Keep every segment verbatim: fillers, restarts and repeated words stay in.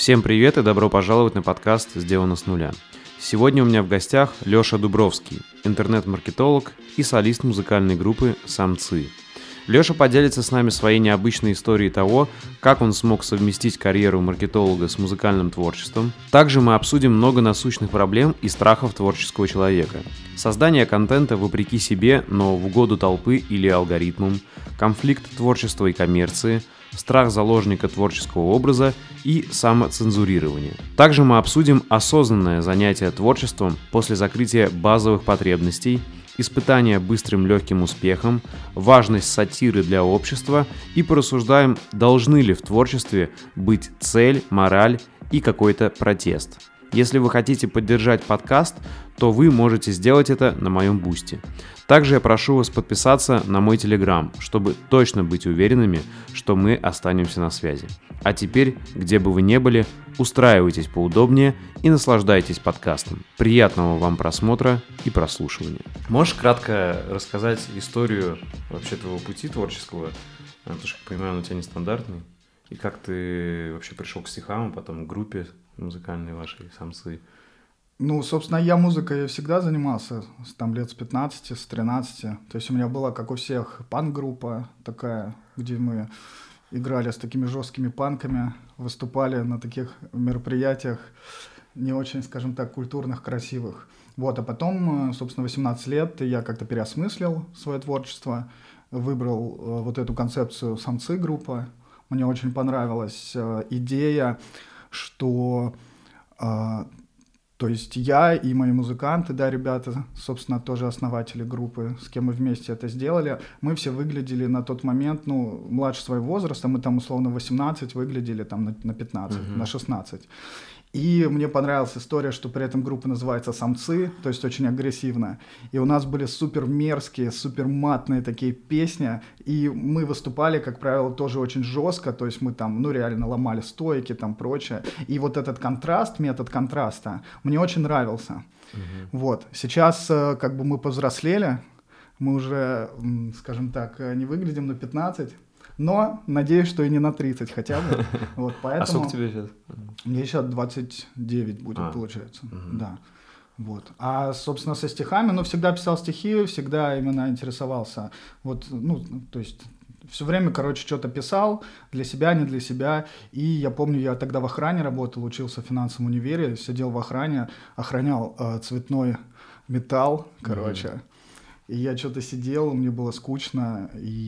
Всем привет и добро пожаловать на подкаст «Сделано с нуля». Сегодня у меня в гостях Леша Дубровский, интернет-маркетолог и солист музыкальной группы «Самцы». Леша поделится с нами своей необычной историей того, как он смог совместить карьеру маркетолога с музыкальным творчеством. Также мы обсудим много насущных проблем и страхов творческого человека. Создание контента вопреки себе, но в угоду толпы или алгоритмам, конфликт творчества и коммерции, страх заложника творческого образа и самоцензурирование. Также мы обсудим осознанное занятие творчеством после закрытия базовых потребностей, испытания быстрым легким успехом, важность сатиры для общества и порассуждаем, должны ли в творчестве быть цель, мораль и какой-то протест. Если вы хотите поддержать подкаст, то вы можете сделать это на моем бусти. Также я прошу вас подписаться на мой телеграм, чтобы точно быть уверенными, что мы останемся на связи. А теперь, где бы вы ни были, устраивайтесь поудобнее и наслаждайтесь подкастом. Приятного вам просмотра и прослушивания. Можешь кратко рассказать историю вообще твоего пути творческого? Потому что, как понимаю, он у тебя нестандартный. И как ты вообще пришел к стихам, а потом к группе музыкальной вашей «Самцы»? Ну, собственно, я музыкой всегда занимался, там, лет с пятнадцати, с тринадцати. То есть у меня была, как у всех, панк-группа такая, где мы играли с такими жесткими панками, выступали на таких мероприятиях не очень, скажем так, культурных, красивых. Вот, а потом, собственно, восемнадцать лет я как-то переосмыслил свое творчество, выбрал вот эту концепцию «Самцы» группа. Мне очень понравилась идея, что... То есть я и мои музыканты, да, ребята, собственно, тоже основатели группы, с кем мы вместе это сделали, мы все выглядели на тот момент, ну, младше своего возраста, мы там условно восемнадцать выглядели там на, на пятнадцать, mm-hmm. на шестнадцать. И мне понравилась история, что при этом группа называется «Самцы», то есть очень агрессивно. И у нас были супер мерзкие, супер матные такие песни. И мы выступали, как правило, тоже очень жестко. То есть мы там, ну, реально ломали стойки, там, прочее. И вот этот контраст, метод контраста, мне очень нравился. Угу. Вот. Сейчас как бы мы повзрослели, мы уже, скажем так, не выглядим на пятнадцать. Но надеюсь, что и не на тридцать хотя бы. Вот, поэтому... А сколько тебе сейчас? Мне сейчас двадцать девять будет, а, получается. Угу. Да. Вот. А, собственно, со стихами, ну, всегда писал стихи, всегда именно интересовался. Вот, ну, то есть... Все время, короче, что-то писал, для себя, не для себя. И я помню, я тогда в охране работал, учился в финансовом универе, сидел в охране, охранял э, цветной металл, короче. Mm-hmm. И я что-то сидел, мне было скучно,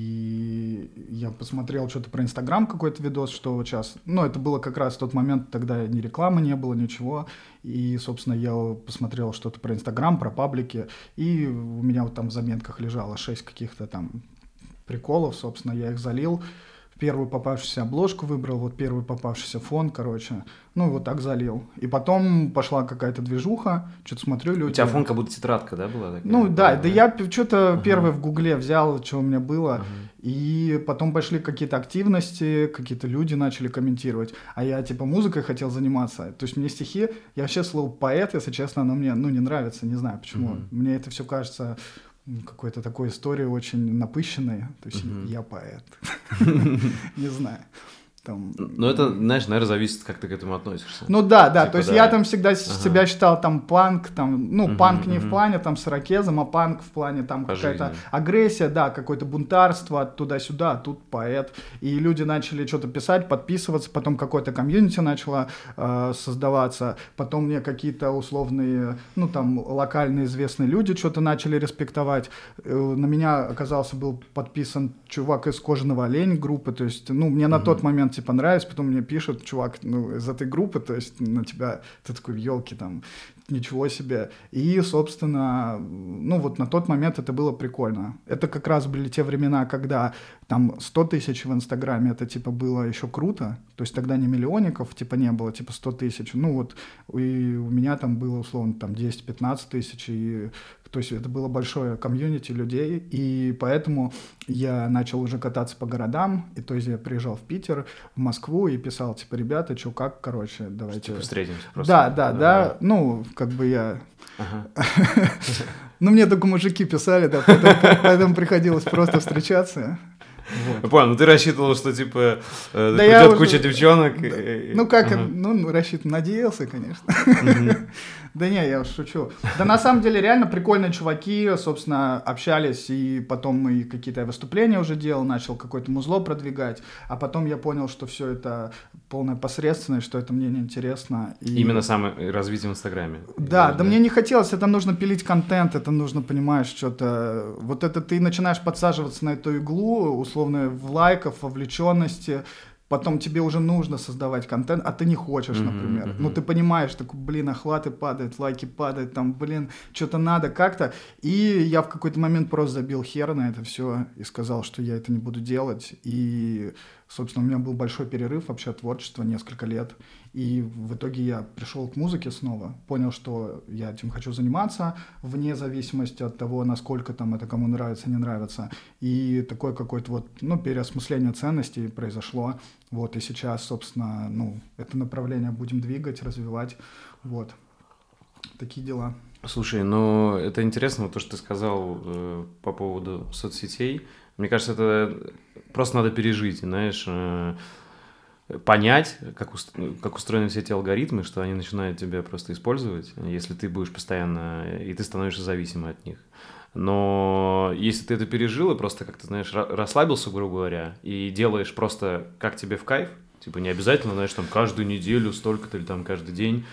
и я посмотрел что-то про Инстаграм, какой-то видос, что вот сейчас... Ну, это было как раз в тот момент, тогда ни рекламы не было, ничего. И, собственно, я посмотрел что-то про Инстаграм, про паблики, и у меня вот там в заметках лежало шесть каких-то там приколов, собственно, я их залил. Первую попавшуюся обложку выбрал, вот первый попавшийся фон, короче. Ну, вот так залил. И потом пошла какая-то движуха, что-то смотрю, люди... У тебя фон как будто тетрадка, да, была? Такая? Ну, да, да, я что-то ага. первое в Гугле взял, что у меня было. Ага. И потом пошли какие-то активности, какие-то люди начали комментировать. А я, типа, музыкой хотел заниматься. То есть мне стихи... Я вообще слово «поэт», если честно, оно мне, ну, не нравится, не знаю почему. Ага. Мне это все кажется... какой-то такой истории очень напыщенной, то есть uh-huh. я поэт, не знаю. Там... Ну, это, знаешь, наверное, зависит, как ты к этому относишься. Ну да, да, типа, то есть да. я там всегда ага. себя считал там панк, там, ну, uh-huh, панк не uh-huh. в плане там с ирокезом, а панк в плане там по какая-то жизни. Агрессия, да, какое-то бунтарство туда-сюда, а тут поэт. И люди начали что-то писать, подписываться, потом какое-то комьюнити начало э, создаваться, потом мне какие-то условные, ну, там, локальные известные люди что-то начали респектовать. Э, на меня, оказался, был подписан чувак из «Кожаного оленя» группы, то есть, ну, мне uh-huh. на тот момент типа нравится, потом мне пишут, чувак, ну, из этой группы, то есть на тебя, ты такой, елки, там, ничего себе. И, собственно, ну, вот на тот момент это было прикольно. Это как раз были те времена, когда там сто тысяч в Инстаграме, это, типа, было еще круто, то есть тогда не миллионников, типа, не было, типа, сто тысяч. Ну, вот, и у меня там было, условно, там, десять-пятнадцать тысяч, и то есть это было большое комьюнити людей, и поэтому я начал уже кататься по городам, и то есть я приезжал в Питер, в Москву и писал, типа, ребята, что, как, короче, давайте... Типа встретимся просто. Да, да, да, да, ну, как бы я... Ну, мне только мужики писали, да, поэтому приходилось просто встречаться. Вот. Понял, ну ты рассчитывал, что типа э, Да придет уже- куча девчонок. Да. и- Ну как, Ага. ну рассчитан, надеялся, конечно. Мгм. Да не, я шучу. Да на самом деле реально прикольные чуваки, собственно, общались, и потом мы какие-то выступления уже делал, начал какое-то музло продвигать, а потом я понял, что все это полная посредственность, что это мне неинтересно. И... Именно самое развитие в Инстаграме. Да, да мне не хотелось, это нужно пилить контент, это нужно, понимаешь, что-то... Вот это ты начинаешь подсаживаться на эту иглу, условно, в лайков, вовлеченности, потом тебе уже нужно создавать контент, а ты не хочешь, Мгм, например. мгм. Ну, ты понимаешь, такой, блин, охваты падают, лайки падают, там, блин, что-то надо как-то. И я в какой-то момент просто забил хер на это все и сказал, что я это не буду делать. И, собственно, у меня был большой перерыв вообще от творчества, несколько лет. И в итоге я пришел к музыке снова, понял, что я этим хочу заниматься, вне зависимости от того, насколько там это кому нравится, не нравится. И такое какое-то вот, ну, переосмысление ценностей произошло. Вот, и сейчас, собственно, ну, это направление будем двигать, развивать. Вот, такие дела. Слушай, ну это интересно, вот то, что ты сказал э, по поводу соцсетей. Мне кажется, это просто надо пережить, знаешь, э, понять, как, уст- как устроены все эти алгоритмы, что они начинают тебя просто использовать, если ты будешь постоянно, и ты становишься зависимым от них. Но если ты это пережил и просто как-то, знаешь, ра- расслабился, грубо говоря, и делаешь просто как тебе в кайф, типа не обязательно, знаешь, там каждую неделю столько-то или там каждый день,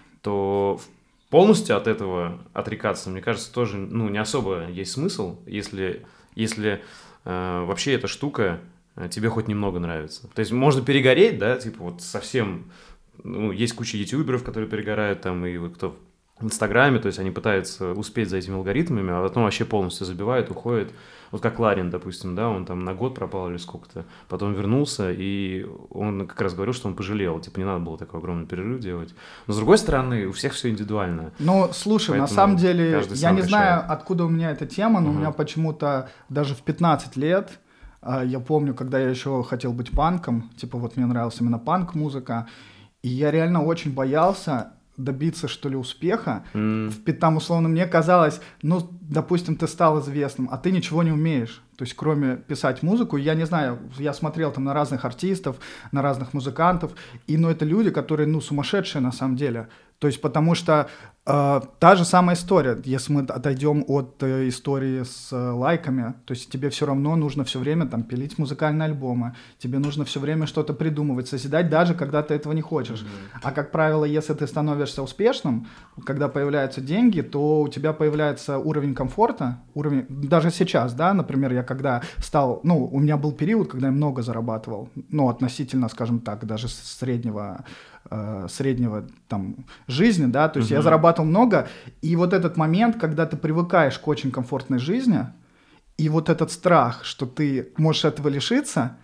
то в- полностью от этого отрекаться, мне кажется, тоже, ну, не особо есть смысл, если, если э, вообще эта штука э, тебе хоть немного нравится. То есть можно перегореть, да, типа вот совсем, ну, есть куча ютуберов, которые перегорают там, и вот кто в Инстаграме, то есть они пытаются успеть за этими алгоритмами, а потом вообще полностью забивают, уходят. Вот как Ларин, допустим, да, он там на год пропал или сколько-то, потом вернулся, и он как раз говорил, что он пожалел, типа не надо было такой огромный перерыв делать. Но с другой стороны, у всех все индивидуально. Ну, слушай, на Поэтому самом деле, каждый я сам не решает. знаю, откуда у меня эта тема, но Мгм. у меня почему-то даже в пятнадцать лет, а, я помню, когда я еще хотел быть панком, типа вот мне нравилась именно панк-музыка, и я реально очень боялся добиться, что ли, успеха. М, В пи- Там, условно, мне казалось, ну, допустим, ты стал известным, а ты ничего не умеешь. То есть, кроме писать музыку, я не знаю, я смотрел там на разных артистов, на разных музыкантов, и, ну, это люди, которые, ну, сумасшедшие на самом деле. То есть, потому что э, та же самая история, если мы отойдем от э, истории с э, лайками, то есть тебе все равно нужно все время там пилить музыкальные альбомы, тебе нужно все время что-то придумывать, созидать, даже когда ты этого не хочешь. А как правило, если ты становишься успешным, когда появляются деньги, то у тебя появляется уровень комфорта, уровень, даже сейчас, да, например, я когда стал, ну, у меня был период, когда я много зарабатывал, ну, относительно, скажем так, даже с среднего, э, среднего там жизни, да, то есть я Мгм. зарабатывал много, и вот этот момент, когда ты привыкаешь к очень комфортной жизни, и вот этот страх, что ты можешь этого лишиться,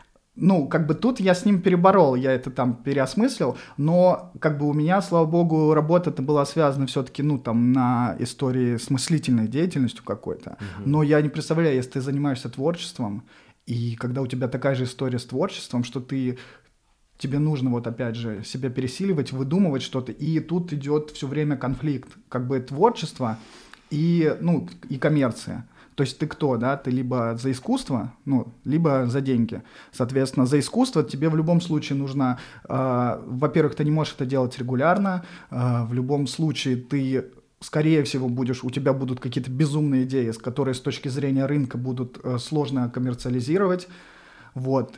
ну, как бы тут я с ним переборол, я это там переосмыслил, но как бы у меня, слава богу, работа-то была связана все-таки, ну, там, на истории с мыслительной деятельностью какой-то. Мгм. Но я не представляю, если ты занимаешься творчеством, и когда у тебя такая же история с творчеством, что ты тебе нужно вот опять же себя пересиливать, выдумывать что-то, и тут идет все время конфликт, как бы творчество и, ну, и коммерция. То есть ты кто, да? Ты либо за искусство, ну, либо за деньги. Соответственно, за искусство тебе в любом случае нужно, э, во-первых, ты не можешь это делать регулярно, э, в любом случае ты, скорее всего, будешь, у тебя будут какие-то безумные идеи, которые с точки зрения рынка будут э, сложно коммерциализировать, вот.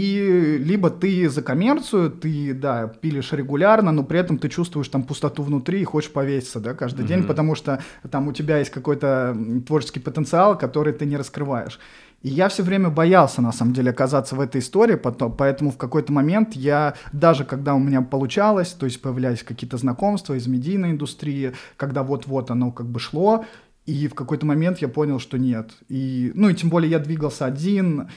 И либо ты за коммерцию, ты, да, пилишь регулярно, но при этом ты чувствуешь там пустоту внутри и хочешь повеситься, да, каждый Мгм. день, потому что там у тебя есть какой-то м, творческий потенциал, который ты не раскрываешь. И я все время боялся, на самом деле, оказаться в этой истории, потом, поэтому в какой-то момент я, даже когда у меня получалось, то есть появлялись какие-то знакомства из медийной индустрии, когда вот-вот оно как бы шло, и в какой-то момент я понял, что нет. И, ну и тем более я двигался один,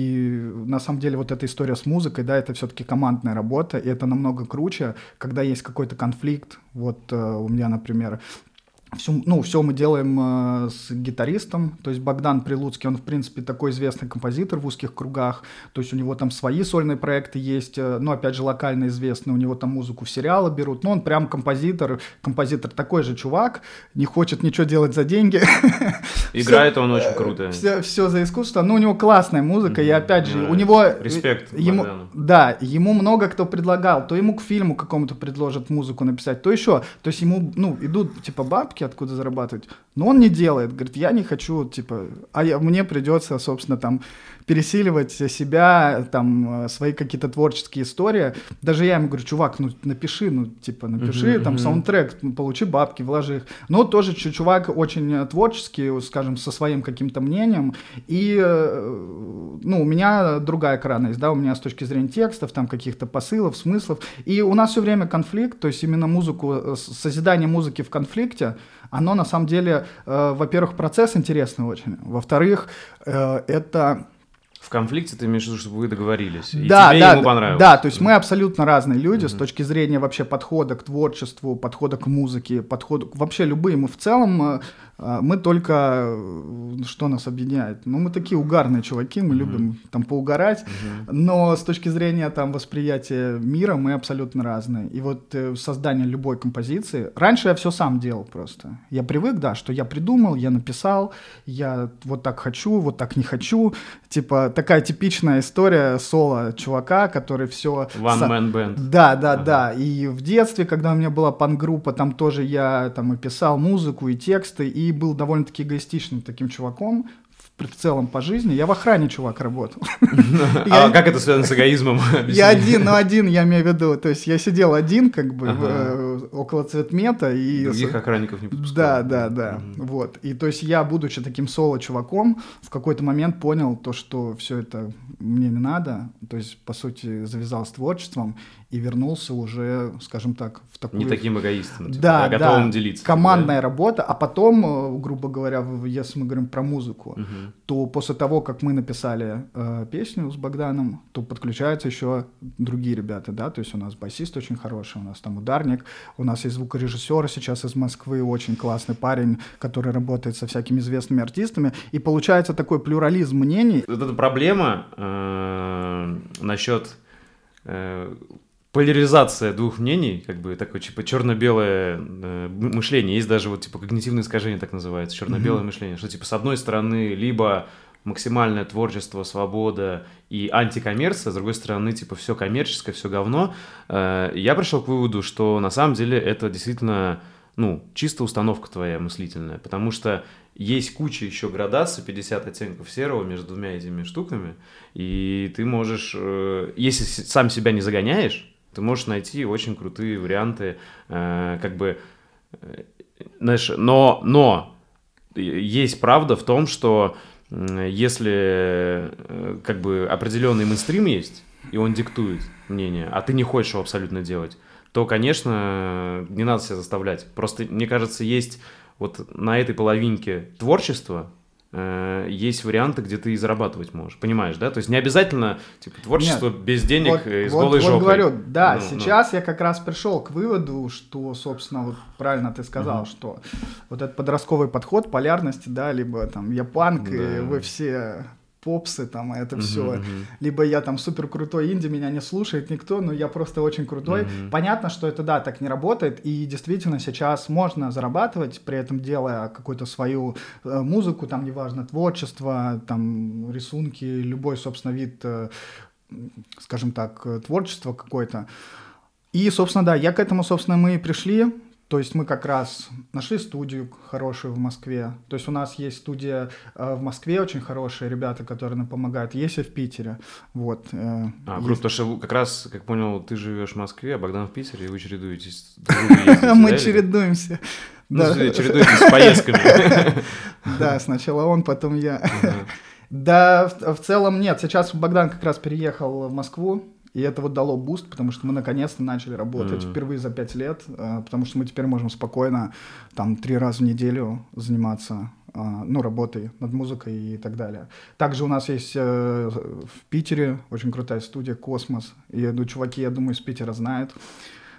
и на самом деле вот эта история с музыкой, да, это все-таки командная работа, и это намного круче, когда есть какой-то конфликт. Вот э, у меня, например, Все, ну, все мы делаем э, с гитаристом, то есть Богдан Прилуцкий, он, в принципе, такой известный композитор в узких кругах, то есть у него там свои сольные проекты есть, э, ну, опять же, локально известные, у него там музыку в сериалы берут, но он прям композитор, композитор такой же чувак, не хочет ничего делать за деньги. Играет он очень круто. Все, все за искусство, но у него классная музыка, и опять же, у него... Респект ему, да, ему много кто предлагал, то ему к фильму какому-то предложат музыку написать, то еще, то есть ему, ну, идут, типа, бабки, откуда зарабатывать, но он не делает, говорит, я не хочу, типа, а я, мне придется, собственно, там, пересиливать себя, там, свои какие-то творческие истории, даже я ему говорю, чувак, ну, напиши, ну, типа, напиши, uh-huh, там, uh-huh. саундтрек, ну, получи бабки, вложи их, но тоже чувак очень творческий, скажем, со своим каким-то мнением, и, ну, у меня другая крайность, да, у меня с точки зрения текстов, там, каких-то посылов, смыслов, и у нас все время конфликт, то есть именно музыку, созидание музыки в конфликте, оно на самом деле, э, во-первых, процесс интересный очень, во-вторых, э, это... В конфликте ты имеешь в виду, чтобы вы договорились, и да, тебе да, ему понравилось. Да, то есть мы абсолютно разные люди uh-huh. с точки зрения вообще подхода к творчеству, подхода к музыке, подхода к вообще любые. Мы в целом, мы только, что нас объединяет? Ну, мы такие угарные чуваки, мы uh-huh. любим там поугарать, uh-huh. но с точки зрения там восприятия мира мы абсолютно разные. И вот создание любой композиции, раньше я все сам делал просто. Я привык, да, что я придумал, я написал, я вот так хочу, вот так не хочу, типа такая типичная история соло чувака, который все... One man band. Да, да, ага. да. И в детстве, когда у меня была панк-группа, там тоже я там и писал музыку, и тексты, и был довольно-таки эгоистичным таким чуваком. В целом по жизни. Я в охране, чувак, работал. А как это связано с эгоизмом? Я один, но один, я имею в виду. То есть я сидел один, как бы, около цветмета. Других охранников не подпускал. Да, да, да. Вот. И то есть я, будучи таким соло-чуваком, в какой-то момент понял то, что все это мне не надо. То есть, по сути, завязал с творчеством и вернулся уже, скажем так, в такую... Не таким эгоистом, типа, да, да, готовым да, делиться. командная да? работа, а потом, грубо говоря, если мы говорим про музыку, угу. то после того, как мы написали э, песню с Богданом, то подключаются еще другие ребята, да, то есть у нас басист очень хороший, у нас там ударник, у нас есть звукорежиссер сейчас из Москвы, очень классный парень, который работает со всякими известными артистами, и получается такой плюрализм мнений. Вот эта проблема э, насчет... Э, поляризация двух мнений, как бы такое типа черно-белое э, мышление. Есть даже вот типа когнитивное искажение, так называется, черно-белое mm-hmm. мышление, что типа с одной стороны либо максимальное творчество, свобода и антикоммерция, с другой стороны типа все коммерческое, все говно. Э, я пришел к выводу, что на самом деле это действительно, ну, чисто установка твоя мыслительная, потому что есть куча еще градаций, пятьдесят оттенков серого между двумя этими штуками, и ты можешь, э, если сам себя не загоняешь, ты можешь найти очень крутые варианты, э, как бы, э, знаешь, но, но есть правда в том, что э, если э, как бы определенный мейнстрим есть, и он диктует мнение, а ты не хочешь его абсолютно делать, то, конечно, не надо себя заставлять. Просто, мне кажется, есть вот на этой половинке творчества, есть варианты, где ты и зарабатывать можешь, понимаешь, да? То есть не обязательно типа творчество Нет, без денег вот, и с вот, голой вот жопой. Говорю, да, ну, сейчас ну. я как раз пришел к выводу, что, собственно, вот правильно ты сказал, uh-huh. что вот этот подростковый подход полярности, да, либо там я панк, да. и вы все попсы, там, это uh-huh, все. Uh-huh. Либо я там супер крутой инди, меня не слушает никто, но я просто очень крутой. Uh-huh. Понятно, что это, да, так не работает, и действительно сейчас можно зарабатывать, при этом делая какую-то свою э, музыку, там, неважно, творчество, там, рисунки, любой, собственно, вид, э, скажем так, творчества какой-то. И, собственно, да, я к этому, собственно, мы и пришли. То есть мы как раз нашли студию хорошую в Москве. То есть у нас есть студия э, в Москве очень хорошие ребята, которые нам помогают. Есть и в Питере. Вот. Э, а, есть... круто, потому что как раз, как понял, ты живешь в Москве, а Богдан в Питере, и вы чередуетесь. Мы чередуемся. Ну, чередуетесь с поездками. Да, сначала он, потом я. Да, в целом нет. Сейчас Богдан как раз переехал в Москву. И это вот дало буст, потому что мы наконец-то начали работать mm-hmm. впервые за пять лет, потому что мы теперь можем спокойно там три раза в неделю заниматься, ну, работой над музыкой и так далее. Также у нас есть в Питере очень крутая студия «Космос». И ну, чуваки, я думаю, из Питера знают.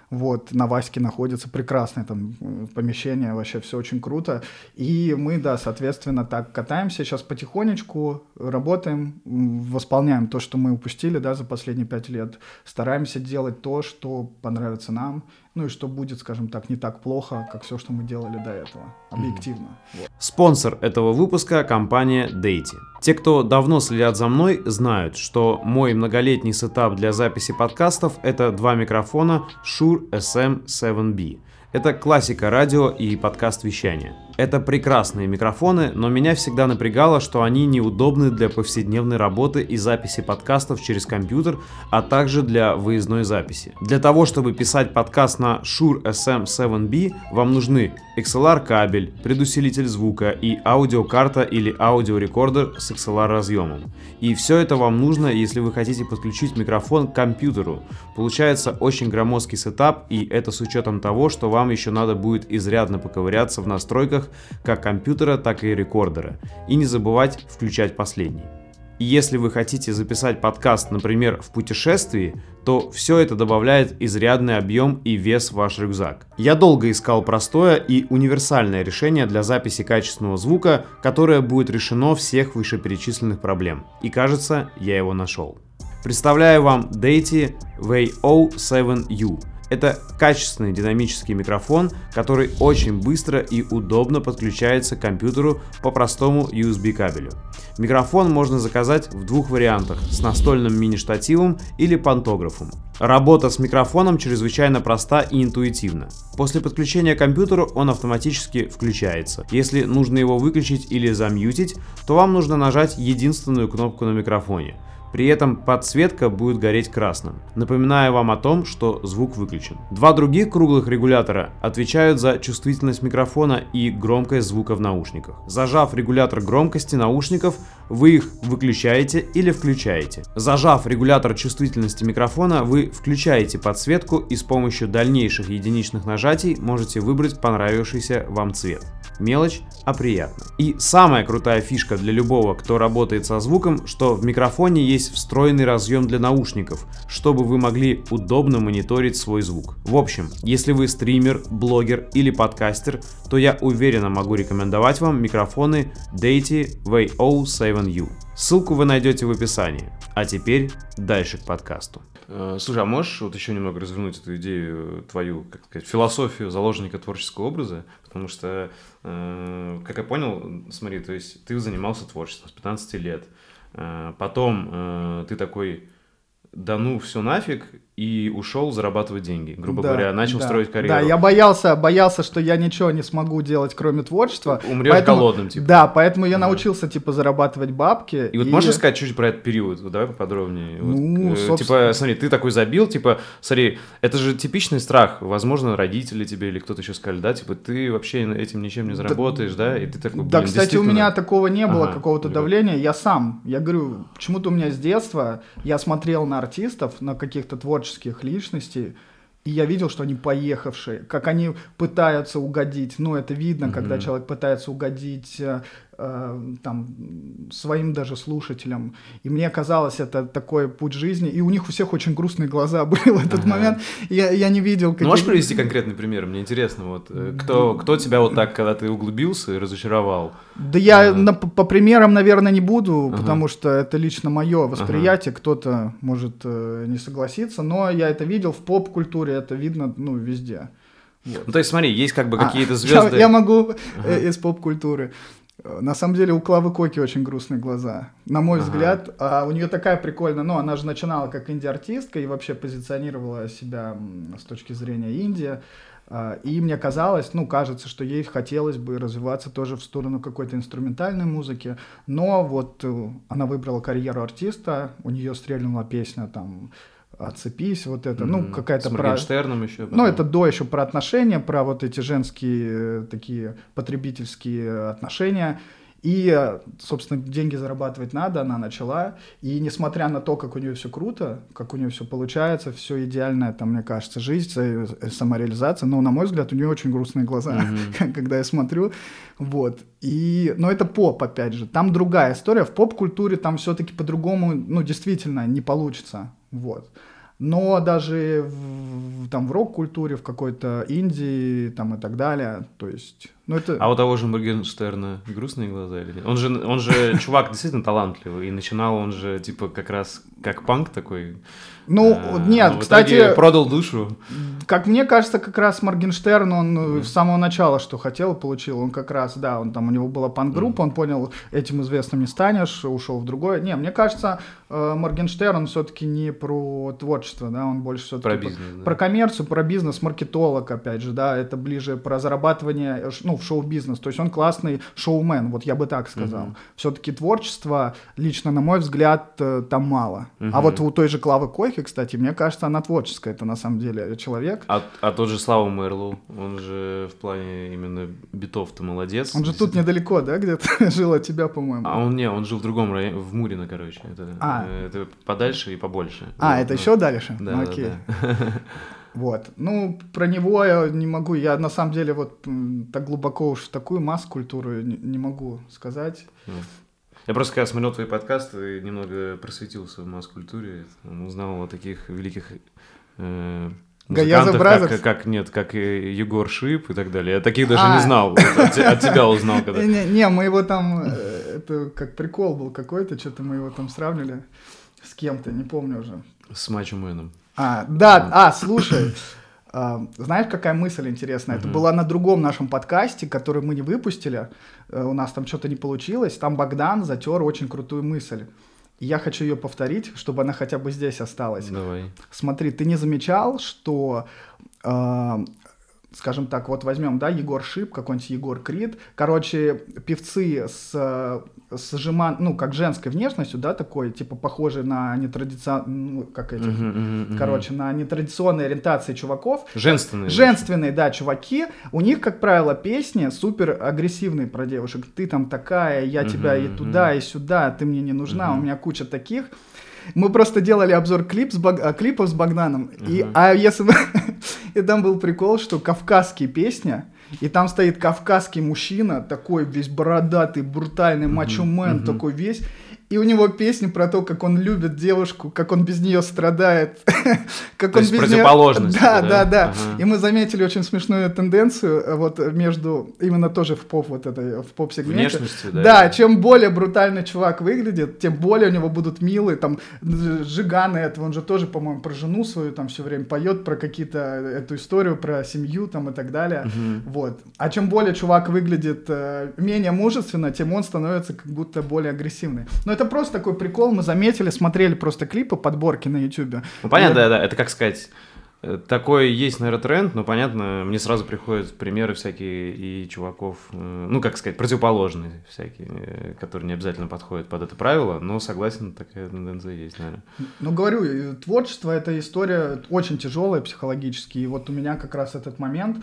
Вот, на Ваське находится прекрасное там помещение, вообще все очень круто. И мы, да, соответственно, так катаемся сейчас потихонечку, работаем, восполняем то, что мы упустили, да, за последние пять лет. Стараемся делать то, что понравится нам, ну и что будет, скажем так, не так плохо, как все, что мы делали до этого, объективно. Mm-hmm. Вот. Спонсор этого выпуска — компания Deity. Те, кто давно следят за мной, знают, что мой многолетний сетап для записи подкастов — это два микрофона Shure эс эм семь би. Это классика радио и подкаст-вещания. Это прекрасные микрофоны, но меня всегда напрягало, что они неудобны для повседневной работы и записи подкастов через компьютер, а также для выездной записи. Для того, чтобы писать подкаст на Shure эс эм семь би, вам нужны икс эл ар-кабель, предусилитель звука и аудиокарта или аудиорекордер с икс эл ар-разъемом. И все это вам нужно, если вы хотите подключить микрофон к компьютеру. Получается очень громоздкий сетап, и это с учетом того, что вам еще надо будет изрядно поковыряться в настройках как компьютера, так и рекордера, и не забывать включать последний. И если вы хотите записать подкаст, например, в путешествии, то все это добавляет изрядный объем и вес в ваш рюкзак. Я долго искал простое и универсальное решение для записи качественного звука, которое будет решено всех вышеперечисленных проблем. И кажется, я его нашел. Представляю вам Deity вэй о семь ю. Это качественный динамический микрофон, который очень быстро и удобно подключается к компьютеру по простому ю эс би кабелю. Микрофон можно заказать в двух вариантах: с настольным мини-штативом или пантографом. Работа с микрофоном чрезвычайно проста и интуитивна. После подключения к компьютеру он автоматически включается. Если нужно его выключить или замьютить, то вам нужно нажать единственную кнопку на микрофоне. При этом подсветка будет гореть красным, напоминая вам о том, что звук выключен. Два других круглых регулятора отвечают за чувствительность микрофона и громкость звука в наушниках. Зажав регулятор громкости наушников, вы их выключаете или включаете. Зажав регулятор чувствительности микрофона, вы включаете подсветку и с помощью дальнейших единичных нажатий можете выбрать понравившийся вам цвет. Мелочь, а приятно. И самая крутая фишка для любого, кто работает со звуком, что в микрофоне есть встроенный разъем для наушников, чтобы вы могли удобно мониторить свой звук. В общем, если вы стример, блогер или подкастер, то я уверенно могу рекомендовать вам микрофоны Deity вэй о семь ю. Ссылку вы найдете в описании. А теперь дальше к подкасту. Слушай, а можешь вот еще немного развернуть эту идею, твою, как сказать, философию заложника творческого образа? Потому что, э, как я понял, смотри, то есть ты занимался творчеством с пятнадцати лет, э, потом э, ты такой, да ну все нафиг, и ушел зарабатывать деньги, грубо да, говоря, начал да, строить карьеру. Да, я боялся, боялся, что я ничего не смогу делать, кроме творчества. Умрешь поэтому, голодным, типа. Да, поэтому я mm-hmm. научился, типа, зарабатывать бабки. И, и вот можешь сказать чуть-чуть про этот период? Вот давай поподробнее. Ну, вот, собственно... Типа, смотри, ты такой забил, типа, смотри, это же типичный страх. Возможно, родители тебе или кто-то еще сказали, да, типа, ты вообще этим ничем не заработаешь, да, да? И ты такой, блин, да, кстати, действительно... у меня такого не было, ага, какого-то ребят. давления. Я сам, я говорю, почему-то у меня с детства, я смотрел на артистов, на каких-то творческих личностей, и я видел, что они поехавшие, как они пытаются угодить. Ну, это видно, mm-hmm. когда человек пытается угодить э, э, там, своим даже слушателям. И мне казалось, это такой путь жизни. И у них у всех очень грустные глаза были в этот ага. момент. Я, я не видел... Каких... Можешь привести конкретный пример? Мне интересно, вот, кто, кто тебя вот так, когда ты углубился и разочаровал? Да я ага. на, по примерам, наверное, не буду, ага. потому что это лично мое восприятие. Ага. Кто-то может э, не согласиться, но я это видел в поп-культуре, это видно, ну, везде. Вот. Ну, то есть, смотри, есть как бы а, какие-то звезды... Я, я могу ага. из поп-культуры. На самом деле у Клавы Коки очень грустные глаза, на мой ага. взгляд. А у нее такая прикольная, ну, она же начинала как инди-артистка и вообще позиционировала себя с точки зрения инди. И мне казалось, ну, кажется, что ей хотелось бы развиваться тоже в сторону какой-то инструментальной музыки. Но вот она выбрала карьеру артиста, у нее стрельнула песня там... «Отцепись», вот это, mm-hmm. ну, какая-то... С Моргенштерном про... еще. Потом. Ну, это до еще про отношения, про вот эти женские такие потребительские отношения. И, собственно, деньги зарабатывать надо, она начала. И несмотря на то, как у нее все круто, как у нее все получается, все идеальная, там, мне кажется, жизнь, самореализация, но, на мой взгляд, у нее очень грустные глаза, mm-hmm. когда я смотрю. Вот. И... Но это поп, опять же. Там другая история. В поп-культуре там все-таки по-другому, ну, действительно, не получится. Вот. но даже в, там, в рок-культуре, в какой-то Индии там, и так далее. То есть, ну это... А у того же Моргенштерна грустные глаза или нет? Он же, он же чувак действительно талантливый, и начинал он же типа как раз как панк такой. Ну, а, нет, в кстати... итоге продал душу. Как мне кажется, как раз Моргенштерн, он mm. с самого начала, что хотел, получил. Он как раз, да, он там, у него была панк-группа, mm. он понял, этим известным не станешь, ушел в другое. Не, мне кажется, Моргенштерн, он все-таки не про творчество, да, он больше все-таки... Про бизнес, про, да. про коммерцию, про бизнес, маркетолог, опять же, да, это ближе про зарабатывание, ну, в шоу-бизнес. То есть он классный шоумен, вот я бы так сказал. Mm-hmm. Все-таки творчества, лично, на мой взгляд, там мало. Mm-hmm. А вот у той же Клавы Койки, кстати, мне кажется, она творческая, это на самом деле человек. А, а тот же Слава Мэрлоу, он же в плане именно битов-то молодец. Он же тут недалеко, да, где-то жил от тебя, по-моему? А он не, он жил в другом районе, в Мурино, короче. Это, а. это подальше и побольше. А, вот, это ну, еще дальше? Да, ну, да, окей. да. Вот. Ну, про него я не могу, я на самом деле вот так глубоко уж в такую масс-культуру не, не могу сказать. Я просто, когда смотрел твои подкасты, немного просветился в масс-культуре, узнал о таких великих э, музыкантов, как, как, нет, как и Егор Шип и так далее. Я таких даже а. не знал, от, от тебя узнал. Когда... Не, не, мы его там, это как прикол был какой-то, что-то мы его там сравнили с кем-то, не помню уже. С Мачо Мэном. А, да, а, слушай, Uh, знаешь, какая мысль интересная? Uh-huh. Это была на другом нашем подкасте, который мы не выпустили. Uh, у нас там что-то не получилось. Там Богдан затер очень крутую мысль. И я хочу ее повторить, чтобы она хотя бы здесь осталась. Давай. Смотри, ты не замечал, что... Uh, скажем так, вот возьмем, да, Егор Шип, какой-нибудь Егор Крид. Короче, певцы с, с жеман, ну, как женской внешностью, да, такой, типа, похожий на нетрадиционные, ну, как эти, uh-huh, uh-huh. короче, на нетрадиционные ориентации чуваков. Женственные. Женственные, да, чуваки. У них, как правило, песни супер агрессивные про девушек. Ты там такая, я uh-huh, тебя и туда, uh-huh. и сюда, ты мне не нужна, uh-huh. у меня куча таких. Мы просто делали обзор клип с Баг... клипов с Богданом, uh-huh. и, а если бы... и там был прикол, что кавказские песни, и там стоит кавказский мужчина, такой весь бородатый, брутальный, uh-huh. мачо-мен, uh-huh. такой весь, и у него песни про то, как он любит девушку, как он без нее страдает. как то он есть без противоположность. Нее... Да, да, да, да. Ага. И мы заметили очень смешную тенденцию вот между, именно тоже в поп вот этой, в поп-сегменте. Внешностью, да. Да, чем более брутальный чувак выглядит, тем более у него будут милые, там, Жиганы этого, он же тоже, по-моему, про жену свою там все время поет, про какие-то, эту историю, про семью там и так далее. Угу. Вот. А чем более чувак выглядит э, менее мужественно, тем он становится как будто более агрессивный. Но это просто такой прикол, мы заметили, смотрели просто клипы, подборки на ютубе. Ну, понятно, да, да, это как сказать, такой есть, наверное, тренд, но, понятно, мне сразу приходят примеры всякие и чуваков, ну, как сказать, противоположные всякие, которые не обязательно подходят под это правило, но, согласен, такая тенденция есть, наверное. Ну, говорю, творчество — это история очень тяжелая психологически, и вот у меня как раз этот момент,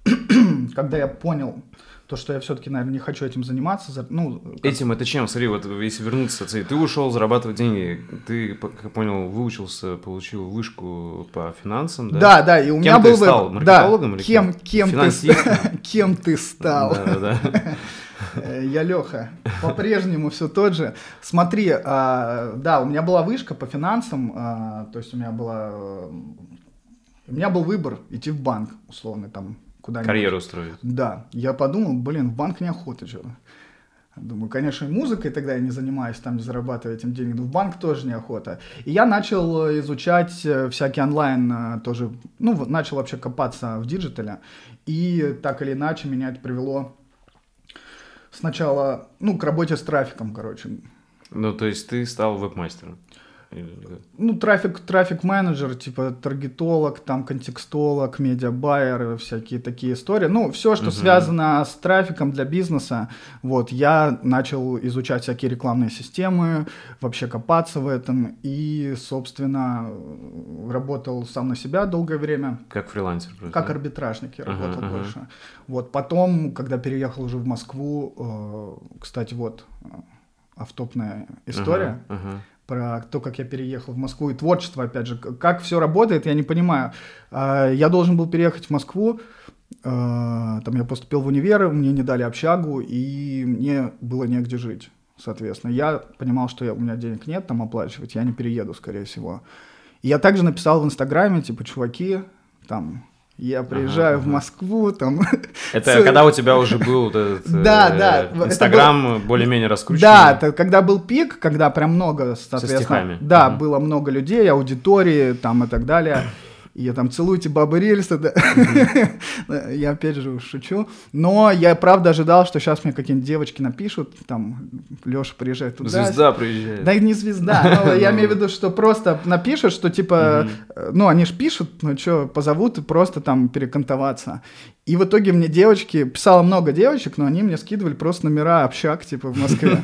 когда я понял, то, что я все-таки, наверное, не хочу этим заниматься. Ну, как... Этим это чем? Смотри, вот если вернуться, ты ушел зарабатывать деньги, ты, как я понял, выучился, получил вышку по финансам, да? Да, да, и у кем меня ты был стал? Маркетологом да, или кем? Кем, кем, ты... кем ты стал? Да, да, да. Я Леха, по-прежнему все тот же. Смотри, а, да, у меня была вышка по финансам, а, то есть у меня была... У меня был выбор идти в банк, условно, там, куда-нибудь. Карьеру устроить. Да. Я подумал, блин, в банк неохота что-то. Думаю, конечно, и музыкой тогда я не занимаюсь, там, не зарабатываю этим денег, но в банк тоже неохота. И я начал изучать всякие онлайн тоже, ну, начал вообще копаться в диджитале. И так или иначе меня это привело сначала, ну, к работе с трафиком, короче. Ну, то есть ты стал веб-мастером? Ну, трафик, трафик-менеджер, типа таргетолог, там контекстолог, медиабайер, всякие такие истории. Ну, все, что uh-huh. связано с трафиком для бизнеса. Вот, я начал изучать всякие рекламные системы, вообще копаться в этом. И, собственно, работал сам на себя долгое время. Как фрилансер просто? Как арбитражник я uh-huh, работал uh-huh. больше. Вот, потом, когда переехал уже в Москву, э, кстати, вот, автопная история. Uh-huh, uh-huh. Про то, как я переехал в Москву, и творчество, опять же. Как все работает, я не понимаю. Я должен был переехать в Москву, там я поступил в универ, мне не дали общагу, и мне было негде жить, соответственно. Я понимал, что я, у меня денег нет там оплачивать, я не перееду, скорее всего. И я также написал в Инстаграме, типа, чуваки, там... Я приезжаю ага, в Москву, ага. там... Это с... когда у тебя уже был этот да, да, Инстаграм был... более-менее раскрученный? Да, это когда был пик, когда прям много, соответственно... Со стихами. Да, угу. было много людей, аудитории там и так далее. И я там «Целуйте бабы рельсы», да. mm-hmm. Я опять же шучу. Но я правда ожидал, что сейчас мне какие-нибудь девочки напишут, там, Леша приезжает туда. Звезда приезжает. Да не звезда, но я имею в виду, что просто напишут, что типа, mm-hmm. ну они же пишут, ну что, позовут и просто там перекантоваться. И в итоге мне девочки, писало много девочек, но они мне скидывали просто номера общак, типа, в Москве.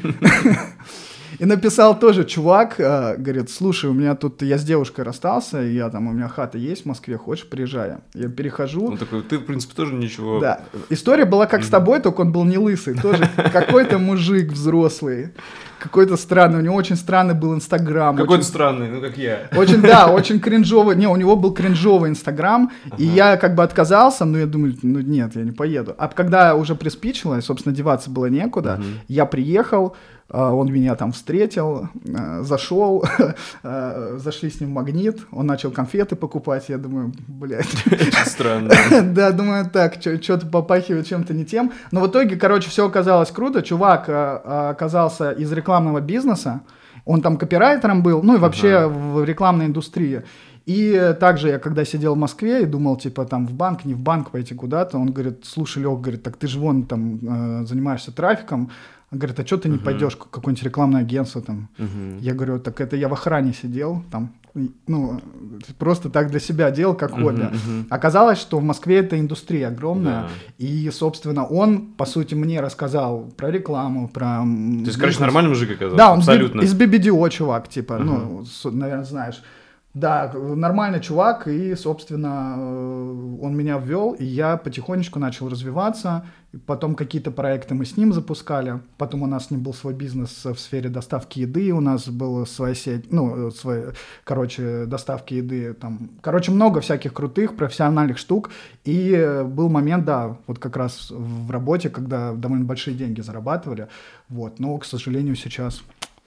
И написал тоже чувак, э, говорит, слушай, у меня тут, я с девушкой расстался, и я там, у меня хата есть в Москве, хочешь, приезжай. Я перехожу. Он такой, ты, в принципе, тоже ничего. Да, история была как mm-hmm. с тобой, только он был не лысый, тоже какой-то мужик взрослый, какой-то странный, у него очень странный был Инстаграм. Какой-то странный, ну как я. Очень, да, очень кринжовый, не, у него был кринжовый Инстаграм, ага. и я как бы отказался, но я думаю, ну нет, я не поеду. А когда уже приспичило, и, собственно, деваться было некуда, угу. я приехал, он меня там встретил, зашел, зашли с ним в Магнит, он начал конфеты покупать, я думаю, блядь. Странно. Да, думаю, так, что-то попахивает чем-то не тем. Но в итоге, короче, все оказалось круто. Чувак оказался из рекламного бизнеса, он там копирайтером был, ну и вообще в рекламной индустрии. И также я, когда сидел в Москве и думал, типа, там, в банк, не в банк пойти куда-то, он говорит, слушай, Лёг, говорит, так ты же вон там занимаешься трафиком. Он говорит, а что ты не uh-huh. пойдешь в какое-нибудь рекламное агентство там? Uh-huh. Я говорю, так это я в охране сидел, там, ну, просто так для себя делал, как uh-huh, хобби. Uh-huh. Оказалось, что в Москве эта индустрия огромная, yeah. и, собственно, он, по сути, мне рассказал про рекламу, про... То есть, короче, нормальный мужик оказался? Да, он абсолютно. из би би ди о чувак, типа, uh-huh. ну, наверное, знаешь. Да, нормальный чувак, и, собственно, он меня ввел, и я потихонечку начал развиваться, потом какие-то проекты мы с ним запускали, потом у нас с ним был свой бизнес в сфере доставки еды, у нас была своя сеть, ну, свои, короче, доставки еды, там, короче, много всяких крутых профессиональных штук, и был момент, да, вот как раз в работе, когда довольно большие деньги зарабатывали, вот, но, к сожалению, сейчас...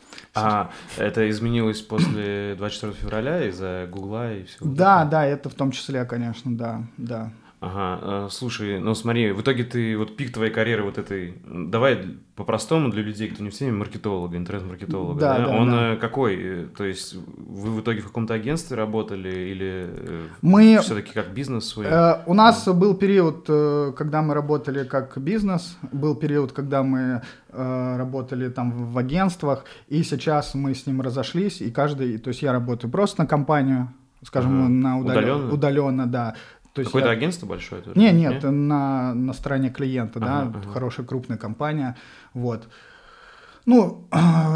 А это изменилось после двадцать четвёртого февраля из-за Гугла и всего? Да, этого? да, это в том числе, конечно, да, да. Ага, слушай, ну смотри, в итоге ты, вот пик твоей карьеры вот этой, давай по-простому для людей, кто не в теме, маркетолога, интернет-маркетолога, да, да? да, Он да. какой? То есть вы в итоге в каком-то агентстве работали или мы, все-таки как бизнес свой? Э, у нас да. был период, когда мы работали как бизнес, был период, когда мы э, работали там в агентствах, и сейчас мы с ним разошлись, и каждый, то есть я работаю просто на компанию, скажем, ага. на удаленно, удаленно? удаленно, да. То есть Какое-то я... агентство большое? Тоже, не, нет, не? На, на стороне клиента, ага, да, ага. хорошая крупная компания, вот. Ну,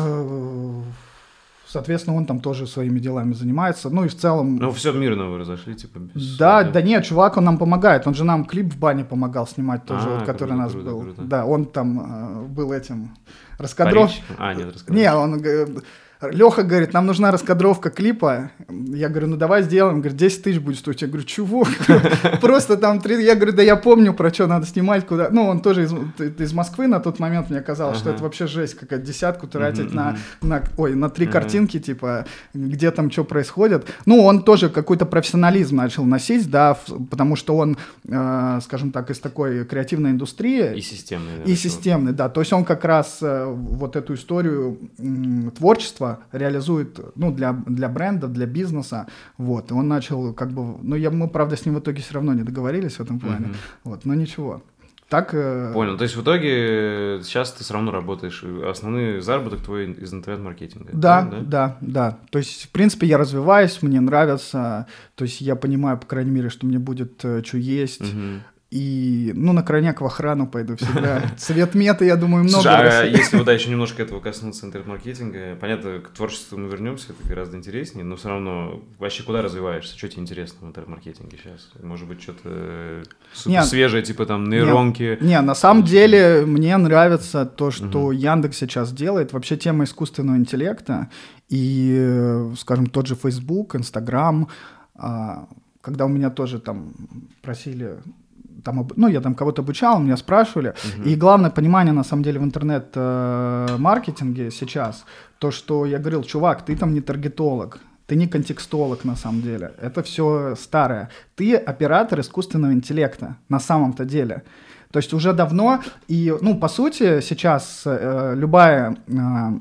соответственно, он там тоже своими делами занимается, ну и в целом... Ну, все мирно вы разошли, типа... Без... Да, да, да нет, чувак, он нам помогает, он же нам клип в бане помогал снимать тоже, а, вот, который у нас круто, был. Круто. Да, он там э, был этим... Раскадров... А, нет, раскадровщик. Не, он... Леха говорит, нам нужна раскадровка клипа. Я говорю, ну давай сделаем. Он говорит, десять тысяч будет стоить. Я говорю, чего? Просто там три... Я говорю, да я помню, про что надо снимать, куда... Ну, он тоже из, из Москвы на тот момент, мне казалось, что это вообще жесть, какая десятку тратить на, на... Ой, на три картинки, типа, где там что происходит. Ну, он тоже какой-то профессионализм начал носить, да, потому что он, э, скажем так, из такой креативной индустрии. И системный. И системный, да. То есть он как раз э, вот эту историю э, творчества реализует, ну, для, для бренда, для бизнеса, вот, и он начал, как бы, ну, я, мы, правда, с ним в итоге все равно не договорились в этом плане, mm-hmm. вот, но ничего. Так... Э... Понял, то есть в итоге сейчас ты все равно работаешь, основной заработок твой из интернет-маркетинга. Да, да, да, да, то есть, в принципе, я развиваюсь, мне нравится, то есть я понимаю, по крайней мере, что мне будет э, что есть, mm-hmm. И, ну, на крайняк в охрану пойду всегда. Цвет меты, я думаю, много. Слушай, а если вот, да, еще немножко этого коснуться интернет-маркетинга, понятно, к творчеству мы вернемся, это гораздо интереснее, но все равно вообще куда развиваешься? Что тебе интересно в интернет-маркетинге сейчас? Может быть, что-то супер свежее, типа там нейронки? Не, на самом деле мне нравится то, что Яндекс сейчас делает, вообще тема искусственного интеллекта, и, скажем, тот же Facebook, Instagram, когда у меня тоже там просили... Там, ну, я там кого-то обучал, меня спрашивали. Uh-huh. И главное понимание, на самом деле, в интернет-маркетинге сейчас, то, что я говорил, чувак, ты там не таргетолог, ты не контекстолог на самом деле. Это все старое. Ты оператор искусственного интеллекта на самом-то деле. То есть уже давно, и, ну, по сути, сейчас э, любая э,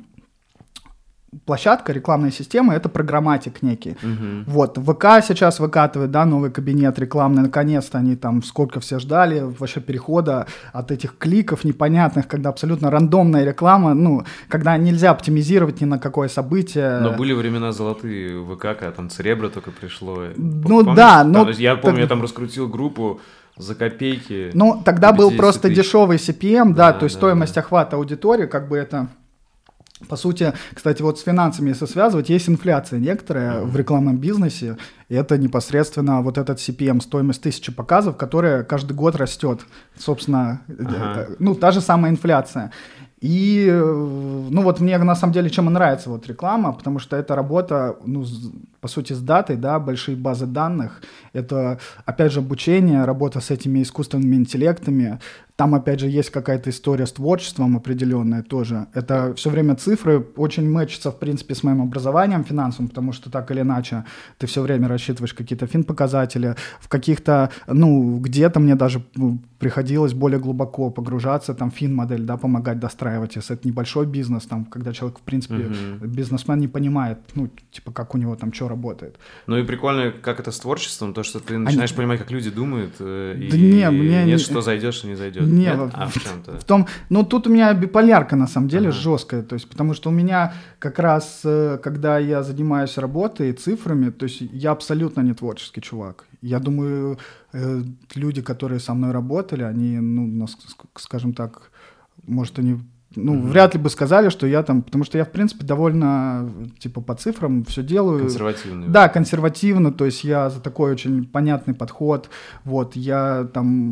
площадка, рекламная система — это программатик некий. Uh-huh. Вот, ВК сейчас выкатывает, да, новый кабинет рекламный, наконец-то они там, сколько все ждали, вообще перехода от этих кликов непонятных, когда абсолютно рандомная реклама, ну, когда нельзя оптимизировать ни на какое событие. Но были времена золотые ВК, когда там Церебро только пришло. Ну Помнишь? да, ну... Я помню, так... я там раскрутил группу за копейки. Ну, тогда был просто тысяч. Дешевый си пи эм, да, да, то есть да, стоимость да. охвата аудитории, как бы это... По сути, кстати, вот с финансами, если связывать, есть инфляция некоторая mm-hmm. в рекламном бизнесе, и это непосредственно вот этот си пи эм, стоимость тысячи показов, которая каждый год растет, собственно, uh-huh. ну, та же самая инфляция. И, ну, вот мне на самом деле чем и нравится вот реклама, потому что это работа, ну, с, по сути, с датой, да, большие базы данных, это, опять же, обучение, работа с этими искусственными интеллектами, там, опять же, есть какая-то история с творчеством определенная тоже. Это все время цифры, очень мэчатся, в принципе, с моим образованием финансовым, потому что так или иначе ты все время рассчитываешь какие-то финпоказатели, в каких-то, ну, где-то мне даже приходилось более глубоко погружаться, там, финмодель, да, помогать достраивать, если это небольшой бизнес, там, когда человек, в принципе, uh-huh. бизнесмен не понимает, ну, типа, как у него там что работает. Ну и прикольно, как это с творчеством, то, что ты начинаешь Они... понимать, как люди думают, э, да и не, мне нет, не... что зайдешь и не зайдет. Не, Нет? в, а в чем-то? В том, ну тут у меня биполярка на самом деле ага. жесткая, то есть потому что у меня как раз, когда я занимаюсь работой, цифрами, то есть я абсолютно не творческий чувак. Я думаю, люди, которые со мной работали, они, ну, скажем так, может, они, ну, mm-hmm. вряд ли бы сказали, что я там, потому что я, в принципе, довольно, типа, по цифрам все делаю. Консервативный. Да, консервативно, то есть я за такой очень понятный подход, вот, я там...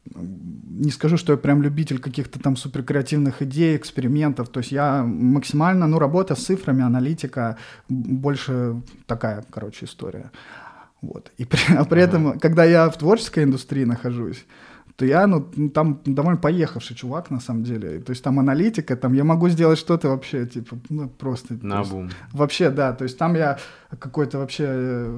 Не скажу, что я прям любитель каких-то там суперкреативных идей, экспериментов. То есть я максимально, ну, работа с цифрами, аналитика, больше такая, короче, история. Вот. И при, а при ага. этом, когда я в творческой индустрии нахожусь, то я, ну, там довольно поехавший чувак, на самом деле. То есть там аналитика, там я могу сделать что-то вообще, типа, ну, просто... Набум. Вообще, да. То есть там я какой-то вообще...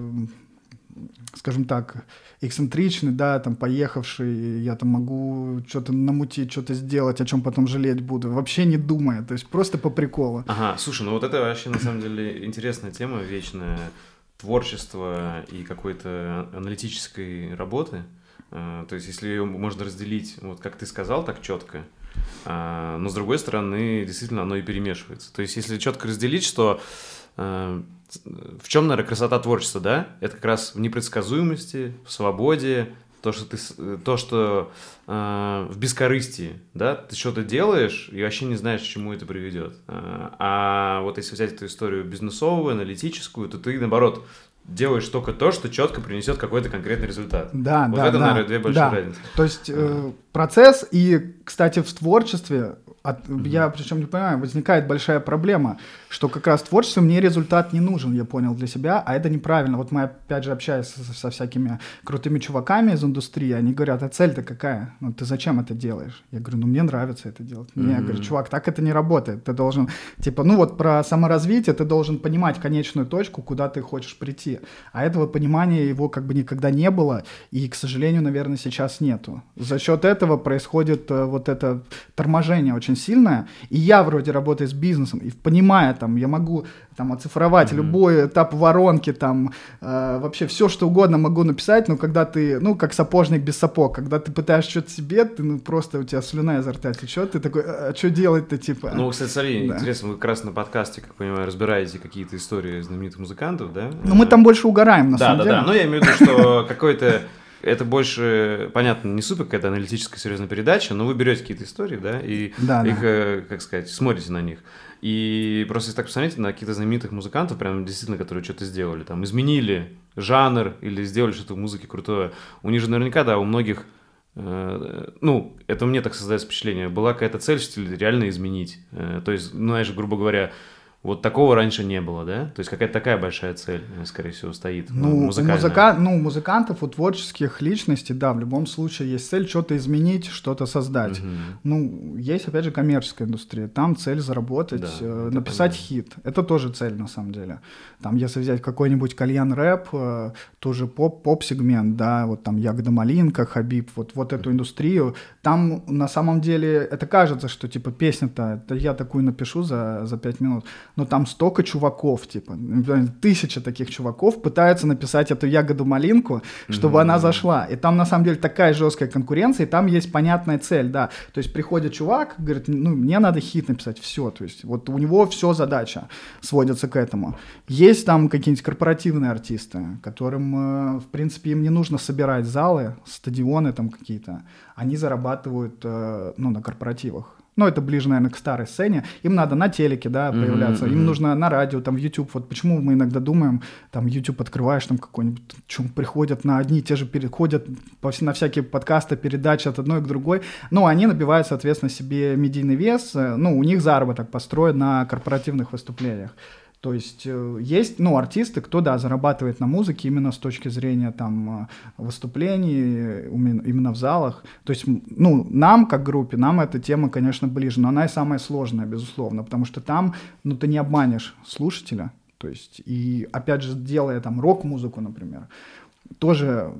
скажем так, эксцентричный, да, там, поехавший, я там могу что-то намутить, что-то сделать, о чем потом жалеть буду, вообще не думая, то есть просто по приколу. Ага, слушай, ну вот это вообще, на самом деле, интересная тема, вечное творчество и какой-то аналитической работы, то есть если ее можно разделить, вот как ты сказал, так четко, но с другой стороны, действительно, оно и перемешивается. То есть если четко разделить, что... В чем, наверное, красота творчества, да? Это как раз в непредсказуемости, в свободе, то, что ты, то, что э, в бескорыстии, да? Ты что-то делаешь и вообще не знаешь, к чему это приведет. А вот если взять эту историю бизнесовую, аналитическую, то ты, наоборот, делаешь только то, что четко принесет какой-то конкретный результат. Да, вот да, это, да, наверное, две большие да. разницы. То есть э, процесс и, кстати, в творчестве, от, mm-hmm. я причем не понимаю, возникает большая проблема, что как раз в творчестве мне результат не нужен, я понял для себя, а это неправильно. Вот мы опять же общаясь со, со всякими крутыми чуваками из индустрии, они говорят, а цель-то какая? Ну ты зачем это делаешь? Я говорю, ну мне нравится это делать. Mm-hmm. Я говорю, чувак, так это не работает. Ты должен, типа, ну вот про саморазвитие, ты должен понимать конечную точку, куда ты хочешь прийти. А этого понимания его как бы никогда не было, и, к сожалению, наверное, сейчас нету. За счет этого происходит э, вот это торможение очень сильное, и я вроде работаю с бизнесом, и понимая там, я могу там оцифровать mm-hmm. любой этап воронки, там э, вообще все, что угодно могу написать, но когда ты, ну, как сапожник без сапог, когда ты пытаешься что-то себе, ты, ну, просто у тебя слюна изо рта течет, ты такой, а что делать-то, типа? Ну, кстати, смотри, да. интересно, вы как раз на подкасте, как понимаю, разбираете какие-то истории знаменитых музыкантов, да? Ну, мы там больше угораем, на да, самом да, деле. Да, да, но я имею в виду, что какой-то... Это больше, понятно, не супер какая-то аналитическая серьезная передача, но вы берете какие-то истории, да, и да, их, да. как сказать, смотрите на них. И просто если так посмотрите на каких-то знаменитых музыкантов, прям действительно, которые что-то сделали, там, изменили жанр или сделали что-то в музыке крутое, у них же наверняка, да, у многих, э, ну, это мне так создается впечатление, была какая-то цель, что ли, реально изменить. Э, то есть, ну, знаешь, грубо говоря, Вот такого раньше не было, да? То есть какая-то такая большая цель, скорее всего, стоит. Ну, музыкальная. У, музыка... ну, у музыкантов, у творческих личностей, да, в любом случае есть цель что-то изменить, что-то создать. Угу. Ну, есть, опять же, коммерческая индустрия. Там цель заработать, да, э, написать понятно. Хит. Это тоже цель, на самом деле. Там, если взять какой-нибудь кальян-рэп, э, тоже поп, поп-сегмент, да, вот там Ягода Малинка, Хабиб, вот, вот эту индустрию, там на самом деле это кажется, что, типа, песня-то, это я такую напишу за, за пять минут, но там столько чуваков, типа, тысяча таких чуваков пытаются написать эту ягоду-малинку, чтобы mm-hmm. она зашла. И там, на самом деле, такая жесткая конкуренция, и там есть понятная цель, да. То есть приходит чувак, говорит, ну, мне надо хит написать, все. То есть вот у него все задача сводится к этому. Есть там какие-нибудь корпоративные артисты, которым, в принципе, им не нужно собирать залы, стадионы там какие-то. Они зарабатывают, ну, на корпоративах. Ну, это ближе, наверное, к старой сцене. Им надо на телеке, да, появляться. Mm-hmm. Им нужно на радио, там, в YouTube. Вот почему мы иногда думаем, там, YouTube открываешь, там, какой-нибудь, чем приходят на одни и те же, переходят на всякие подкасты, передачи от одной к другой. Ну, они набивают, соответственно, себе медийный вес. Ну, у них заработок построен на корпоративных выступлениях. То есть есть, ну, артисты, кто, да, зарабатывает на музыке именно с точки зрения, там, выступлений, именно в залах. То есть, ну, нам, как группе, нам эта тема, конечно, ближе, но она и самая сложная, безусловно, потому что там, ну, ты не обманешь слушателя. То есть, и, опять же, делая, там, рок-музыку, например, тоже...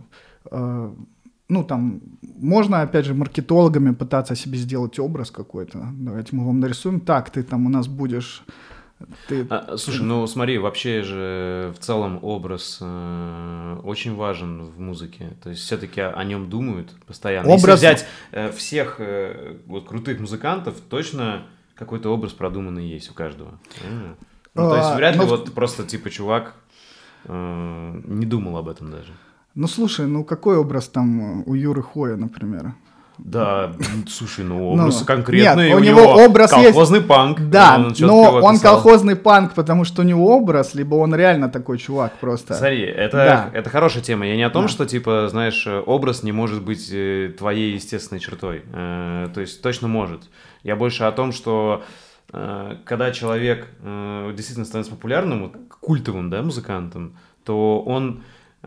Э, ну, там, можно, опять же, маркетологами пытаться себе сделать образ какой-то. Давайте мы вам нарисуем. Так, ты там у нас будешь... Ты... А, слушай, ну смотри, вообще же в целом образ э, очень важен в музыке. То есть все-таки о, о нем думают постоянно. Образ... Если взять э, всех э, вот, крутых музыкантов, точно какой-то образ продуманный есть у каждого. Mm. Ну, то есть вряд ли а, но... вот просто типа чувак э, не думал об этом даже. Ну слушай, ну какой образ там у Юры Хоя, например? Да, слушай, ну образ ну, конкретный, нет, у, у него, него образ колхозный есть. панк. Да, он но он колхозный панк, потому что у него образ, либо он реально такой чувак просто. Смотри, это, да. это хорошая тема. Я не о том, да. что, типа, знаешь, образ не может быть твоей естественной чертой. То есть точно может. Я больше о том, что когда человек действительно становится популярным, культовым, да, музыкантом, то он...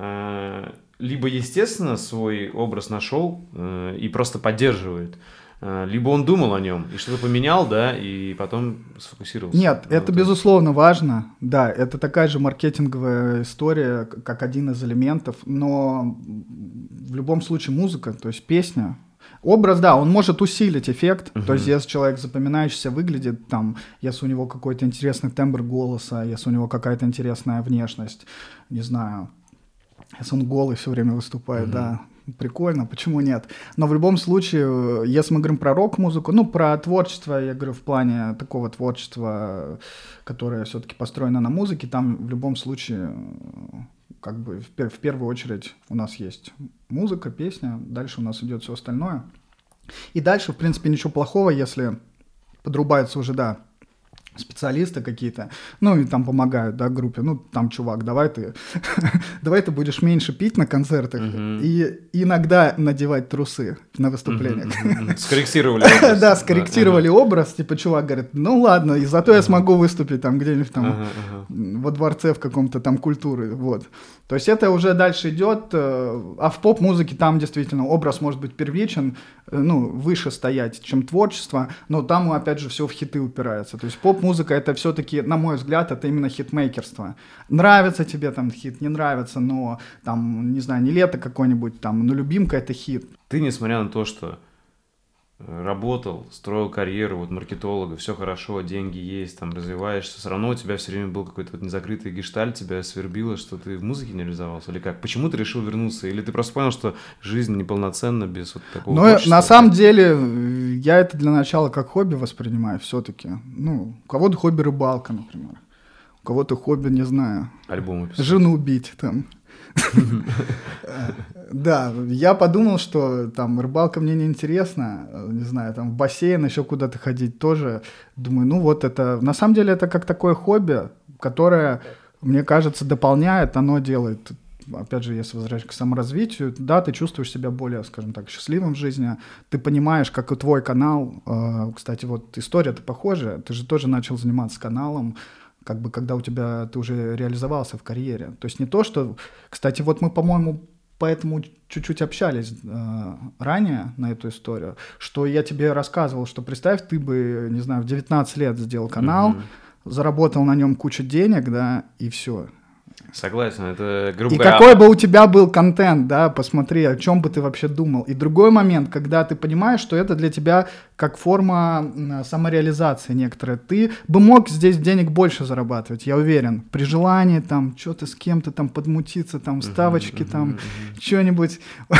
либо, естественно, свой образ нашел э, и просто поддерживает, э, либо он думал о нем и что-то поменял, да, и потом сфокусировался. Нет, это, это безусловно важно, да, это такая же маркетинговая история, как один из элементов, но в любом случае музыка, то есть песня, образ, да, он может усилить эффект, uh-huh. то есть если человек запоминающийся выглядит, там, если у него какой-то интересный тембр голоса, если у него какая-то интересная внешность, не знаю... Если он голый все время выступает, mm-hmm. да, прикольно, почему нет? Но в любом случае, если мы говорим про рок-музыку, ну, про творчество, я говорю, в плане такого творчества, которое все-таки построено на музыке, там в любом случае, как бы, в, пер- в первую очередь у нас есть музыка, песня, дальше у нас идет все остальное. И дальше, в принципе, ничего плохого, если подрубаются уже, да, специалисты какие-то, ну, и там помогают, да, группе, ну, там, чувак, давай ты, давай ты будешь меньше пить на концертах uh-huh. и иногда надевать трусы на выступлениях. Uh-huh. Скорректировали образ. Да, скорректировали uh-huh. образ, типа, чувак говорит, ну, ладно, и зато uh-huh. я смогу выступить там где-нибудь там uh-huh. Uh-huh. во дворце в каком-то там культуры, вот. То есть это уже дальше идет, а в поп-музыке там действительно образ может быть первичен, ну, выше стоять, чем творчество, но там, опять же, все в хиты упирается. То есть поп-музыка — это все-таки, на мой взгляд, это именно хитмейкерство. Нравится тебе там хит, не нравится, но там, не знаю, не лето какое-нибудь, там, но любимка — это хит. Ты, несмотря на то, что работал, строил карьеру, вот маркетолога, все хорошо, деньги есть, там развиваешься, все равно у тебя все время был какой-то вот незакрытый гештальт, тебя свербило, что ты в музыке не реализовался, или как? Почему ты решил вернуться? Или ты просто понял, что жизнь неполноценна без вот такого Ну, творчества? на самом деле, я это для начала как хобби воспринимаю все-таки. Ну, у кого-то хобби рыбалка, например. У кого-то хобби, не знаю, альбомы писать. Жену убить там. Да, я подумал, что там рыбалка мне не интересна, не знаю, там в бассейн еще куда-то ходить тоже. Думаю, ну вот это, на самом деле это как такое хобби, которое, мне кажется, дополняет, оно делает, опять же, если возвращаться к саморазвитию, да, ты чувствуешь себя более, скажем так, счастливым в жизни, ты понимаешь, как и твой канал, кстати, вот история-то похожая, ты же тоже начал заниматься каналом, как бы когда у тебя ты уже реализовался в карьере. То есть не то, что... Кстати, вот мы, по-моему, поэтому чуть-чуть общались э, ранее на эту историю, что я тебе рассказывал, что представь, ты бы, не знаю, в девятнадцать лет сделал канал, mm-hmm. заработал на нем кучу денег, да, и все. Согласен, это грубо И говоря... какой бы у тебя был контент, да, посмотри, о чем бы ты вообще думал. И другой момент, когда ты понимаешь, что это для тебя как форма самореализации некоторая. Ты бы мог здесь денег больше зарабатывать, я уверен. При желании там что-то с кем-то там подмутиться, там ставочки, uh-huh, там uh-huh, uh-huh. что-нибудь.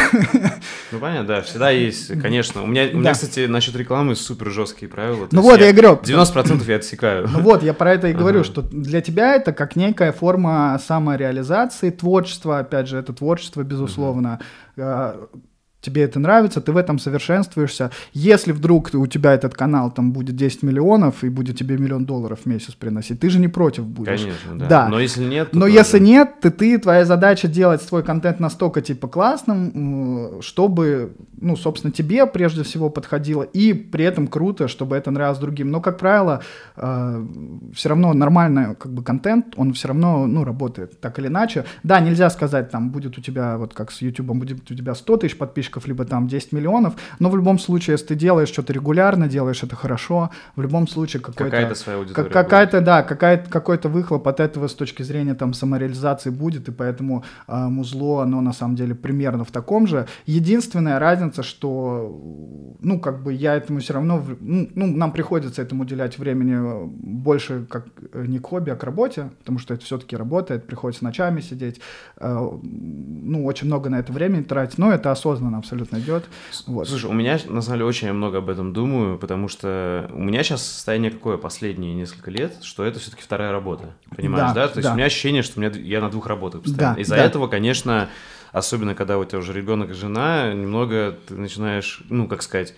Ну понятно, да, всегда есть, конечно. У меня, у меня да. кстати, насчет рекламы супер жесткие правила. Ну вот, я, я говорю... девяносто процентов я отсекаю. Ну вот, я про это и говорю, uh-huh. что для тебя это как некая форма самореализации, творчества, опять же, это творчество, безусловно. Uh-huh. Тебе это нравится, ты в этом совершенствуешься. Если вдруг у тебя этот канал там будет десять миллионов и будет тебе миллион долларов в месяц приносить, ты же не против будешь. Конечно, да. да. Но если нет, то Но тоже... если нет, то ты, твоя задача делать свой контент настолько типа классным, чтобы, ну, собственно, тебе прежде всего подходило, и при этом круто, чтобы это нравилось другим. Но, как правило, э, все равно нормальный как бы контент, он все равно, ну, работает так или иначе. Да, нельзя сказать, там, будет у тебя, вот как с YouTube, будет у тебя сто тысяч подписчиков, либо там десять миллионов, но в любом случае, если ты делаешь что-то регулярно, делаешь это хорошо, в любом случае какой-то... Какая-то своя аудитория. Как, какая-то, да, какая-то, какой-то выхлоп от этого с точки зрения там самореализации будет, и поэтому э, музло, оно на самом деле примерно в таком же. Единственная разница, что, ну, как бы я этому все равно, ну, нам приходится этому уделять времени больше как не к хобби, а к работе, потому что это все-таки работает, приходится ночами сидеть, э, ну, очень много на это времени тратить, но это осознанно абсолютно идет. Вот. Слушай, у меня, на самом деле, очень много об этом думаю, потому что у меня сейчас состояние какое последние несколько лет, что это все-таки вторая работа, понимаешь, да? да? То есть да. у меня ощущение, что у меня, я на двух работаю постоянно. Да, Из-за да. этого, конечно, особенно когда у тебя уже ребенок и жена, немного ты начинаешь, ну, как сказать...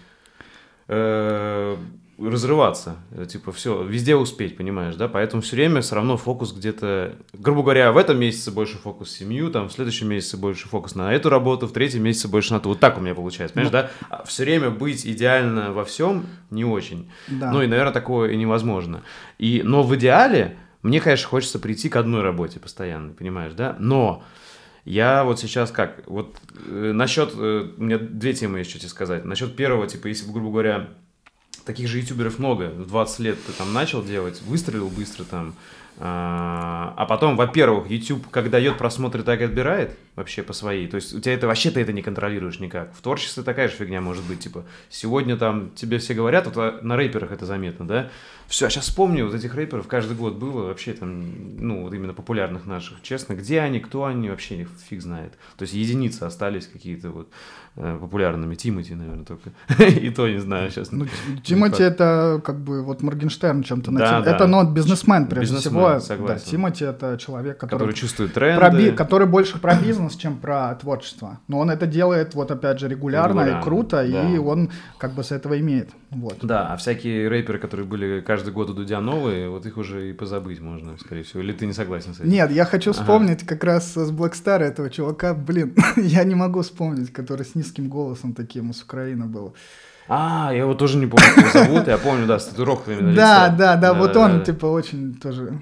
Э- разрываться, типа все, везде успеть, понимаешь, да, поэтому все время все равно фокус где-то, грубо говоря, в этом месяце больше фокус в семью, там в следующем месяце больше фокус на эту работу, в третьем месяце больше на ту, вот так у меня получается, понимаешь, ну, да, а все время быть идеально во всем не очень, да. ну и, наверное, такое и невозможно, и, но в идеале мне, конечно, хочется прийти к одной работе постоянно, понимаешь, да, но я вот сейчас как, вот э, насчет, э, у меня две темы есть, что тебе сказать, насчет первого, типа, если, грубо говоря, таких же ютуберов много. В двадцать лет ты там начал делать, выстрелил быстро там. А, а потом, во-первых, YouTube как дает просмотры, так и отбирает вообще по своей. То есть у тебя это вообще ты это не контролируешь никак. В творчестве такая же фигня может быть. Типа, сегодня там тебе все говорят, вот на рэперах это заметно, да? Все, а сейчас вспомню, вот этих рэперов каждый год было вообще там, ну, вот именно популярных наших. Честно, где они, кто они, вообще фиг знает. То есть единицы остались какие-то вот популярными. Тимати, наверное, только. И то не знаю сейчас. Ну, Тимати это как бы вот Моргенштерн чем-то да, да. Это, ну, бизнесмен прежде бизнесмен, всего. Согласен. Да, Тимати это человек, который, который чувствует тренды. Про би... Который больше про бизнес, чем про творчество. Но он это делает вот опять же регулярно, регулярно и круто, да. и он как бы с этого имеет. Вот. Да, а всякие рэперы, которые были каждый год у Дудя новые, вот их уже и позабыть можно, скорее всего. Или ты не согласен с этим? Нет, я хочу вспомнить ага. как раз с Black Star этого чувака, блин, я не могу вспомнить, который с низким голосом таким из Украины был. А, я его тоже не помню, как его зовут, я помню, да, с татуировками на лице. Да, да, да, вот он, типа, очень тоже...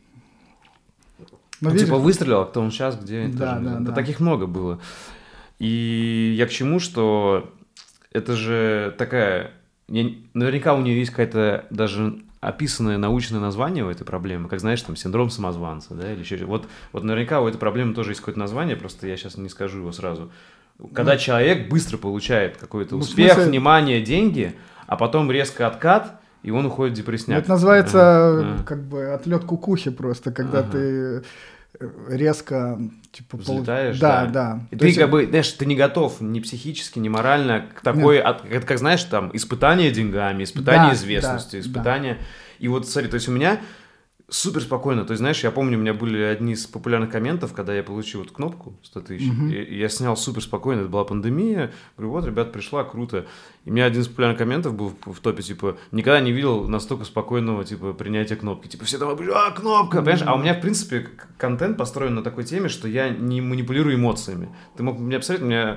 Ну, типа выстрелил, а кто он сейчас, где? Да, да, да. Таких много было. И я к чему, что это же такая... Наверняка у нее есть какая-то даже описанное научное название у этой проблемы, как, знаешь, там, синдром самозванца, да, или еще... Вот, вот наверняка у этой проблемы тоже есть какое-то название, просто я сейчас не скажу его сразу. Когда ну, человек быстро получает какой-то успех, смысле... внимание, деньги, а потом резко откат, и он уходит в депрессняк. Это называется ага. как бы отлет кукухи просто, когда ага. ты резко типа взлетаешь, да, да. да. И ты есть... как бы, знаешь, ты не готов ни психически, ни морально к такой, от, это как, знаешь, там, испытание деньгами, испытание да, известностью, да, испытание. Да. И вот, смотри, то есть у меня супер спокойно, то есть, знаешь, я помню, у меня были одни из популярных комментов, когда я получил вот кнопку сто тысяч, uh-huh. и, и я снял супер спокойно, это была пандемия, говорю, вот, ребят, пришла, круто. И у меня один из популярных комментов был в, в топе, типа, никогда не видел настолько спокойного, типа, принятия кнопки. Типа, все давай, а, кнопка, uh-huh. понимаешь? А у меня, в принципе, контент построен на такой теме, что я не манипулирую эмоциями. Ты мог мне абсолютно, у меня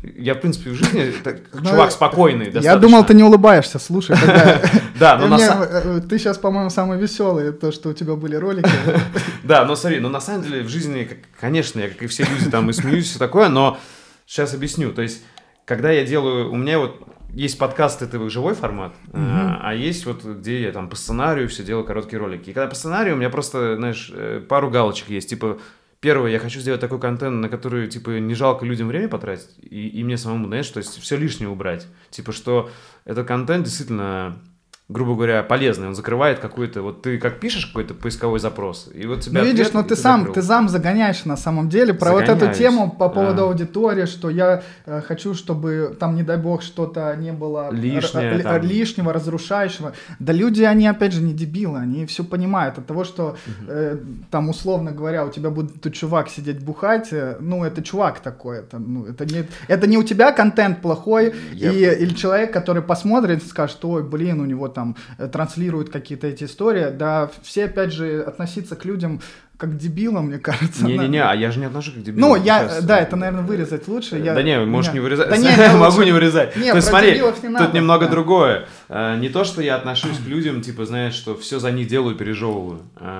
Я, в принципе, в жизни так, чувак спокойный достаточно. Я думал, ты не улыбаешься, слушай. Да, но на Ты сейчас, по-моему, самый веселый, то, что у тебя были ролики. Да, но смотри, но на самом деле в жизни, конечно, я, как и все люди, там и смеюсь, все такое, но сейчас объясню. То есть, когда я делаю, у меня вот есть подкаст, это живой формат, uh-huh. а, а есть вот, где я там по сценарию все делаю короткие ролики. И когда по сценарию у меня просто, знаешь, пару галочек есть, типа, первое, я хочу сделать такой контент, на который, типа, не жалко людям время потратить, и, и мне самому, знаешь, то есть все лишнее убрать. Типа, что этот контент действительно, грубо говоря, полезный, он закрывает какой-то, вот ты как пишешь какой-то поисковой запрос, и вот тебя... Ну видишь, но ты сам, ты сам загоняешь на самом деле про Загоняюсь. Вот эту тему по поводу а. аудитории, что я э, хочу, чтобы там, не дай бог, что-то не было Лишнее, р- р- лишнего, разрушающего. Да люди, они опять же не дебилы, они все понимают от того, что угу. э, там, условно говоря, у тебя будет тут чувак сидеть бухать, э, ну это чувак такой, это, ну, это, не, это не у тебя контент плохой, и, или человек, который посмотрит и скажет, ой, блин, у него там транслируют какие-то эти истории, да, все, опять же, относиться к людям как к дебилам, мне кажется. Не-не-не, а я же не отношусь к дебилам. Ну, я, сейчас. Да, это, наверное, вырезать лучше. Да я, не, можешь меня... не вырезать. Да не, могу не вырезать. Не, То есть смотри, не надо, тут немного да. другое. Не то, что я отношусь к людям, типа, знаешь, что все за них делаю, пережевываю.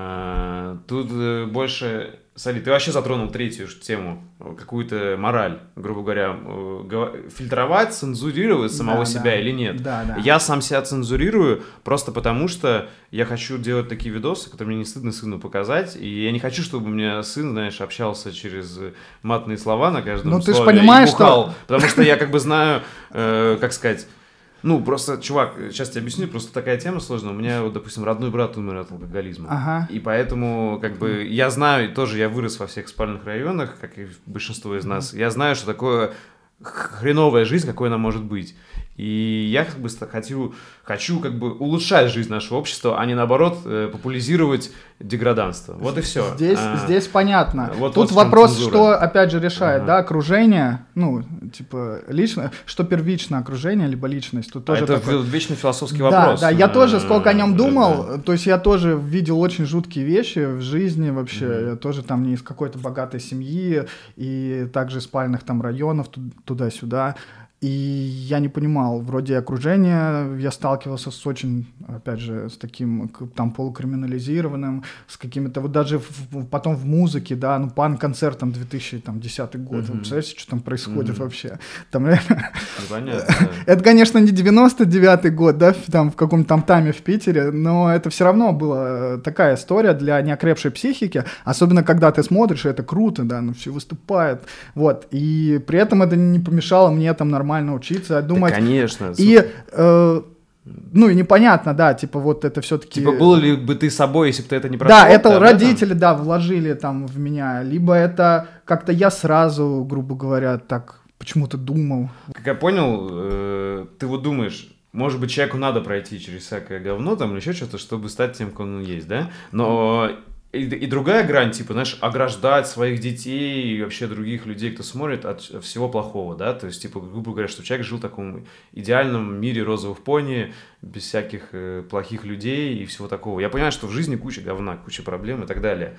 Тут больше... Смотри, ты вообще затронул третью тему, какую-то мораль, грубо говоря, фильтровать, цензурировать самого да, себя да. или нет. Да, да. Я сам себя цензурирую просто потому, что я хочу делать такие видосы, которые мне не стыдно сыну показать, и я не хочу, чтобы у меня сын, знаешь, общался через матные слова на каждом ну, слове ты ж понимаешь, и бухал, что... потому что я как бы знаю, э, как сказать... Ну, просто, чувак, сейчас тебе объясню, просто такая тема сложная. У меня, вот, допустим, родной брат умер от алкоголизма. Ага. И поэтому, как бы, я знаю, тоже я вырос во всех спальных районах, как и большинство из нас. Я знаю, что такое хреновая жизнь, какой она может быть. И я как бы хочу, хочу как бы улучшать жизнь нашего общества, а не наоборот популяризировать деграданство. Вот и все. Здесь, а, здесь понятно. Вот, Тут вот вопрос, цензура. Что опять же решает, ага. да, окружение, ну, типа, лично, что первично, окружение либо личность. Тут тоже а это такой... вечный философский да, вопрос. Да, я тоже сколько о нем думал, да. то есть я тоже видел очень жуткие вещи в жизни вообще, mm-hmm. я тоже там не из какой-то богатой семьи и также спальных там районов туда-сюда. И я не понимал, вроде окружения, я сталкивался с очень, опять же, с таким там полукриминализированным, с какими-то, вот даже в, потом в музыке, да, ну, панк-концерт там две тысячи десятый год, mm-hmm. вы представляете, что там происходит mm-hmm. вообще? Там реально... Понятно. Это, конечно, не девяносто девятый год, да, там в каком-то там тайме в Питере, но это все равно была такая история для неокрепшей психики, особенно когда ты смотришь, и это круто, да, ну, все выступают, вот, и при этом это не помешало мне там нормально учиться, думать. Да, конечно. И, э, ну, и непонятно, да, типа вот это все-таки... Типа был ли бы ты собой, если бы ты это не прошел? Да, это да, родители, там? да, вложили там в меня, либо это как-то я сразу, грубо говоря, так почему-то думал. Как я понял, э, ты вот думаешь, может быть, человеку надо пройти через всякое говно там или еще что-то, чтобы стать тем, кто он есть, да? Но... И, и другая грань, типа, знаешь, ограждать своих детей и вообще других людей, кто смотрит, от всего плохого, да, то есть, типа, грубо говоря, что человек жил в таком идеальном мире розовых пони, без всяких э, плохих людей и всего такого. Я понимаю, что в жизни куча говна, куча проблем и так далее.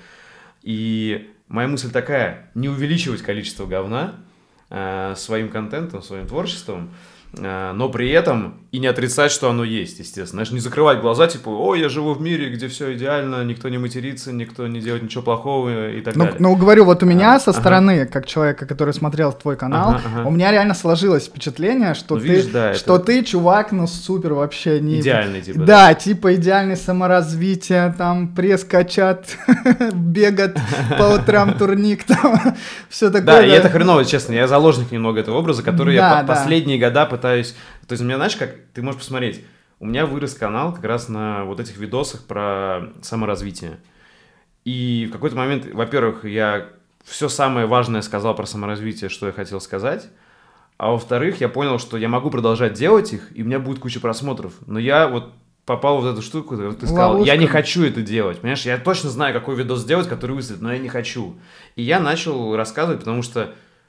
И моя мысль такая, не увеличивать количество говна э, своим контентом, своим творчеством, но при этом и не отрицать, что оно есть, естественно. Знаешь, не закрывать глаза, типа, ой, я живу в мире, где все идеально, никто не матерится, никто не делает ничего плохого и так ну, далее. Ну, говорю, вот у меня а, со ага. стороны, как человека, который смотрел твой канал, ага, ага. у меня реально сложилось впечатление, что, ну, ты, видишь, да, что это... ты, чувак, ну, супер вообще. Не... Идеальный, типа. Да, да, типа идеальное саморазвитие, там, пресс качат, бегать по утрам, турник, там, все такое. Да, и это хреново, честно, я заложник немного этого образа, который я последние года пытаюсь. То есть у меня, знаешь, как ты можешь посмотреть, у меня вырос канал как раз на вот этих видосах про саморазвитие. И в какой-то момент, во-первых, я все самое важное сказал про саморазвитие, что я хотел сказать. А во-вторых, я понял, что я могу продолжать делать их, и у меня будет куча просмотров. Но я вот попал в эту штуку, ты сказал, ловушка. Я не хочу это делать. Понимаешь, я точно знаю, какой видос сделать, который выстрелит, но я не хочу. И я начал рассказывать, потому что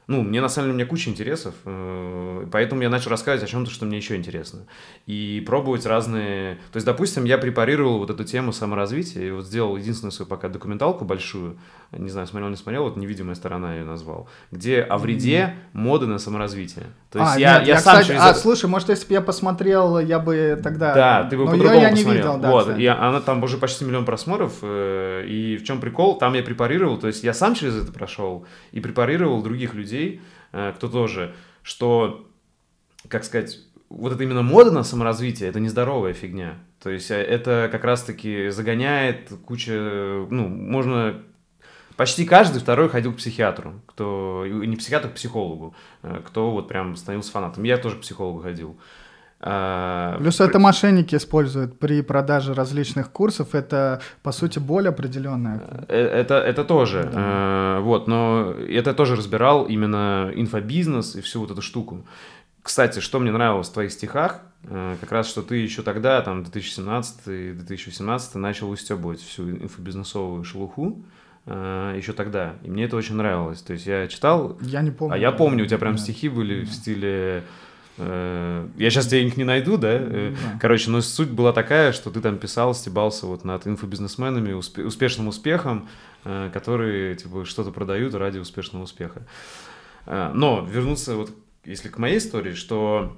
Ну, мне на самом деле, у меня куча интересов, э, поэтому я начал рассказывать о чем-то, что мне еще интересно. И пробовать разные... То есть, допустим, я препарировал вот эту тему саморазвития, и вот сделал единственную свою пока документалку большую, не знаю, смотрел, не смотрел, вот «Невидимая сторона» я ее назвал, где о вреде моды на саморазвитие. То есть а, я, нет, я, я сам кстати, через а, это... слушай, может, если бы я посмотрел, я бы тогда... Да, ты бы но по-другому я посмотрел. не видел, да, вот, и она там уже почти миллион просмотров, э, и в чем прикол, там я препарировал, то есть я сам через это прошел, и препарировал других людей, кто тоже, что, как сказать, вот это именно мода на саморазвитие, это нездоровая фигня. То есть это как раз-таки загоняет куча, ну, можно... Почти каждый второй ходил к психиатру, кто, не психиатру, к психологу, кто вот прям становился фанатом. Я тоже к психологу ходил. Плюс это мошенники используют при продаже различных курсов, это, по сути, боль определенная. Это, это тоже, да. Вот, но это тоже разбирал именно инфобизнес и всю вот эту штуку. Кстати, что мне нравилось в твоих стихах, как раз, что ты еще тогда, там, две тысячи семнадцатый - две тысячи восемнадцатый, начал устебывать всю инфобизнесовую шелуху, еще тогда, и мне это очень нравилось. То есть я читал... Я не помню. А я помню, у тебя прям стихи были в стиле... Я сейчас тебе их не найду, да? да? Короче, но суть была такая, что ты там писал, стебался вот над инфобизнесменами, успе- успешным успехом, которые типа что-то продают ради успешного успеха. Но вернуться вот, если к моей истории, что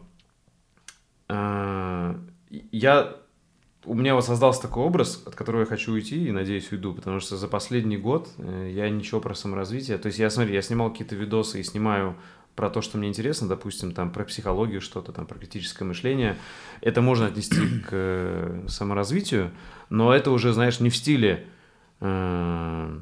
я... У меня вот создался такой образ, от которого я хочу уйти и, надеюсь, уйду, потому что за последний год я ничего про саморазвитие... То есть я, смотри, я снимал какие-то видосы и снимаю про то, что мне интересно, допустим, там, про психологию что-то, там, про критическое мышление. Это можно отнести к саморазвитию, но это уже, знаешь, не в стиле э,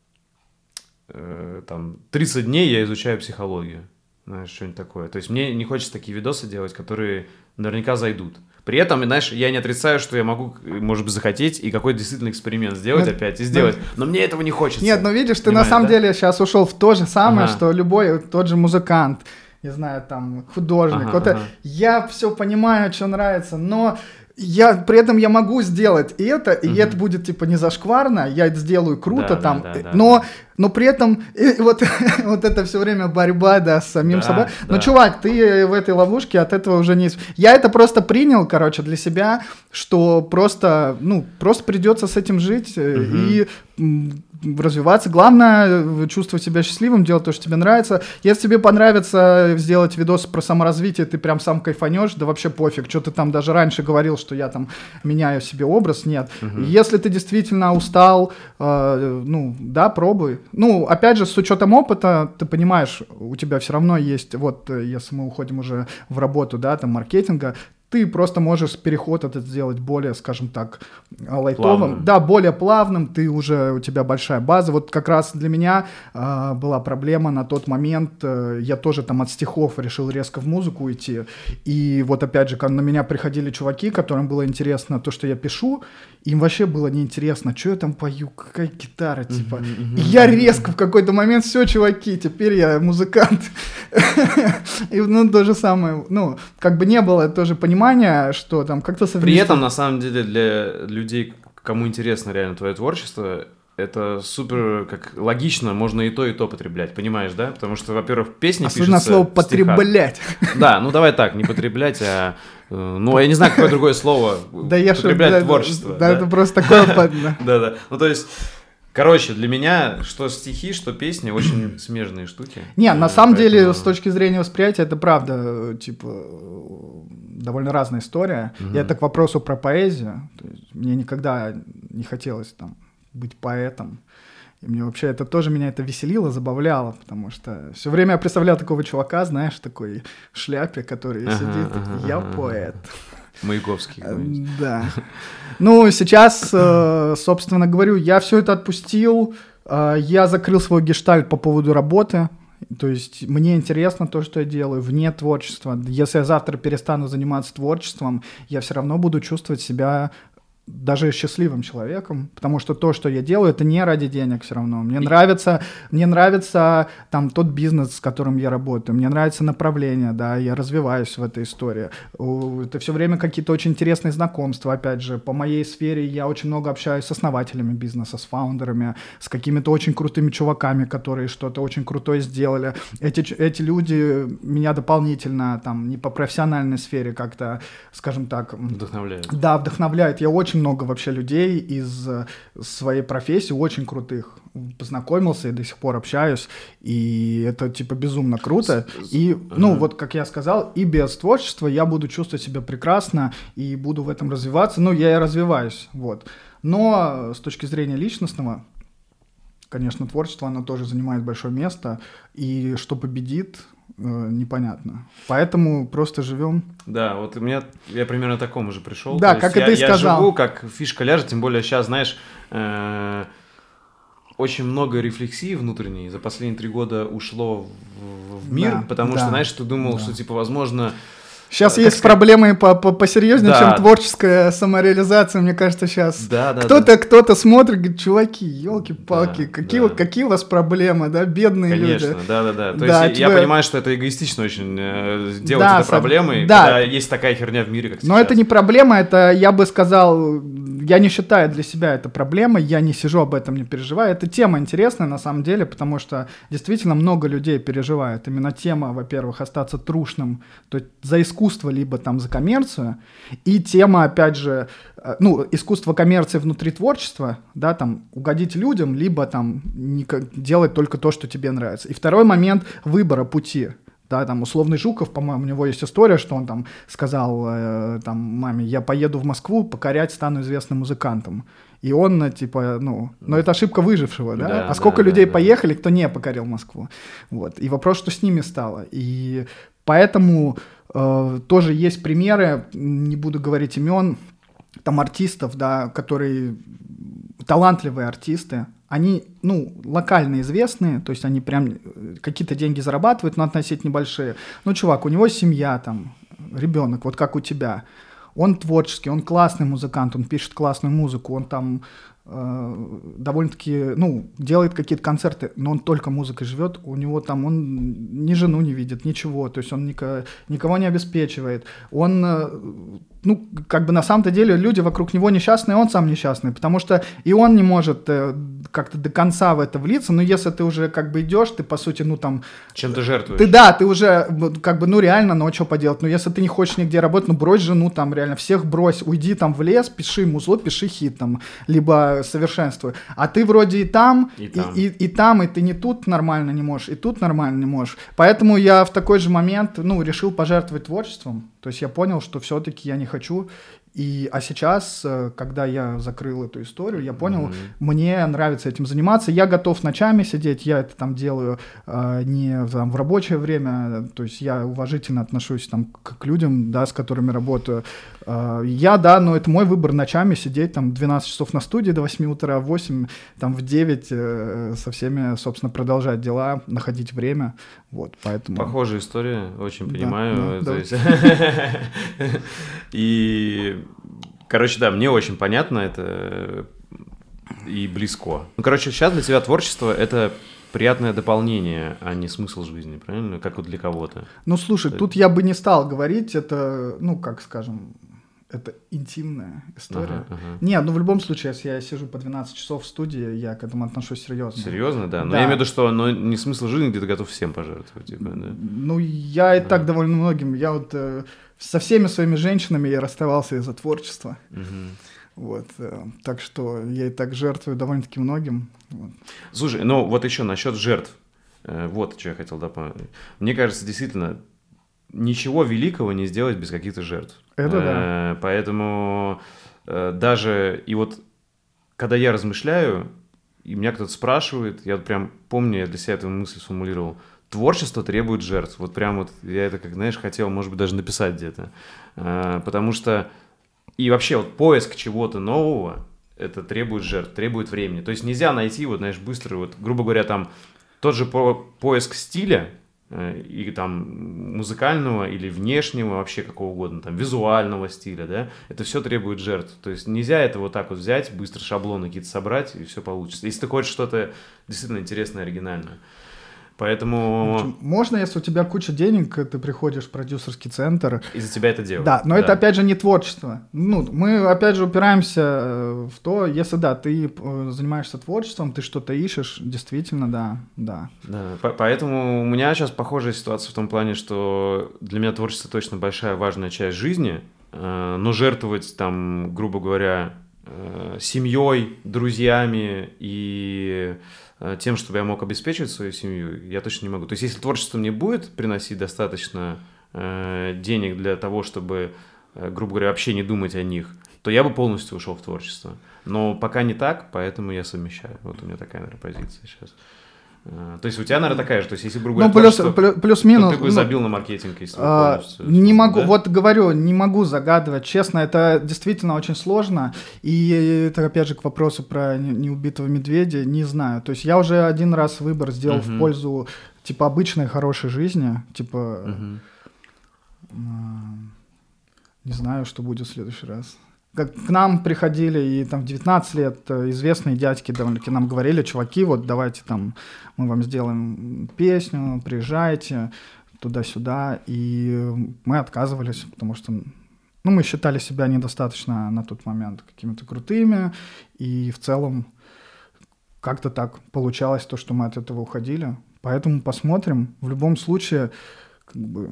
э, там, тридцать дней я изучаю психологию, знаешь, что-нибудь такое. То есть мне не хочется такие видосы делать, которые наверняка зайдут. При этом, знаешь, я не отрицаю, что я могу, может быть, захотеть и какой-то действительно эксперимент сделать Нет, опять и сделать, но мне этого не хочется. Нет, ну видишь, ты на самом да? деле сейчас ушел в то же самое, ага. что любой тот же музыкант, не знаю, там, художник. Ага, вот ага. Я все понимаю, что нравится, но я, при этом я могу сделать и это, и угу. это будет, типа, не зашкварно, я это сделаю круто, да, там, да, да, но, да. но при этом и, вот, вот это все время борьба, да, с самим да, собой. Да. Но, чувак, ты в этой ловушке от этого уже не... Я это просто принял, короче, для себя, что просто, ну, просто придется с этим жить угу. и... развиваться. Главное чувствовать себя счастливым, делать то, что тебе нравится. Если тебе понравится сделать видос про саморазвитие, ты прям сам кайфанешь, да вообще пофиг, что ты там даже раньше говорил, что я там меняю себе образ, нет. Uh-huh. Если ты действительно устал, э, ну, да, пробуй. Ну, опять же, с учетом опыта, ты понимаешь, у тебя все равно есть, вот, если мы уходим уже в работу, да, там, маркетинга, ты просто можешь переход этот сделать более, скажем так, лайтовым. Плавным. Да, более плавным, ты уже, у тебя большая база. Вот как раз для меня э, была проблема на тот момент, э, я тоже там от стихов решил резко в музыку идти. И вот опять же, когда на меня приходили чуваки, которым было интересно то, что я пишу, им вообще было неинтересно, что я там пою, какая гитара, типа. Uh-huh, uh-huh. И я резко в какой-то момент, все, чуваки, теперь я музыкант. И ну, то же самое, ну, как бы не было тоже понимания, что там как-то совместить. При этом, на самом деле, для людей, кому интересно реально твое творчество, это супер, как логично, можно и то, и то потреблять, понимаешь, да? Потому что, во-первых, песни пишутся... Особенно слово «потреблять». Да, ну давай так, не потреблять, а... Ну, я не знаю, какое другое слово. Да я потреблять творчество. Да, это просто такое... Да-да, ну то есть... Короче, для меня что стихи, что песни очень смежные штуки. Не, на самом Поэтому... деле, с точки зрения восприятия, это правда, типа, довольно разная история. Угу. И это к вопросу про поэзию. То есть, мне никогда не хотелось там быть поэтом. И мне вообще это тоже меня это веселило, забавляло, потому что все время я представлял такого чувака, знаешь, такой в шляпе, который ага, сидит, ага, я ага. поэт. Маяковский. Да. Ну, сейчас, собственно, говорю, я все это отпустил, я закрыл свой гештальт по поводу работы, то есть мне интересно то, что я делаю вне творчества. Если я завтра перестану заниматься творчеством, я все равно буду чувствовать себя даже счастливым человеком, потому что то, что я делаю, это не ради денег все равно. Мне нравится, мне нравится там тот бизнес, с которым я работаю, мне нравится направление, да, я развиваюсь в этой истории. Это все время какие-то очень интересные знакомства, опять же, по моей сфере я очень много общаюсь с основателями бизнеса, с фаундерами, с какими-то очень крутыми чуваками, которые что-то очень крутое сделали. Эти, эти люди меня дополнительно, там, не по профессиональной сфере как-то, скажем так... Вдохновляют. Да, вдохновляют. Я очень много вообще людей из своей профессии, очень крутых, познакомился и до сих пор общаюсь, и это, типа, безумно круто. И, ну, ага. вот, как я сказал, и без творчества я буду чувствовать себя прекрасно, и буду в этом развиваться. Ну, я и развиваюсь, вот. Но с точки зрения личностного, конечно, творчество, оно тоже занимает большое место, и что победит, непонятно. Поэтому просто живем. Да, вот у меня, я примерно к такому же пришел. Да, То как и я, ты я сказал. живу, как фишка ляжет, тем более сейчас, знаешь, э- очень много рефлексии внутренней за последние три года ушло в, в мир, да, потому да, что, знаешь, ты думал, да. что, типа, возможно... Сейчас есть сказать... проблемы по -по посерьезнее, да. чем творческая самореализация, мне кажется, сейчас. Да, да, кто-то, да. кто-то смотрит, говорит, чуваки, елки-палки, да, какие, да. какие у вас проблемы, да, бедные Конечно, люди. Конечно, да-да-да. То да, есть тебе... я понимаю, что это эгоистично очень э, делать да, это проблемой, да. когда есть такая херня в мире, как сейчас. Но это не проблема, это, я бы сказал, я не считаю для себя это проблемой, я не сижу об этом, не переживаю. Это тема интересная на самом деле, потому что действительно много людей переживает. Именно тема, во-первых, остаться трушным, то есть за искусство, либо там за коммерцию, и тема, опять же, ну, искусство коммерции внутри творчества, да, там, угодить людям, либо там не, делать только то, что тебе нравится. И второй момент выбора пути. Да, там условный Жуков, по-моему, у него есть история, что он там сказал э, там маме, я поеду в Москву покорять, стану известным музыкантом. И он, типа, ну, но это ошибка выжившего, да? да а сколько да, людей да, поехали, кто не покорил Москву? Вот. И вопрос, что с ними стало. И поэтому э, тоже есть примеры, не буду говорить имен, там артистов, да, которые талантливые артисты, они, ну, локально известные, то есть они прям какие-то деньги зарабатывают, но относительно небольшие. Ну, чувак, у него семья, там, ребенок, вот как у тебя. Он творческий, он классный музыкант, он пишет классную музыку, он там э, довольно-таки, ну, делает какие-то концерты, но он только музыкой живет, у него там, он ни жену не видит, ничего, то есть он нико, никого не обеспечивает. Он, э, ну, как бы на самом-то деле люди вокруг него несчастные, он сам несчастный, потому что и он не может э, как-то до конца в это влиться, но если ты уже как бы идешь, ты, по сути, ну, там... Чем ты жертвуешь? Ты, да, ты уже, как бы, ну, реально, ну, что поделать, ну, если ты не хочешь нигде работать, ну, брось жену, там, реально, всех брось, уйди там в лес, пиши музло, пиши хит, там, либо совершенствуй. А ты вроде и там, и, и, там. И, и, и там, и ты не тут нормально не можешь, и тут нормально не можешь. Поэтому я в такой же момент, ну, решил пожертвовать творчеством, то есть я понял, что все-таки я не хочу. И, а сейчас, когда я закрыл эту историю, я понял, mm-hmm. мне нравится этим заниматься. Я готов ночами сидеть, я это там делаю э, не там, в рабочее время, то есть я уважительно отношусь там, к, к людям, да, с которыми работаю. Э, я, да, но это мой выбор ночами сидеть там двенадцать часов на студии до восьми утра, в восемь, там в девять э, со всеми, собственно, продолжать дела, находить время. Вот, поэтому... Похожая история, очень понимаю. Да, да, то есть... И... Короче, да, мне очень понятно это и близко. Ну, короче, сейчас для тебя творчество — это приятное дополнение, а не смысл жизни, правильно? Как вот для кого-то. Ну, слушай, это... тут я бы не стал говорить, это, ну, как скажем, это интимная история. Ага, ага. Нет, ну, в любом случае, если я сижу по двенадцать часов в студии, я к этому отношусь серьезно. Серьезно, да? Но да. я имею в виду, что ну, не смысл жизни, где ты готов всем пожертвовать. Типа, да? Ну, я и ага. так довольно многим. Я вот... Э, со всеми своими женщинами я расставался из-за творчества. Угу. Вот, э, так что я и так жертвую довольно-таки многим. Вот. Слушай, ну вот еще насчет жертв. Э, вот что я хотел дополнить. Мне кажется, действительно, ничего великого не сделать без каких-то жертв. Это э, да. Поэтому э, даже, и вот когда я размышляю, и меня кто-то спрашивает, я прям помню, я для себя эту мысль сформулировал, творчество требует жертв. Вот прям вот я это, как знаешь, хотел, может быть, даже написать где-то. А, потому что и вообще вот поиск чего-то нового, это требует жертв, требует времени. То есть нельзя найти, вот, знаешь, быстро, вот, грубо говоря, там тот же по- поиск стиля, и там музыкального или внешнего, вообще какого угодно, там визуального стиля, да, это все требует жертв. То есть нельзя это вот так вот взять, быстро шаблоны какие-то собрать, и все получится. Если ты хочешь что-то действительно интересное, оригинальное. Поэтому... Можно, если у тебя куча денег, ты приходишь в продюсерский центр. И за тебя это делают. Да, но да. это опять же не творчество. Ну, мы опять же упираемся в то, если да, ты занимаешься творчеством, ты что-то ищешь, действительно, да, да. Да, по- поэтому у меня сейчас похожая ситуация в том плане, что для меня творчество точно большая важная часть жизни, э, но жертвовать там, грубо говоря, э, семьей, друзьями и тем, чтобы я мог обеспечивать свою семью, я точно не могу. То есть, если творчество мне будет приносить достаточно э, денег для того, чтобы, э, грубо говоря, вообще не думать о них, то я бы полностью ушел в творчество. Но пока не так, поэтому я совмещаю. Вот у меня такая, наверное, позиция сейчас. То есть у тебя, наверное, такая же. То есть если, грубо говоря, ну, плюс, плюс, плюс-минус, то ты бы забил ну, на маркетинг, если а, полностью... Не да? могу, вот говорю, не могу загадывать. Честно, это действительно очень сложно. И это, опять же, к вопросу про неубитого медведя, не знаю. То есть я уже один раз выбор сделал uh-huh. в пользу, типа, обычной хорошей жизни. Типа, uh-huh. э, не знаю, что будет в следующий раз. Как к нам приходили, и там в девятнадцать лет известные дядьки довольно-таки нам говорили: чуваки, вот давайте там мы вам сделаем песню, приезжайте туда-сюда. И мы отказывались, потому что ну, мы считали себя недостаточно на тот момент какими-то крутыми. И в целом как-то так получалось то, что мы от этого уходили. Поэтому посмотрим. В любом случае, как бы,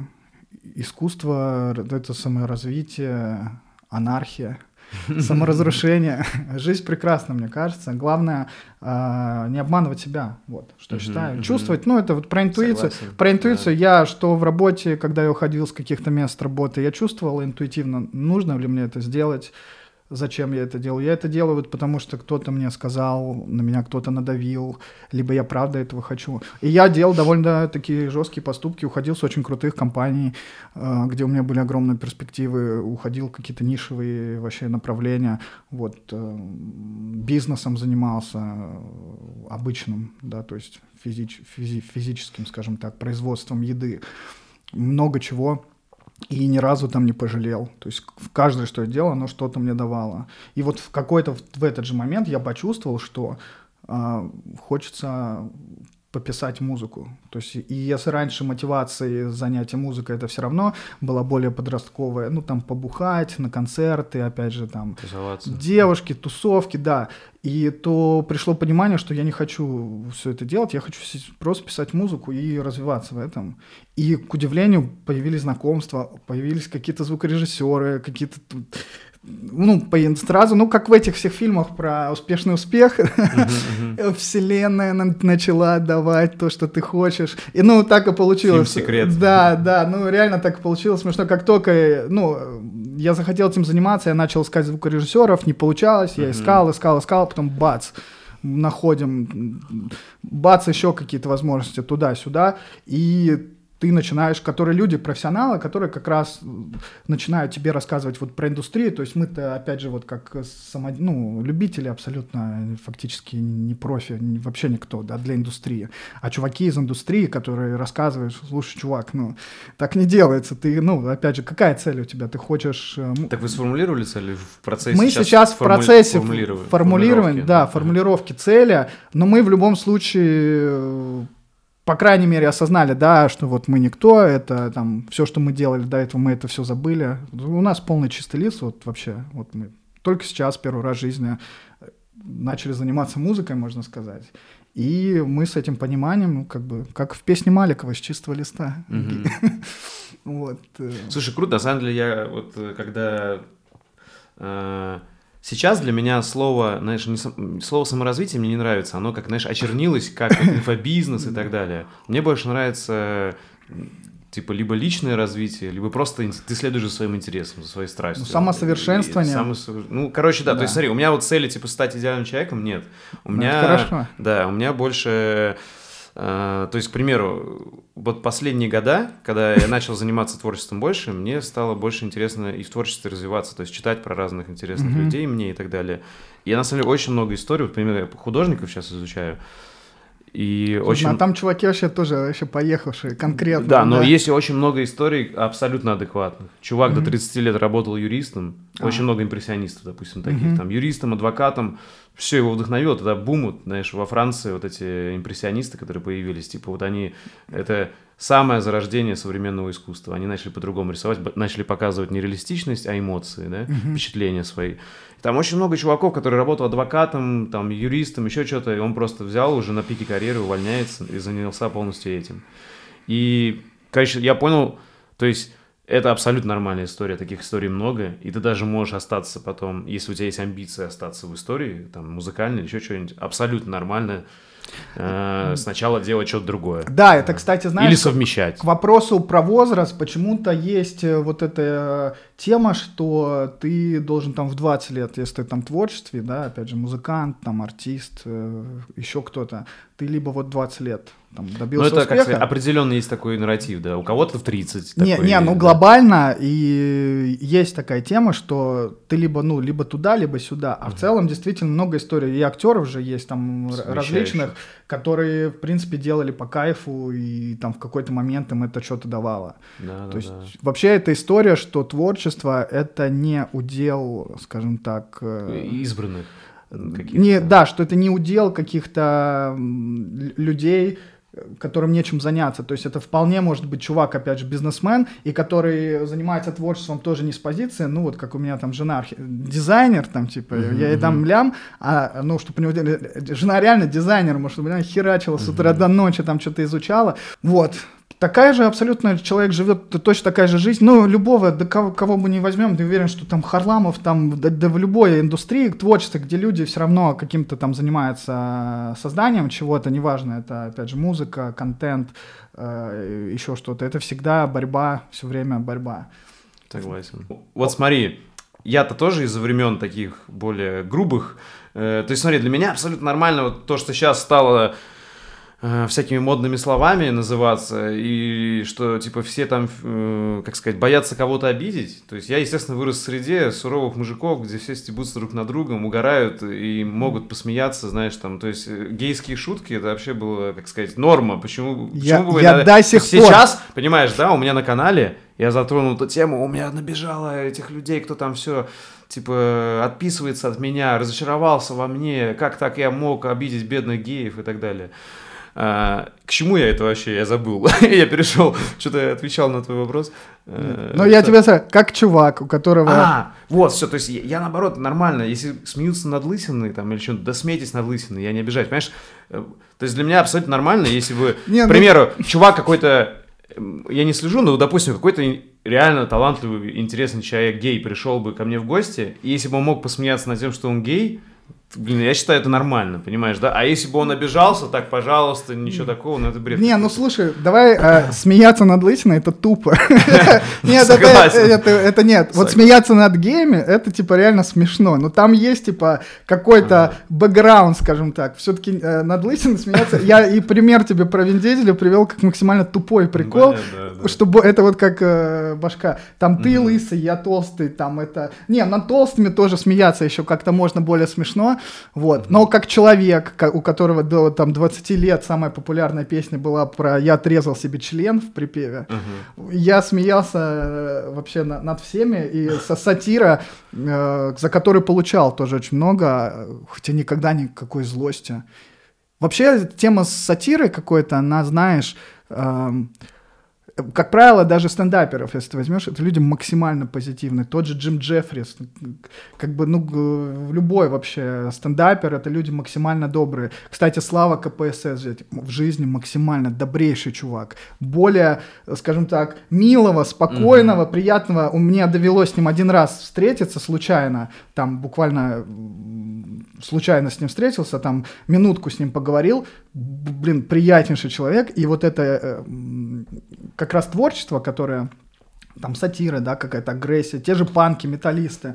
искусство, это саморазвитие, анархия, саморазрушение. Жизнь прекрасна, мне кажется. Главное э, не обманывать себя. Вот, что я считаю. Чувствовать, ну, это вот про интуицию. Согласен. Про интуицию да. Я, что в работе, когда я уходил с каких-то мест работы, я чувствовал интуитивно, нужно ли мне это сделать, зачем я это делаю. Я это делаю вот потому, что кто-то мне сказал, на меня кто-то надавил, либо я правда этого хочу. И я делал довольно такие жесткие поступки, уходил с очень крутых компаний, где у меня были огромные перспективы, уходил в какие-то нишевые вообще направления, вот, бизнесом занимался обычным, да, то есть физич, физи, физическим, скажем так, производством еды, много чего. И ни разу там не пожалел. То есть в каждое, что я делал, оно что-то мне давало. И вот в какой-то в этот же момент я почувствовал, что э, хочется пописать музыку. То есть и если раньше мотивацией занятия музыкой это все равно была более подростковая, ну там побухать на концерты, опять же там тусоваться. Девушки, тусовки, да. И то пришло понимание, что я не хочу все это делать, я хочу просто писать музыку и развиваться в этом. И, к удивлению, появились знакомства, появились какие-то звукорежиссеры, какие-то... Ну, сразу, ну, как в этих всех фильмах про успешный успех, uh-huh, uh-huh. Вселенная начала давать то, что ты хочешь. И, ну, так и получилось. Фильм «Секрет». Да, да, ну, реально так и получилось. Потому что как только, ну, я захотел этим заниматься, я начал искать звукорежиссеров, не получалось, я uh-huh. искал, искал, искал, потом бац, находим, бац, еще какие-то возможности туда-сюда, и... ты начинаешь, которые люди, профессионалы, которые как раз начинают тебе рассказывать вот про индустрию, то есть мы-то, опять же, вот как само, ну, любители абсолютно фактически не профи, не, вообще никто, да, для индустрии, а чуваки из индустрии, которые рассказывают: слушай, чувак, ну, так не делается, ты, ну, опять же, какая цель у тебя, ты хочешь... Так вы сформулировали цели в процессе? Мы сейчас, сейчас в процессе формулирования, формулирования, да, формулировки цели, но мы в любом случае... по крайней мере, осознали, да, что вот мы никто, это там все, что мы делали до этого, мы это все забыли. У нас полный чистый лист, вот вообще, вот мы только сейчас, первый раз в жизни начали заниматься музыкой, можно сказать. И мы с этим пониманием, ну, как бы, как в песне Маликова «С чистого листа». Вот. Слушай, круто, на самом деле, я вот когда... Сейчас для меня слово, знаешь, не сам, слово саморазвитие мне не нравится. Оно, как, знаешь, очернилось, как инфобизнес и так далее. Мне больше нравится, типа, либо личное развитие, либо просто ты следуешь за своим интересом, за своей страстью. Ну, самосовершенствование. Само... Ну, короче, да, да. То есть, смотри, у меня вот цели, типа, стать идеальным человеком, нет. У меня... Это хорошо. Да, у меня больше... Uh, то есть, к примеру, вот последние года, когда я начал заниматься творчеством больше, мне стало больше интересно и в творчестве развиваться, то есть читать про разных интересных mm-hmm. людей мне и так далее. И я, на самом деле, очень много историй, вот, например, я художников сейчас изучаю, И Слушай, очень... а там чуваки вообще тоже вообще поехавшие, конкретно. Да, но есть очень много историй абсолютно адекватных. Чувак Мгм. до тридцати лет работал юристом, А. очень много импрессионистов, допустим, таких, Мгм. там, юристом, адвокатом, все его вдохновило, тогда бум, вот, знаешь, во Франции вот эти импрессионисты, которые появились, типа вот они, это самое зарождение современного искусства, они начали по-другому рисовать, б- начали показывать не реалистичность, а эмоции, да, Мгм. впечатления свои. Там очень много чуваков, которые работают адвокатом, там, юристом, еще что-то, и он просто взял уже на пике карьеры, увольняется и занялся полностью этим. И, конечно, я понял, то есть это абсолютно нормальная история, таких историй много, и ты даже можешь остаться потом, если у тебя есть амбиции остаться в истории, там, музыкальной или еще что-нибудь, абсолютно нормально э, сначала делать что-то другое. Да, это, кстати, знаешь... Или совмещать. К вопросу про возраст, почему-то есть э, вот эта э, тема, что ты должен там в двадцать лет, если ты там в творчестве, да, опять же, музыкант, там, артист, э, еще кто-то, ты либо вот двадцать лет там Ну, добился это, как успеха. сказать, определенно есть такой нарратив, да, у кого-то в тридцать. Не, такой, не, ну да. глобально и есть такая тема, что ты либо, ну, либо туда, либо сюда. А в целом действительно много историй. И актеров же есть там р- Совмещающих. различных, которые, в принципе, делали по кайфу, и там в какой-то момент им это что-то давало. Да, То да, есть да. вообще эта история, что творчество — это не удел, скажем так... э, Избранных каких-то. Не, да, что это не удел каких-то м, л- людей, э, которым нечем заняться. То есть это вполне может быть чувак, опять же, бизнесмен, и который занимается творчеством тоже не с позиции, ну вот как у меня там жена архи- дизайнер, там типа, Мгм, я ей дам мгм. лям, а, ну, чтобы у него дели- жена реально дизайнер, может, чтобы она херачила с утра до ночи, там что-то изучала. Вот. Такая же абсолютно человек живет, т- точно такая же жизнь. Ну, любого, да кого, кого бы не возьмем, ты уверен, что там Харламов, там, да, да в любой индустрии творчества, где люди все равно каким-то там занимаются созданием чего-то, неважно, это, опять же, музыка, контент, э, еще что-то, это всегда борьба, все время борьба. Согласен. Вот смотри, я-то тоже из-за времен таких более грубых. э, то есть смотри, для меня абсолютно нормально вот то, что сейчас стало э, всякими модными словами называться, и что, типа, все там, э, как сказать, боятся кого-то обидеть. То есть я, естественно, вырос в среде суровых мужиков, где все стебутся друг над другом, угорают и могут посмеяться, знаешь, там, то есть э, гейские шутки, это вообще было, как сказать, норма. Почему, Я- почему бы вы я иногда- до сих пор- Сейчас, понимаешь, да, у меня на канале, я затронул эту тему, у меня набежало этих людей, кто там все, типа, отписывается от меня, разочаровался во мне, как так я мог обидеть бедных геев и так далее. А, к чему я это вообще? Я забыл. Я перешел, что-то я отвечал на твой вопрос. Э, Но я что- тебе скажу, как чувак, у которого... А, вот, все, то есть я, я, наоборот, нормально, если смеются над лысиной там или что-то, да смейтесь над лысиной, я не обижаюсь, понимаешь? Э, То есть для меня абсолютно нормально, если вы, Не, к ну- примеру, чувак какой-то, м, я не слежу, но, допустим, какой-то ин- реально талантливый, интересный человек, гей, пришел бы ко мне в гости, и если бы он мог посмеяться над тем, что он гей, блин, я считаю, это нормально, понимаешь, да? А если бы он обижался, так, пожалуйста, ничего такого, ну это бред. Не, ну какой-то. слушай, давай э, смеяться над лысиной — это тупо. Нет, это- Согласен. это это нет. Вот Согласен. смеяться над геями — это типа реально смешно. Но там есть типа какой-то бэкграунд, скажем так. Все-таки над лысиной смеяться. Я и пример тебе про Вин Дизеля привел как максимально тупой прикол. Понятно, да, да. Чтобы это вот как э, башка. Там ты Мгм. лысый, я толстый, там это... Не, над толстыми тоже смеяться еще как-то можно более смешно. Вот. Но как человек, ка- у которого до там двадцати лет самая популярная песня была про «Я отрезал себе член» в припеве, Мгм. я смеялся э, вообще на- над всеми, и со сатира, э, за который получал тоже очень много, э, хотя никогда никакой злости. Вообще тема с сатирой какой-то, она, знаешь, эм, как правило, даже стендаперов, если ты возьмешь, это люди максимально позитивные. Тот же Джим Джеффрис, как бы, ну, г- любой вообще стендапер, это люди максимально добрые. Кстати, Слава КПСС взять, в жизни максимально добрейший чувак. Более, скажем так, милого, спокойного, приятного. У меня довелось с ним один раз встретиться случайно, там буквально м, случайно с ним встретился, там минутку с ним поговорил. Б- Блин, приятнейший человек. И вот это э, м, как раз творчество, которое там сатира, да, какая-то агрессия, те же панки, металлисты,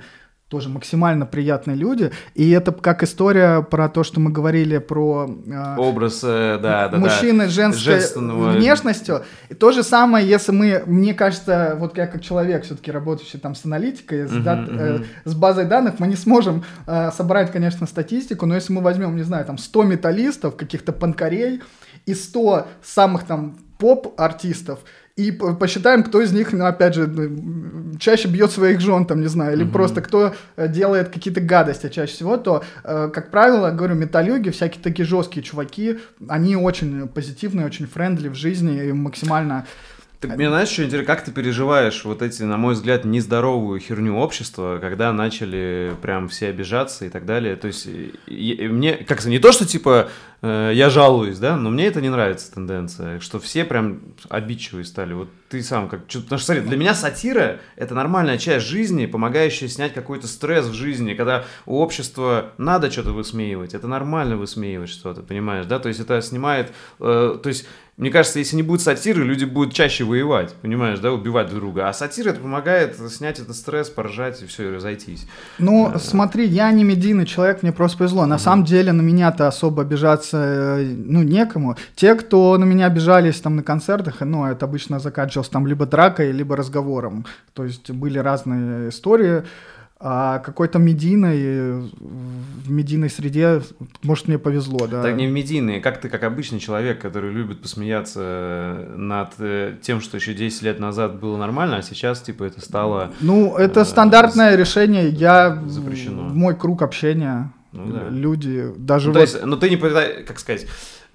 тоже максимально приятные люди. И это как история про то, что мы говорили про э, образ э, да, да, мужчины да, с женской женственного... внешностью. И то же самое, если мы, мне кажется, вот я как человек, все-таки работающий там с аналитикой, с, uh-huh, дат, uh-huh. э, с базой данных, мы не сможем э, собрать, конечно, статистику, но если мы возьмем, не знаю, там сто металлистов, каких-то панкарей и сто самых там поп-артистов, и посчитаем, кто из них, ну, опять же, чаще бьет своих жен, там, не знаю, или mm-hmm. просто кто делает какие-то гадости чаще всего, то, как правило, говорю, металлюги, всякие такие жесткие чуваки, они очень позитивные, очень френдли в жизни и максимально... Ты мне знаешь, что интересно, как ты переживаешь вот эти, на мой взгляд, нездоровую херню общества, когда начали прям все обижаться и так далее. То есть и, мне, как-то не то, что типа э, я жалуюсь, да, но мне это не нравится тенденция, что все прям обидчивые стали. Вот ты сам как... Потому что, смотри, для меня сатира — это нормальная часть жизни, помогающая снять какой-то стресс в жизни, когда у общества надо что-то высмеивать, это нормально высмеивать что-то, понимаешь, да? То есть это снимает... Э, то есть мне кажется, если не будет сатиры, люди будут чаще воевать, понимаешь, да, убивать друг друга. А сатира это помогает снять этот стресс, поржать и все, и разойтись. Ну, а, смотри, я не медийный человек, мне просто повезло. На угу. самом деле на меня-то особо обижаться, ну, некому. Те, кто на меня обижались там на концертах, ну, это обычно заканчивалось там либо дракой, либо разговором. То есть были разные истории. А какой-то медийной, в медийной среде, может, мне повезло, да. Так не в медийной, как ты, как обычный человек, который любит посмеяться над тем, что еще десять лет назад было нормально, а сейчас, типа, это стало... Ну, это э, стандартное э, решение, я... Запрещено. В мой круг общения, ну, да. люди, даже ну, вот... То есть, ну, ты не, как сказать...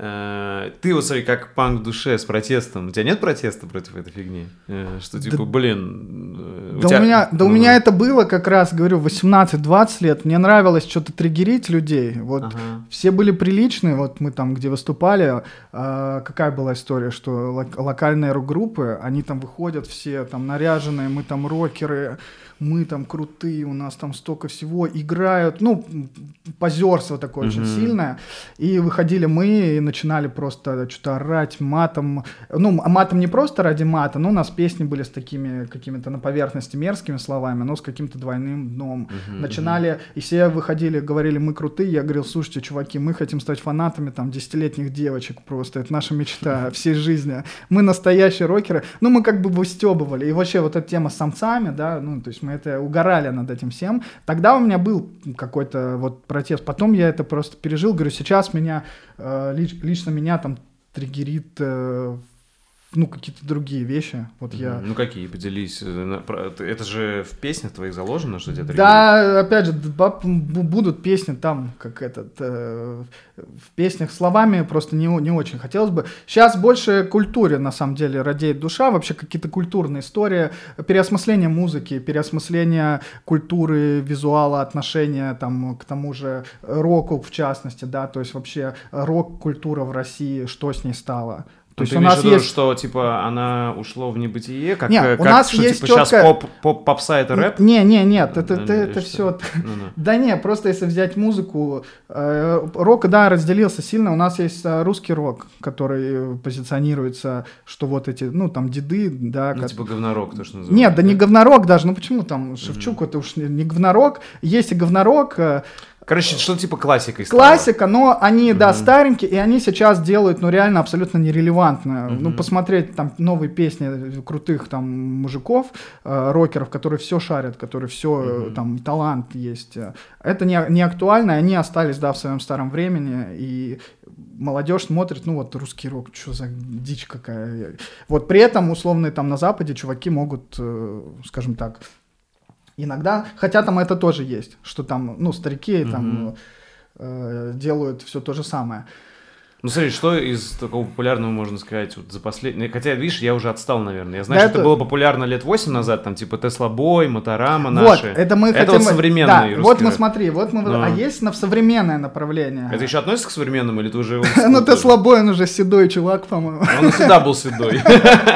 Ты вот смотри, как панк в душе с протестом. У тебя нет протеста против этой фигни? Что типа, да, блин... Да, у, тебя... у, меня, да ну... у меня это было как раз, говорю, восемнадцать-двадцать лет. Мне нравилось что-то триггерить людей. Вот ага. Все были приличные. Вот мы там, где выступали, э, какая была история, что лок- локальные рок-группы, они там выходят все там наряженные, мы там рокеры, мы там крутые, у нас там столько всего, играют, ну, позерство такое mm-hmm. очень сильное. И выходили мы и начинали просто что-то орать матом. Ну, матом не просто ради мата, но у нас песни были с такими какими-то на поверхности мерзкими словами, но с каким-то двойным дном. Mm-hmm. Начинали, и все выходили, говорили, мы крутые. Я говорил, слушайте, чуваки, мы хотим стать фанатами там десятилетних девочек просто. Это наша мечта всей жизни. Мы настоящие рокеры. Ну, мы как бы выстебывали. И вообще вот эта тема с самцами, да, ну, то есть мы это угорали над этим всем. Тогда у меня был какой-то вот протест. Потом я это просто пережил. Говорю, сейчас меня, э, лич, лично меня там триггерит э, ну, какие-то другие вещи. Вот mm-hmm. я... Ну, какие? Поделись. Это же в песнях твоих заложено, что тебя триггерит? Да, опять же, будут песни там, как этот... Э, в песнях словами просто не, не очень хотелось бы. Сейчас больше культуре, на самом деле, радеет душа. Вообще какие-то культурные истории. Переосмысление музыки, переосмысление культуры, визуала, отношения там, к тому же року, в частности, да. То есть вообще рок-культура в России, что с ней стало? То есть ты у нас нас есть, что типа она ушло в небытие, как, нет, как у нас что, есть типа четко... сейчас поп, поп, попса это рэп? Не, не, нет, это, ну, это, это что? все. Ну-ну. Да не, просто если взять музыку, э, рок, да, разделился сильно. У нас есть русский рок, который позиционируется, что вот эти, ну там деды, да. Ну как... типа говнорок, то что называется. Нет, да, да не говнорок даже, ну почему там Шевчук, mm-hmm. это уж не, не говнорок, есть и говнорок. Короче, что типа классикой стало. Классика, но они, mm-hmm. да, старенькие, и они сейчас делают, ну, реально абсолютно нерелевантно. Mm-hmm. Ну, посмотреть там новые песни крутых там мужиков, э, рокеров, которые все шарят, которые все, mm-hmm. там, талант есть. Это не, не актуально, они остались, да, в своем старом времени, и молодежь смотрит, ну, вот русский рок, что за дичь какая. Вот при этом, условно, там на Западе чуваки могут, э, скажем так, иногда, хотя там это тоже есть, что там, ну, старики mm-hmm. там э, делают все то же самое. Ну, смотри, что из такого популярного можно сказать вот за последние... Хотя, видишь, я уже отстал, наверное. Я знаю, да, что это было популярно лет восемь назад, там, типа, Тесла Бой, Моторама наши. Вот, это мы это хотим... вот современный да, русский вот мы, рэп. смотри, вот мы... Но... А есть на современное направление. Это еще относится к современному, или ты уже... Ну, Тесла Бой, он уже седой чувак, по-моему. Он всегда был седой.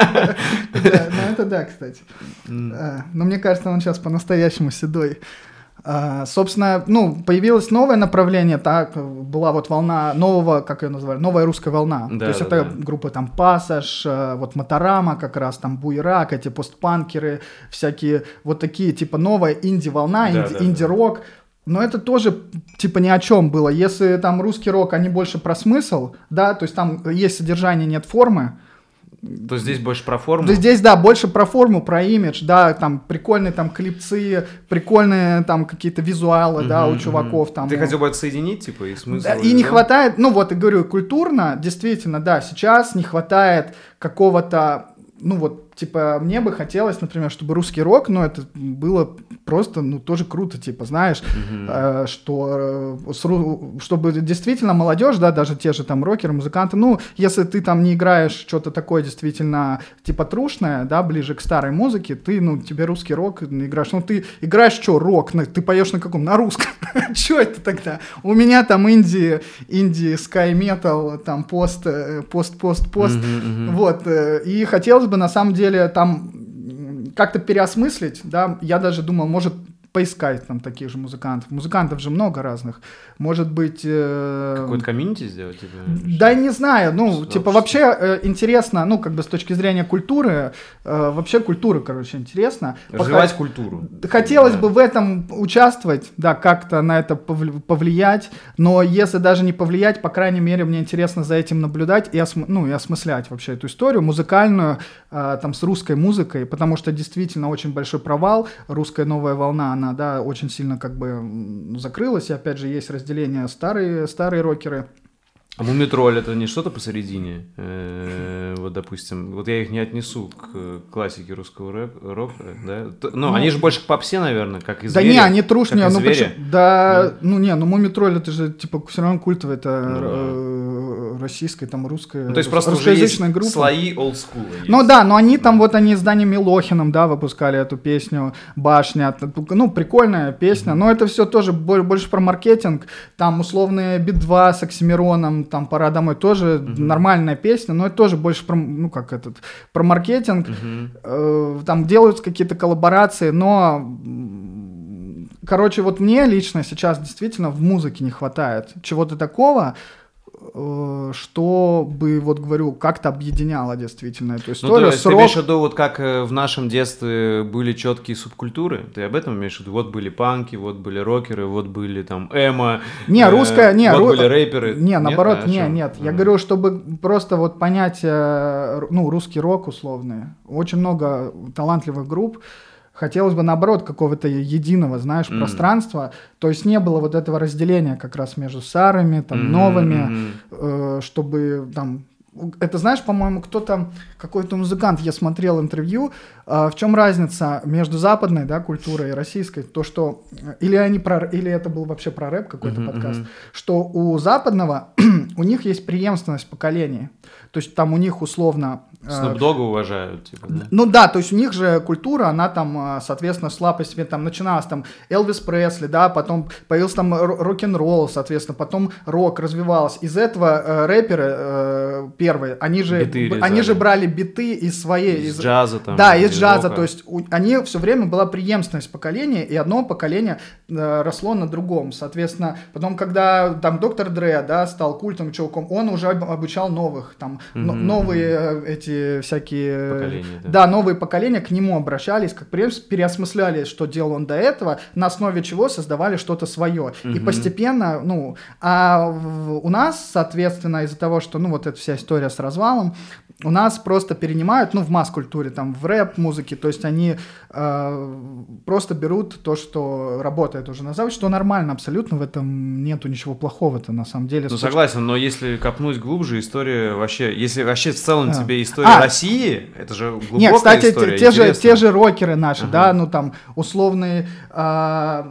Ну, это да, кстати. Но мне кажется, он сейчас по-настоящему седой. Uh, собственно, ну, появилось новое направление, так, была вот волна нового, как ее назвали, новая русская волна. Да, То есть да, это да. группы там Пассаж, вот Моторама, как раз там Буерак, эти постпанкеры, всякие вот такие, типа новая инди-волна, да, инди- да, инди-рок. Да. Но это тоже, типа, ни о чем было. Если там русский рок, они больше про смысл, да, то есть там есть содержание, нет формы. То здесь больше про форму? Да здесь, да, больше про форму, про имидж, да, там прикольные там клипцы, прикольные там какие-то визуалы, uh-huh, да, у чуваков. Uh-huh. Там. Ты хотел бы это соединить, типа, и смысл? Да, и не да? хватает, ну вот, и говорю, культурно, действительно, да, сейчас не хватает какого-то, ну вот, типа, мне бы хотелось, например, чтобы русский рок, ну, это было просто, ну, тоже круто, типа, знаешь, uh-huh. э, что, э, чтобы действительно молодежь, да, даже те же там рокеры, музыканты, ну, если ты там не играешь что-то такое действительно, типа, трушное, да, ближе к старой музыке, ты, ну, тебе русский рок играешь, ну, ты играешь что, рок, ты поешь на каком? На русском. Что это тогда? У меня там инди, инди, скай метал, там, пост, пост, пост, пост, вот, и хотелось бы, на самом деле, там как-то переосмыслить, да, я даже думал, может поискать там таких же музыкантов. Музыкантов же много разных. Может быть... Э... Какой-то комьюнити сделать? Типа, да не знаю, ну, общество. Типа вообще э, интересно, ну, как бы с точки зрения культуры, э, вообще культура, короче, интересно. Развивать Пока... культуру. Хотелось да. бы в этом участвовать, да, как-то на это повлиять, но если даже не повлиять, по крайней мере, мне интересно за этим наблюдать и, осм... ну, и осмыслять вообще эту историю музыкальную, э, там, с русской музыкой, потому что действительно очень большой провал, русская новая волна, она, да, очень сильно как бы закрылась, и опять же есть разделение старые, старые рокеры. А Мумитроль это не что-то посередине? Э-э- вот, допустим, вот я их не отнесу к классике русского рэп, рока, да? Ну, ну, они же больше к попсе, наверное, как и звери. Да не, они трушные, ну почему? Да, да, ну не, ну Мумитроль это же типа все равно культовое, это ну, э- российское, там русское, ну, то есть просто уже есть группа. Слои олдскула. Ну да, но они там, вот они с Даней Милохиным, да, выпускали эту песню «Башня», ну прикольная песня, mm-hmm. но это все тоже больше про маркетинг, там условные Би два с Оксимироном, там «Пора домой» тоже uh-huh. нормальная песня, но это тоже больше про, ну, как этот, про маркетинг. Uh-huh. Э, там делаются какие-то коллаборации, но, короче, вот мне лично сейчас действительно в музыке не хватает чего-то такого, э, что бы, вот говорю, как-то объединяло действительно эту историю. Ну, то есть ты имеешь в виду, вот как в нашем детстве были четкие субкультуры? Ты об этом имеешь в виду? Вот были панки, вот были рокеры, вот были там эмо, не, э, русская, не, вот ру... были рэперы. Не, наоборот, а, нет, нет. Я mm. говорю, чтобы просто вот понять, ну, русский рок условный. Очень много талантливых групп. Хотелось бы, наоборот, какого-то единого, знаешь, mm. пространства. То есть не было вот этого разделения как раз между старыми, там, mm-hmm. новыми, mm-hmm. э, чтобы там... Это, знаешь, по-моему, кто-то, какой-то музыкант, я смотрел интервью, э, в чем разница между западной, да, культурой и российской, то, что, или они про, или это был вообще про рэп какой-то mm-hmm. подкаст, что у западного, у них есть преемственность поколений, то есть там у них условно... Snoop Dogg уважают, типа, да? Ну да, то есть у них же культура, она там, соответственно, шла по себе, там начиналась там Элвис Пресли, да, потом появился там рок-н-ролл, соответственно, потом рок развивался. Из этого э, рэперы э, первые, они же, б, они же брали биты из своей... Из, из джаза там. Да, из, из джаза, рока. То есть у, они все время была преемственность поколения, и одно поколение э, росло на другом, соответственно. Потом, когда там доктор Дре, да, стал культом, чуваком, он уже обучал новых, там, mm-hmm. но, новые э, эти всякие... Поколения, да. Да, новые поколения к нему обращались, как переосмысляли, что делал он до этого, на основе чего создавали что-то свое. Угу. И постепенно, ну, а в, у нас, соответственно, из-за того, что, ну, вот эта вся история с развалом, у нас просто перенимают, ну, в масс-культуре, там, в рэп-музыке, то есть они э, просто берут то, что работает уже на Западе, что нормально абсолютно, в этом нету ничего плохого-то, на самом деле. Ну, согласен, но если копнуть глубже, история вообще, если вообще в целом а. тебе история а. России, это же глубокая Нет, кстати, история, те, же, те же рокеры наши, ага. да, ну, там, условные... А,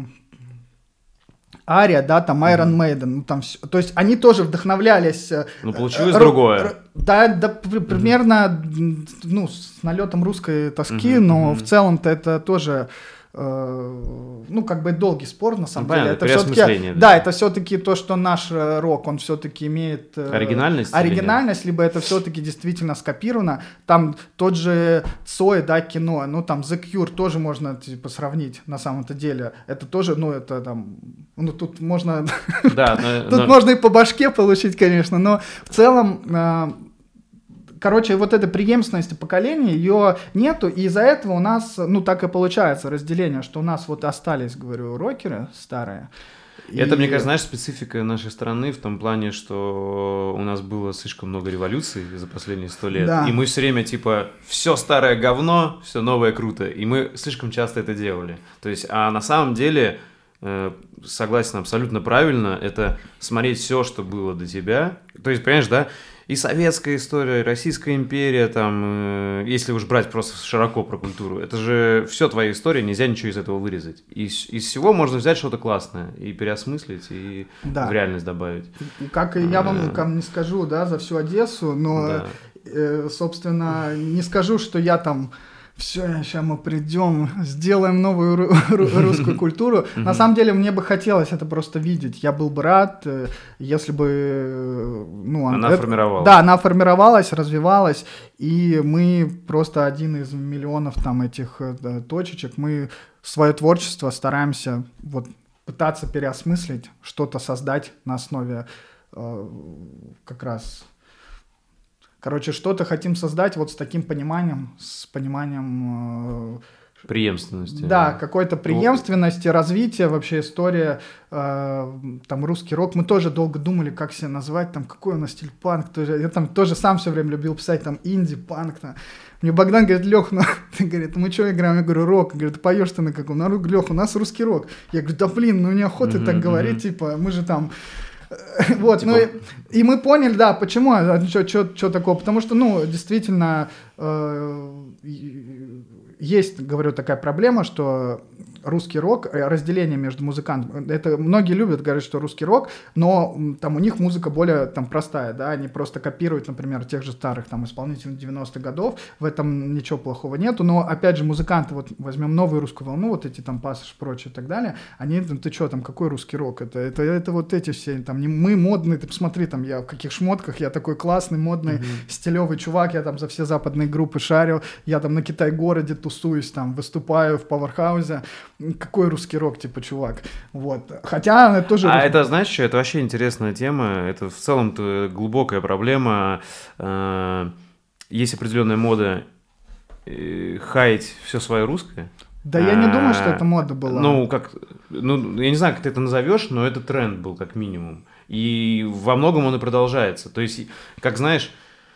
Ария, да, там Iron Maiden, ну там все. То есть они тоже вдохновлялись. Ну, получилось р- другое. Р- да, да, п- примерно, ну, с налетом русской тоски, uh-huh, но uh-huh. в целом-то это тоже э, ну, как бы долгий спор, на самом ну, деле. понятно, Это все-таки, да. да, это все-таки то, что наш рок, он все-таки имеет... Э, оригинальность? Оригинальность, либо это все-таки действительно скопировано. Там тот же Цой, да, кино, ну, там The Cure тоже можно, типа, сравнить на самом-то деле. Это тоже, ну, это там... Ну, тут можно... Да, но, тут но... можно и по башке получить, конечно, но в целом... Э, Короче, вот этой преемственности поколений, ее нету, и из-за этого у нас, ну, так и получается разделение, что у нас вот остались, говорю, рокеры старые. Это, и... мне кажется, знаешь, специфика нашей страны в том плане, что у нас было слишком много революций за последние сто лет, да. и мы все время, типа, все старое говно, все новое круто, и мы слишком часто это делали. То есть, а на самом деле... согласен, абсолютно правильно, это смотреть все, что было до тебя. То есть, понимаешь, да, и советская история, и Российская империя, там, э, если уж брать просто широко про культуру, это же все твоя история, нельзя ничего из этого вырезать. Из, из всего можно взять что-то классное и переосмыслить, и да. в реальность добавить. И, как я вам а... не скажу, да, за всю Одессу, но, да. э, собственно, не скажу, что я там... Все, сейчас мы придем, сделаем новую ру- ру- русскую культуру. На самом деле, мне бы хотелось это просто видеть. Я был бы рад, если бы... Ну, она это, формировалась. Да, она формировалась, развивалась, и мы просто один из миллионов там этих да, точечек. Мы свое творчество стараемся вот пытаться переосмыслить, что-то создать на основе э, как раз... Короче, что-то хотим создать вот с таким пониманием, с пониманием... Э, преемственности. Да, какой-то преемственности, развития, вообще история, э, там, русский рок. Мы тоже долго думали, как себя назвать, там, какой у нас стиль панк. Тоже, я там тоже сам все время любил писать, там, инди, панк. Там. Мне Богдан говорит: Лех, ну, ты, говорит, мы что играем? Я говорю: рок. Говорит: ты поешь ты на каком? Ну, Лех, у нас русский рок. Я говорю: да блин, ну неохота mm-hmm, так mm-hmm. говорить, типа, мы же там... Вот, типа... ну и, и мы поняли, да, почему, что такого, потому что, ну, действительно, э, есть, говорю, такая проблема, что русский рок, разделение между музыкантами, это многие любят говорить, что русский рок, но там у них музыка более там простая, да, они просто копируют, например, тех же старых там исполнителей девяностых годов, в этом ничего плохого нету, но опять же музыканты, вот возьмем новую русскую волну, вот эти там Пассаж, прочее и так далее, они, ты что там, какой русский рок, это, это, это вот эти все, там, не мы модные, ты посмотри, там, я в каких шмотках, я такой классный, модный, mm-hmm. стилевый чувак, я там за все западные группы шарю, я там на Китай-городе тусуюсь, там, выступаю в пауэрхаузе. Какой русский рок, типа, чувак. Вот. Хотя это тоже... А это, знаешь, что, это вообще интересная тема. Это в целом-то глубокая проблема. Есть определенная мода хаять все свое русское. Да я не думаю, что это мода была. Ну, как... Ну, я не знаю, как ты это назовешь, но это тренд был, как минимум. И во многом он и продолжается. То есть, как знаешь...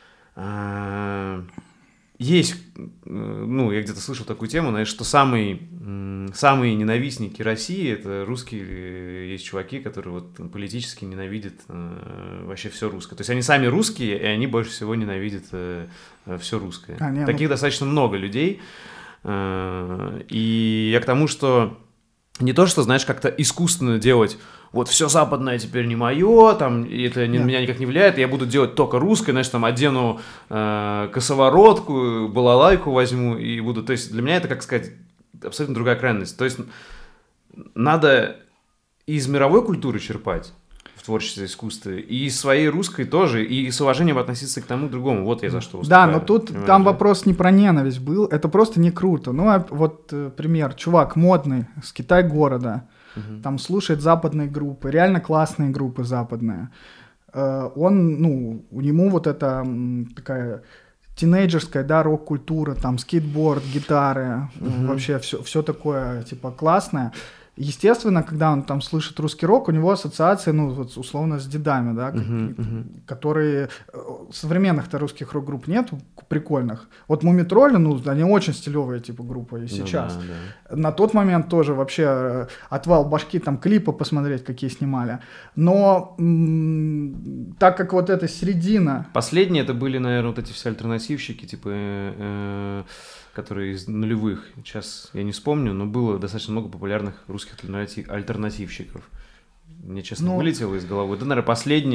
Есть, ну, я где-то слышал такую тему, знаешь, что самые, самые ненавистники России — это русские, есть чуваки, которые вот политически ненавидят э, вообще все русское. То есть они сами русские, и они больше всего ненавидят э, все русское. А, не, Таких ну... достаточно много людей. Э, и я к тому, что не то, что, знаешь, как-то искусственно делать, вот все западное теперь не мое, там, и это не, на меня никак не влияет, я буду делать только русское, знаешь, там, одену э, косоворотку, балалайку возьму и буду, то есть для меня это, как сказать, абсолютно другая крайность. То есть надо из мировой культуры черпать в творчестве, искусстве, и из своей русской тоже, и с уважением относиться к тому к другому. Вот я за что выступаю. Да, но тут понимаешь? Там вопрос не про ненависть был, это просто не круто. Ну, а вот э, пример, чувак модный, с Китай-города, uh-huh. там слушает западные группы, реально классные группы западные. Э, он, ну, у него вот эта м, такая... тинейджерская, да, рок-культура, там, скейтборд, гитары, uh-huh. вообще все, все такое, типа, классное. Естественно, когда он там слышит русский рок, у него ассоциации, ну, вот, условно, с дедами, да, uh-huh, uh-huh. которые... Современных-то русских рок-групп нету, прикольных. Вот Мумий-тролли, ну, они очень стилевые, типа, группы и сейчас. Ну, да, да. На тот момент тоже вообще отвал башки, там, клипы посмотреть, какие снимали. Но м- так как вот эта середина... Последние это были, наверное, вот эти все альтернативщики, типа... Э- которые из нулевых, сейчас я не вспомню, но было достаточно много популярных русских альтернатив, альтернативщиков. Мне, честно, ну, вылетело из головы. Да, наверное, последнее,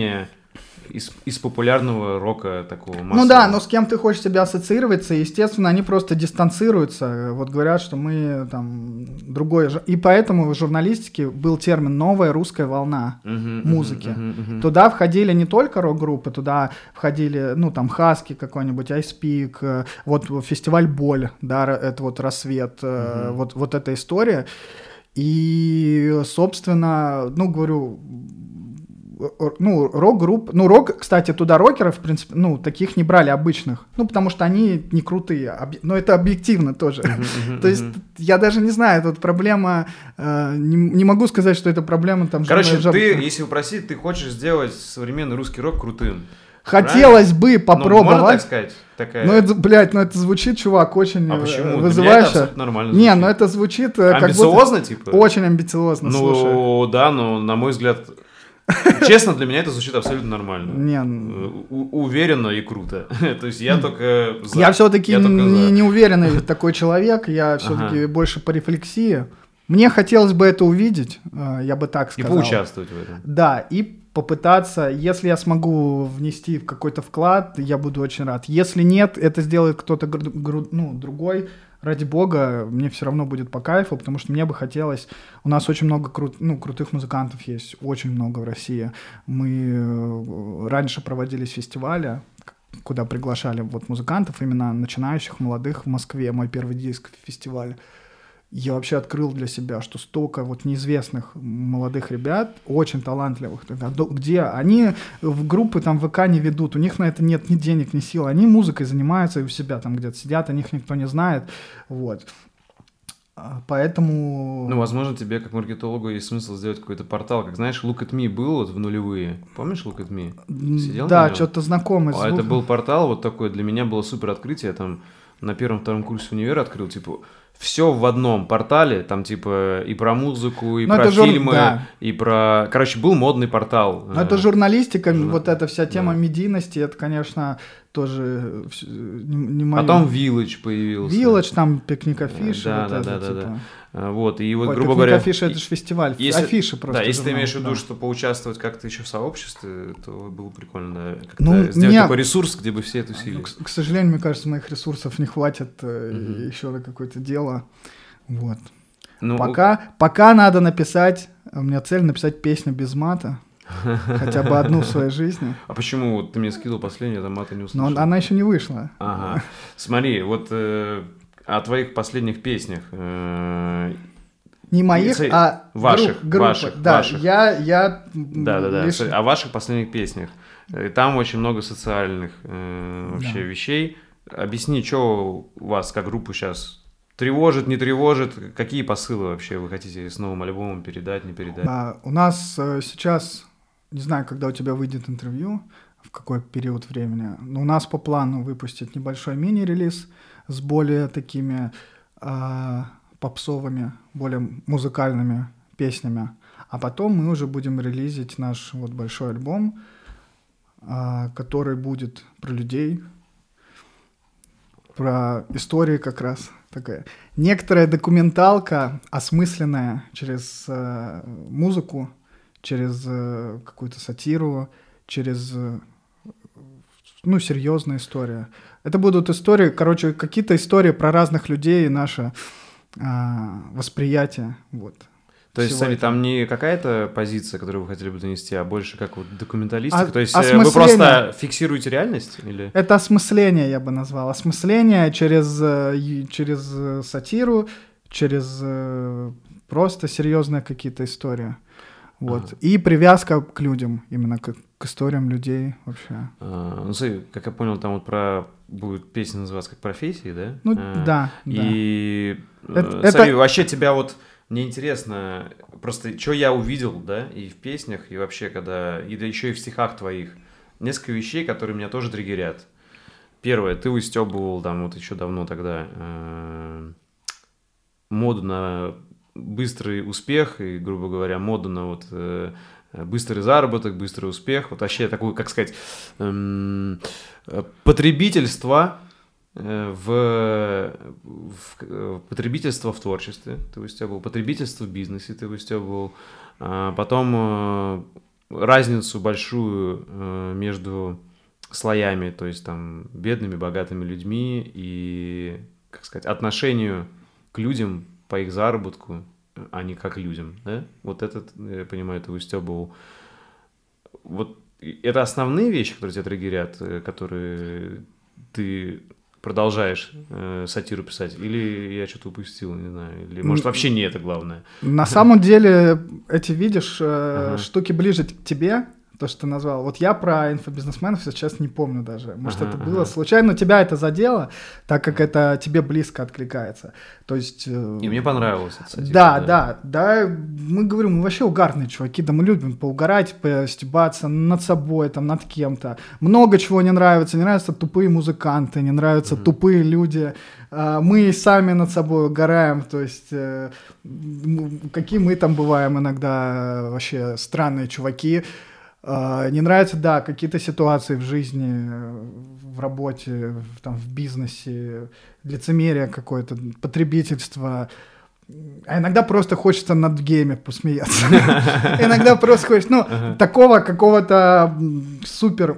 из, из популярного рока такого массового. Ну да, но с кем ты хочешь себя ассоциироваться, естественно, они просто дистанцируются. Вот говорят, что мы там другой... И поэтому в журналистике был термин «новая русская волна» uh-huh, музыки. Uh-huh, uh-huh. Туда входили не только рок-группы, туда входили, ну там, Хаски какой-нибудь, Айспик, вот фестиваль «Боль», да, это вот «Рассвет», uh-huh. вот, вот эта история. И, собственно, ну, говорю... Ну, рок-групп, ну, рок, кстати, туда рокеров, в принципе, ну, таких не брали обычных, ну, потому что они не крутые, об... но это объективно тоже. Uh-huh, uh-huh, То есть, uh-huh. я даже не знаю, тут проблема, э, не, не могу сказать, что это проблема там... Короче, жар... ты, если упросить, ты хочешь сделать современный русский рок крутым. Хотелось бы попробовать. Ну, можно так сказать? Такая... Ну, это, блядь, ну это звучит, чувак, очень а почему? вызывающе. Это нормально звучит. Не, ну это звучит... Как амбициозно, будто... типа? Очень амбициозно, ну, слушай. Ну, да, но, на мой взгляд... Честно, для меня это звучит абсолютно нормально. Не, У- уверенно и круто. То есть я только за. Я все-таки я не, не уверенный такой человек, я все-таки ага. больше по рефлексии. Мне хотелось бы это увидеть, я бы так сказал. И поучаствовать в этом. Да, и попытаться, если я смогу внести какой-то вклад, я буду очень рад. Если нет, это сделает кто-то ну, другой. Ради бога, мне все равно будет по кайфу, потому что мне бы хотелось... У нас очень много крут, ну, крутых музыкантов есть, очень много в России. Мы раньше проводились фестивали, куда приглашали вот музыкантов, именно начинающих, молодых в Москве. Мой первый диск в фестивале. Я вообще открыл для себя, что столько вот неизвестных молодых ребят, очень талантливых, где они в группы там ВК не ведут, у них на это нет ни денег, ни сил, они музыкой занимаются и у себя там где-то сидят, о них никто не знает, вот. Поэтому... Ну, возможно, тебе, как маркетологу, есть смысл сделать какой-то портал. Как знаешь, Look at Me был вот в нулевые. Помнишь Look at Me? Сидел да, что-то знакомый звук. А это был портал вот такой, для меня было супер открытие. Я там на первом-втором курсе универа открыл, типа... Все в одном портале, там типа и про музыку, и Но про жур... фильмы, да. и про... Короче, был модный портал. Но это журналистика, Журна... вот эта вся тема да. медийности, это, конечно, тоже не, не моё... Потом Village появился. Village, там пикник афиши, да, вот да, это, да, типа. да, да. Вот, и вот, Ой, грубо говоря... афиши, это же фестиваль, если... афиши просто. Да, если журнал, ты имеешь в виду, да. что поучаствовать как-то еще в сообществе, то было прикольно, да, как-то ну, сделать меня... такой ресурс, где бы все тусили. К, к сожалению, мне кажется, моих ресурсов не хватит mm-hmm. еще на какое-то дело. Вот. Ну, пока, пока надо написать, у меня цель написать песню без мата, хотя бы одну в своей жизни. А почему? Вот ты мне скидывал последнюю, я там мата не услышал. Но она еще не вышла. Ага. Смотри, вот э, о твоих последних песнях. Э, не моих, Ц... а ваших, групп, ваших, да, ваших. Я, я да, да, да. лишь... О ваших последних песнях. Там очень много социальных э, вообще да. вещей. Объясни, что у вас как группу сейчас тревожит, не тревожит? Какие посылы вообще вы хотите с новым альбомом передать, не передать? А, у нас э, сейчас, не знаю, когда у тебя выйдет интервью, в какой период времени, но у нас по плану выпустить небольшой мини-релиз с более такими э, попсовыми, более музыкальными песнями. А потом мы уже будем релизить наш вот большой альбом, э, который будет про людей, про истории как раз. Такая некоторая документалка, осмысленная через э, музыку, через э, какую-то сатиру, через э, ну, серьезная история. Это будут истории, короче, какие-то истории про разных людей и наше э, восприятие. Вот. То есть, смотри, там не какая-то позиция, которую вы хотели бы донести, а больше как вот документалистика? А, То есть осмысление. Вы просто фиксируете реальность? Или? Это осмысление, я бы назвал. Осмысление через, через сатиру, через просто серьезные какие-то истории. Вот. Ага. И привязка к людям, именно к, к историям людей вообще. А, ну, смотри, как я понял, там вот про... Будет песня называться как «Профессии», да? Ну, а, да, И, это, смотри, это... вообще тебя вот... Мне интересно, просто, что я увидел, да, и в песнях, и вообще, когда, и да еще и в стихах твоих, несколько вещей, которые меня тоже триггерят. Первое, ты выстебывал там вот еще давно тогда э, моду на быстрый успех, и, грубо говоря, моду на вот э, быстрый заработок, быстрый успех, вот вообще такое, как сказать, э, потребительство, В, в потребительство в творчестве ты выстебывал, потребительство в бизнесе ты выстебывал, а потом разницу большую э, между слоями, то есть там бедными, богатыми людьми и, как сказать, отношению к людям по их заработку, а не как людям, да? Вот этот, я понимаю, ты устёбывал. Вот это основные вещи, которые тебя триггерят, которые ты продолжаешь э, сатиру писать? Или я что-то упустил, не знаю? Или, может, вообще не это главное? На самом деле, эти, видишь, э, ага. штуки ближе к тебе, то, что ты назвал. Вот я про инфобизнесменов сейчас не помню даже. Может, ага, это было ага. случайно, но тебя это задело, так как это тебе близко откликается. То есть... Э, И мне понравилось это. Сатира, да, да, да, да. Мы говорим, мы вообще угарные чуваки, да мы любим поугарать, постебаться над собой, там, над кем-то. Много чего не нравится. Не нравятся тупые музыканты, не нравятся mm-hmm. тупые люди. Мы сами над собой угораем, то есть э, какие мы там бываем иногда вообще странные чуваки. Uh, не нравятся, да, какие-то ситуации в жизни, в работе, в, там, в бизнесе, лицемерие какое-то, потребительство. А иногда просто хочется над гейми посмеяться. Иногда просто хочется, ну, такого какого-то супер...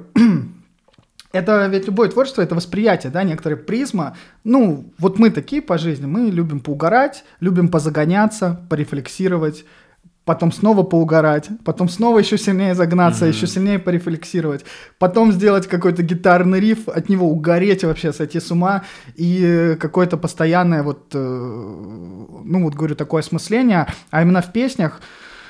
Это ведь любое творчество, это восприятие, да, некоторая призма. Ну, вот мы такие по жизни, мы любим поугарать, любим позагоняться, порефлексировать, потом снова поугарать, потом снова еще сильнее загнаться, mm-hmm. еще сильнее порефлексировать, потом сделать какой-то гитарный риф, от него угореть вообще, сойти с ума, и какое-то постоянное вот, ну вот говорю, такое осмысление, а именно в песнях,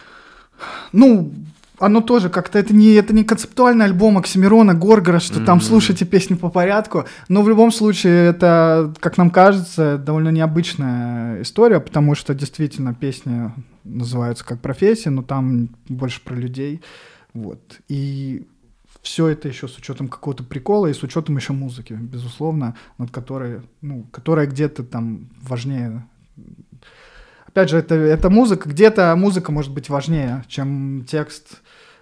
ну, оно тоже как-то, это не, это не концептуальный альбом Оксимирона, Горгора, что mm-hmm. там слушайте песни по порядку, но в любом случае это, как нам кажется, довольно необычная история, потому что действительно песни называются как профессия, но там больше про людей, вот, и все это еще с учетом какого-то прикола и с учетом еще музыки, безусловно, над которой, ну, которая где-то там важнее. Опять же, это, это музыка, где-то музыка может быть важнее, чем текст,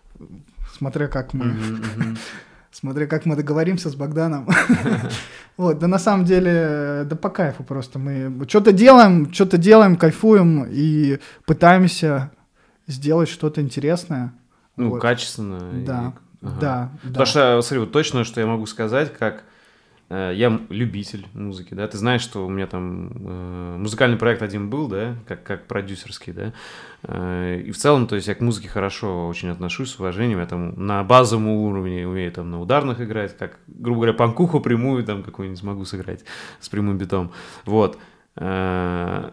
смотря как мы, mm-hmm, mm-hmm. смотря как мы договоримся с Богданом. Вот, да на самом деле, да по кайфу просто. Мы что-то делаем, что-то делаем, кайфуем и пытаемся сделать что-то интересное. Ну, вот. Качественно. Да, и... ага. да, Потому да. что, смотри, вот точно, что я могу сказать, как э, я любитель музыки, да, ты знаешь, что у меня там э, музыкальный проект один был, да, как, как продюсерский, да, э, и в целом, то есть я к музыке хорошо очень отношусь, с уважением, я там на базовом уровне умею там на ударных играть, как, грубо говоря, панкуху прямую там какую-нибудь смогу сыграть с прямым битом, вот. Э,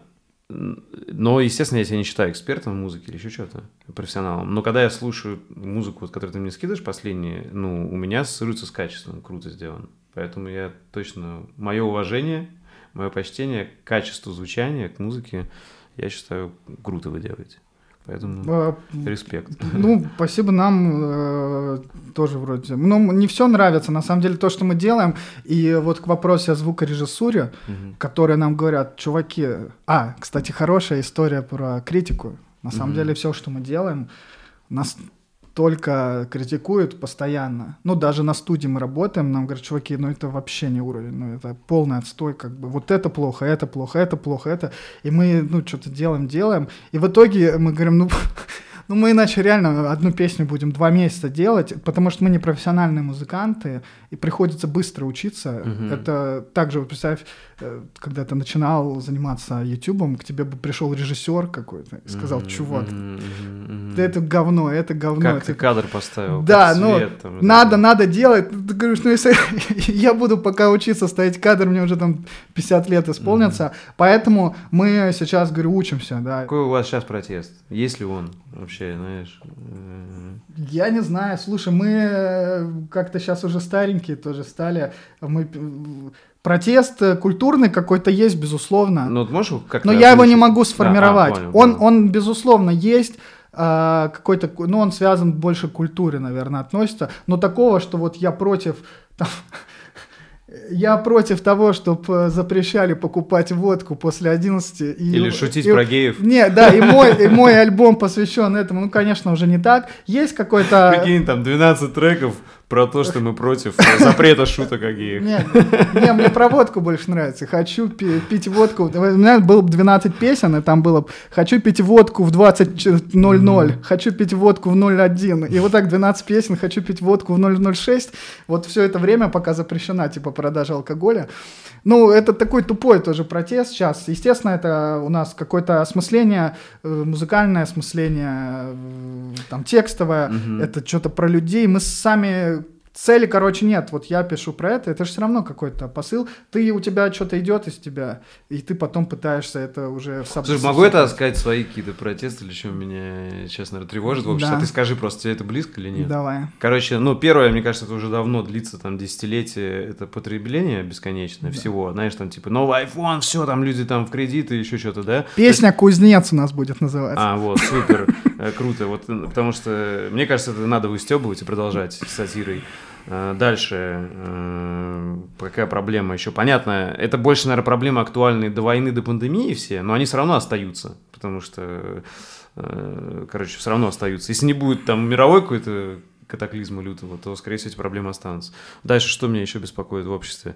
Но, естественно, я себя не считаю экспертом в музыке или еще что-то, профессионалом. Но когда я слушаю музыку, вот, которую ты мне скидываешь последние, ну, у меня ассоциируется с качеством, круто сделано. Поэтому я точно... Мое уважение, мое почтение к качеству звучания, к музыке, я считаю, круто вы делаете. Поэтому а, респект. Ну, спасибо нам э, тоже вроде. Ну, не все нравится, на самом деле, то, что мы делаем. И вот к вопросу о звукорежиссуре, угу. которые нам говорят, чуваки... А, кстати, хорошая история про критику. На самом угу. деле, все, что мы делаем, нас только критикуют постоянно. Ну, даже на студии мы работаем, нам говорят, чуваки, ну, это вообще не уровень, ну, это полный отстой, как бы, вот это плохо, это плохо, это плохо, это... И мы, ну, что-то делаем, делаем, и в итоге мы говорим, ну, ну, мы иначе реально одну песню будем два месяца делать, потому что мы не профессиональные музыканты, и приходится быстро учиться. Uh-huh. Это также, вот представь, когда ты начинал заниматься ютубом, к тебе бы пришел режиссер какой-то и сказал, uh-huh. чувак, uh-huh. Uh-huh. это говно, это говно. Как ты кадр поставил, да, как ну, свет, там, надо, это... надо делать. Ты говоришь, ну, если я буду пока учиться ставить кадр, мне уже там пятьдесят лет исполнится, uh-huh. поэтому мы сейчас, говорю, учимся, да. Какой у вас сейчас протест? Есть ли он вообще, знаешь? Я не знаю, слушай, мы как-то сейчас уже старенькие тоже стали, мы... Протест культурный какой-то есть, безусловно. Ну, можешь как-то... Но я его не могу сформировать. Да, а, понял, он, понял. он, безусловно, есть. А, какой-то, ну, он связан больше к культуре, наверное, относится. Но такого, что вот я против... Там, я против того, чтобы запрещали покупать водку после одиннадцати. И, Или шутить и, про геев. Не, да, и мой, и мой альбом посвящен этому. Ну, конечно, уже не так. Есть какой-то... Прикинь, там двенадцать треков про то, что мы против запрета шуток о геях. Не, не, мне про водку больше нравится. Хочу пи- пить водку. У меня было бы двенадцать песен, и там было бы «Хочу пить водку в двадцать ноль ноль», «Хочу пить водку в ноль один». И вот так двенадцать песен «Хочу пить водку в ноль ноль шесть». Вот все это время, пока запрещена, типа, продажа алкоголя. Ну, это такой тупой тоже протест сейчас. Естественно, это у нас какое-то осмысление, музыкальное осмысление, там, текстовое. Mm-hmm. Это что-то про людей. Мы сами... Цели, короче, нет. Вот я пишу про это, это же все равно какой-то посыл. Ты, у тебя что-то идет из тебя, и ты потом пытаешься это уже... В Слушай, могу это сказать, свои какие-то протесты, или что меня, честно, наверное, тревожит в обществе? Да. А ты скажи просто, тебе это близко или нет? Давай. Короче, ну, первое, мне кажется, это уже давно длится, там, десятилетие, это потребление бесконечное, да. Всего. Знаешь, там, типа, новый iPhone, все, там, люди там в кредиты, еще что-то, да? Песня есть... «Кузнец» у нас будет называться. А, вот, супер, круто. Вот, потому что, мне кажется, это надо выстебывать и продолжать сатирой. Дальше, какая проблема еще? Понятно, это больше, наверное, проблемы актуальные до войны, до пандемии все, но они все равно остаются, потому что, короче, все равно остаются. Если не будет там мировой какой-то катаклизма лютого, то, скорее всего, эти проблемы останутся. Дальше, что меня еще беспокоит в обществе?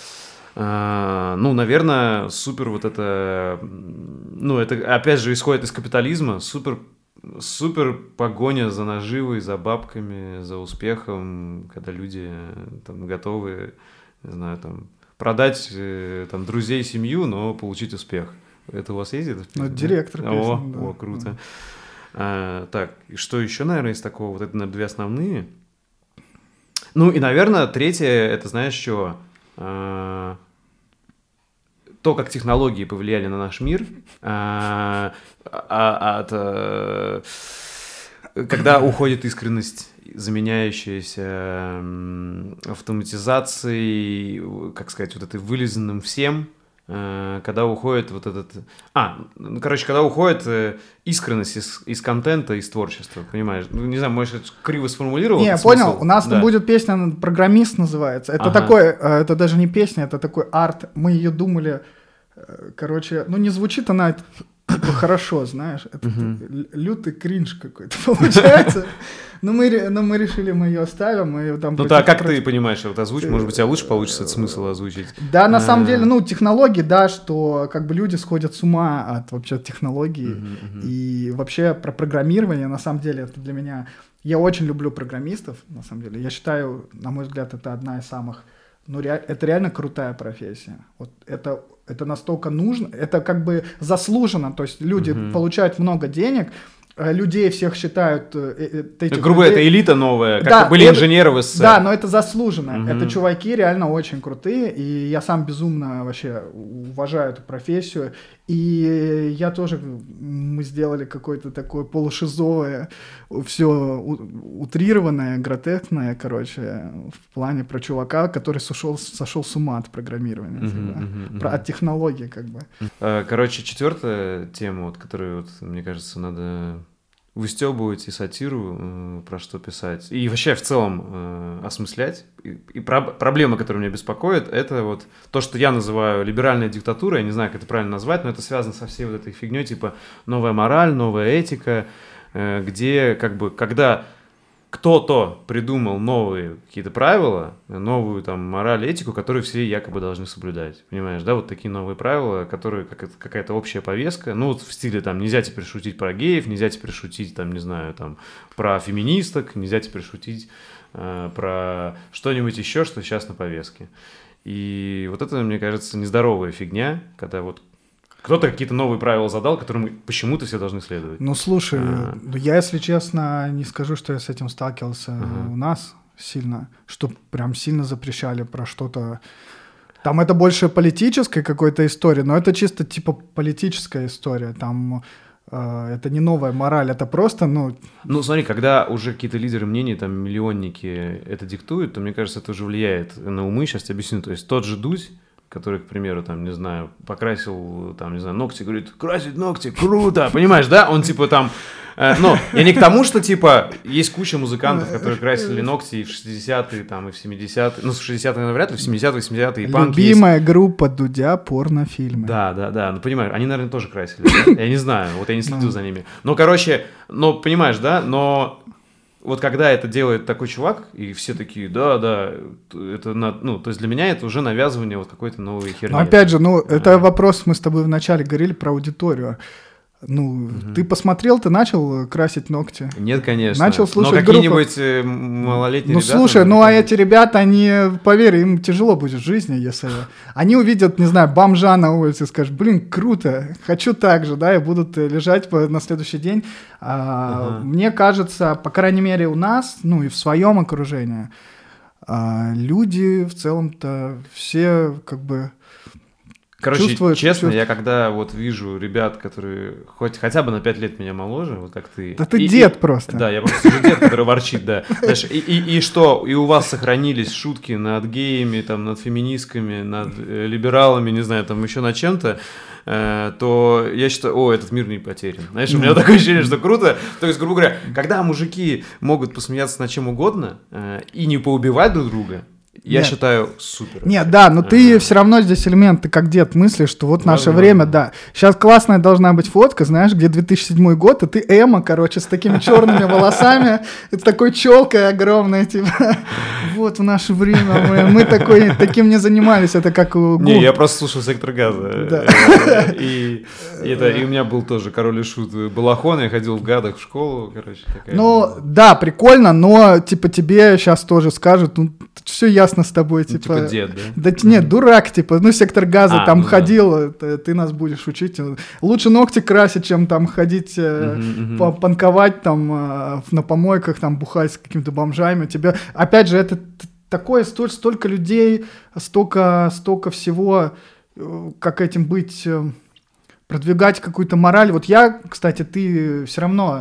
Ну, наверное, супер вот это, ну, это опять же исходит из капитализма, супер Супер погоня за наживой, за бабками, за успехом, когда люди там готовы, не знаю, там продать там друзей, семью, но получить успех. Это у вас есть это? Ну, директор песни, О, да. О, круто. А, так, и что еще, наверное, из такого? Вот это, наверное, две основные. Ну и, наверное, третье, это знаешь что? А, то, как технологии повлияли на наш мир, а, а, от, а, когда уходит искренность, заменяющаяся автоматизацией, как сказать, вот этой вылизанным всем, а, когда уходит вот этот... А, ну, короче, когда уходит искренность из, из контента, из творчества, понимаешь? Ну, не знаю, может, это криво сформулировал? Не, я понял, у нас да. там будет песня «Программист» называется. Это ага. такой, это даже не песня, это такой арт. Мы ее думали... Короче, ну не звучит она типа хорошо, знаешь, это uh-huh. лютый кринж какой-то получается. Но мы, но мы решили, мы ее оставим. Мы там ну да, как против... ты понимаешь, вот озвучь, может быть, у тебя лучше получится этот смысл озвучить. Да, на самом деле, ну, технологии, да, что как бы люди сходят с ума от вообще технологий. Uh-huh, uh-huh. И вообще про программирование, на самом деле, это для меня... Я очень люблю программистов, на самом деле. Я считаю, на мой взгляд, это одна из самых... Ну, ре... это реально крутая профессия. Вот это... Это настолько нужно, это как бы заслуженно, то есть люди uh-huh. получают много денег, людей всех считают... Э, э, грубо, людей... это элита новая, как да, были это, инженеры в СССР. Да, но это заслуженно. Uh-huh. Это чуваки реально очень крутые, и я сам безумно вообще уважаю эту профессию. И я тоже, мы сделали какое-то такое полушизовое, все утрированное, гротескное, короче, в плане про чувака, который сошел, сошел с ума от программирования, uh-huh, типа, uh-huh, про, uh-huh. от технологий, как бы. Короче, четвертая тема, вот, которую, вот, мне кажется, надо выстебывать и сатиру, э, про что писать, и вообще в целом э, осмыслять. И, и про- проблема, которая меня беспокоит, это вот то, что я называю либеральной диктатурой, я не знаю, как это правильно назвать, но это связано со всей вот этой фигней, типа новая мораль, новая этика, э, где как бы, когда кто-то придумал новые какие-то правила, новую там мораль, этику, которую все якобы должны соблюдать, понимаешь, да, вот такие новые правила, которые как какая-то общая повестка, ну вот в стиле там нельзя теперь шутить про геев, нельзя теперь шутить там, не знаю, там про феминисток, нельзя теперь шутить э, про что-нибудь еще, что сейчас на повестке. И вот это, мне кажется, нездоровая фигня, когда вот кто-то какие-то новые правила задал, которым почему-то все должны следовать. Ну, слушай, а... я, если честно, не скажу, что я с этим сталкивался ага. у нас сильно, что прям сильно запрещали про что-то. Там это больше политическая какая-то история, но это чисто типа политическая история. Там э, это не новая мораль, это просто, ну... Ну, смотри, когда уже какие-то лидеры мнений, там, миллионники это диктуют, то, мне кажется, это уже влияет на умы. Сейчас тебе объясню. То есть тот же Дудь, который, к примеру, там, не знаю, покрасил, там, не знаю, ногти, говорит, красить ногти, круто, понимаешь, да? Он, типа, там, э, ну, я не к тому, что, типа, есть куча музыкантов, которые красили ногти и в шестидесятые, там, и в семидесятые, ну, в шестидесятые, наверное, вряд ли, в семидесятые, восьмидесятые, и панки любимая есть. Группа Дудя, порнофильмы. Да, да, да, ну, понимаешь, они, наверное, тоже красили, да? Я не знаю, вот я не следил за ними. Но, короче, но, понимаешь, да, но... вот когда это делает такой чувак, и все такие, да, да, это, ну, то есть для меня это уже навязывание вот какой-то новой херни. Но опять же, ну, это а. вопрос, мы с тобой вначале говорили про аудиторию. Ну, угу. ты посмотрел, ты начал красить ногти? Нет, конечно. Начал слушать Но какие-нибудь группу... малолетние ну, ребята... Ну, слушай, ну, а эти ребята, они, поверь, им тяжело будет в жизни, если... Они увидят, не знаю, бомжа на улице и скажут, блин, круто, хочу так же, да, и будут лежать на следующий день. А, угу. Мне кажется, по крайней мере, у нас, ну, и в своем окружении, люди в целом-то все, как бы... Короче, чувствует, честно, чувствует. я когда вот вижу ребят, которые хоть хотя бы на пять лет меня моложе, вот как ты. Да ты и, дед и, просто. Да, я просто уже дед, который ворчит, да. Знаешь, и, и, и что, и у вас сохранились шутки над геями, там, над феминистками, над э, либералами, не знаю, там еще над чем-то, э, то я считаю, о, этот мир не потерян. Знаешь, у меня такое ощущение, что круто. То есть, грубо говоря, когда мужики могут посмеяться над чем угодно э, и не поубивать друг друга, я Нет. считаю, супер. Нет, да, но ты а-а-а. все равно здесь элемент, ты как дед мыслишь, что вот наше Возможно. время, да. Сейчас классная должна быть фотка, знаешь, где две тысячи седьмой год, и ты эмо, короче, с такими черными волосами, с такой челкой огромной, типа, вот в наше время мы такой, таким не занимались, это как у... Не, я просто слушал «Сектор газа», и у меня был тоже король и шут балахон, я ходил в гадах в школу, короче, такая. Ну, да, прикольно, но, типа, тебе сейчас тоже скажут, ну, все ясно с тобой, типа... Ну, типа дед, да? Да нет, дурак, типа, ну, «Сектор газа», а, там ну, ходил, да. ты нас будешь учить. Лучше ногти красить, чем там ходить, uh-huh, uh-huh. панковать там на помойках, там бухать с какими-то бомжами. Тебе, опять же, это такое, столь, столько людей, столько, столько всего, как этим быть, продвигать какую-то мораль. Вот я, кстати, ты все равно...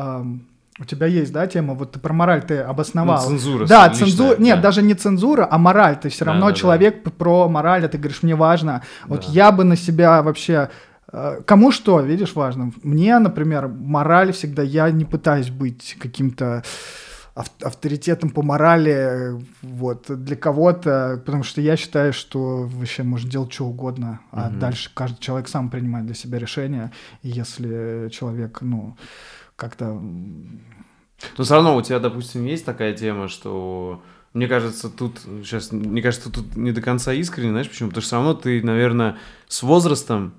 У тебя есть, да, тема, вот ты про мораль ты обосновал. Ну, цензура. Да, цензура, нет, да. даже не цензура, а мораль. Ты все равно да, да, человек да. про мораль, а ты говоришь, мне важно. Да. Вот я бы на себя вообще... Кому что, видишь, важно? Мне, например, мораль всегда, я не пытаюсь быть каким-то авторитетом по морали, вот, для кого-то, потому что я считаю, что вообще можно делать что угодно, а угу. дальше каждый человек сам принимает для себя решение, и если человек, ну... как-то... Но все равно у тебя, допустим, есть такая тема, что, мне кажется, тут, сейчас, мне кажется, тут не до конца искренне, знаешь почему? Потому что все равно ты, наверное, с возрастом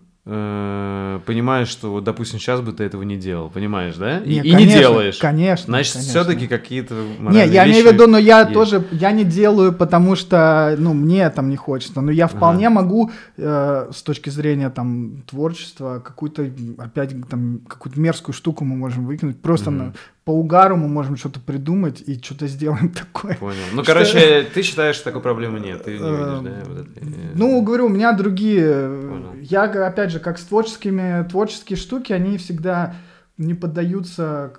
э, понимаешь, что, вот, допустим, сейчас бы ты этого не делал, понимаешь, да? И, не, и конечно, не делаешь. Конечно, Значит, конечно. все-таки какие-то моральные Не, я вещи имею в виду, но я есть. тоже, я не делаю, потому что, ну, мне там не хочется, но я вполне ага. могу э, с точки зрения, там, творчества, какую-то, опять, там, какую-то мерзкую штуку мы можем выкинуть, просто угу. на... по угару мы можем что-то придумать и что-то сделаем такое. Понял. Ну, что... короче, ты считаешь, что такой проблемы нет? Ты не видишь, да? Вот это... Ну, говорю, у меня другие... Понял. Я, опять же, как с творческими... Творческие штуки, они всегда не поддаются,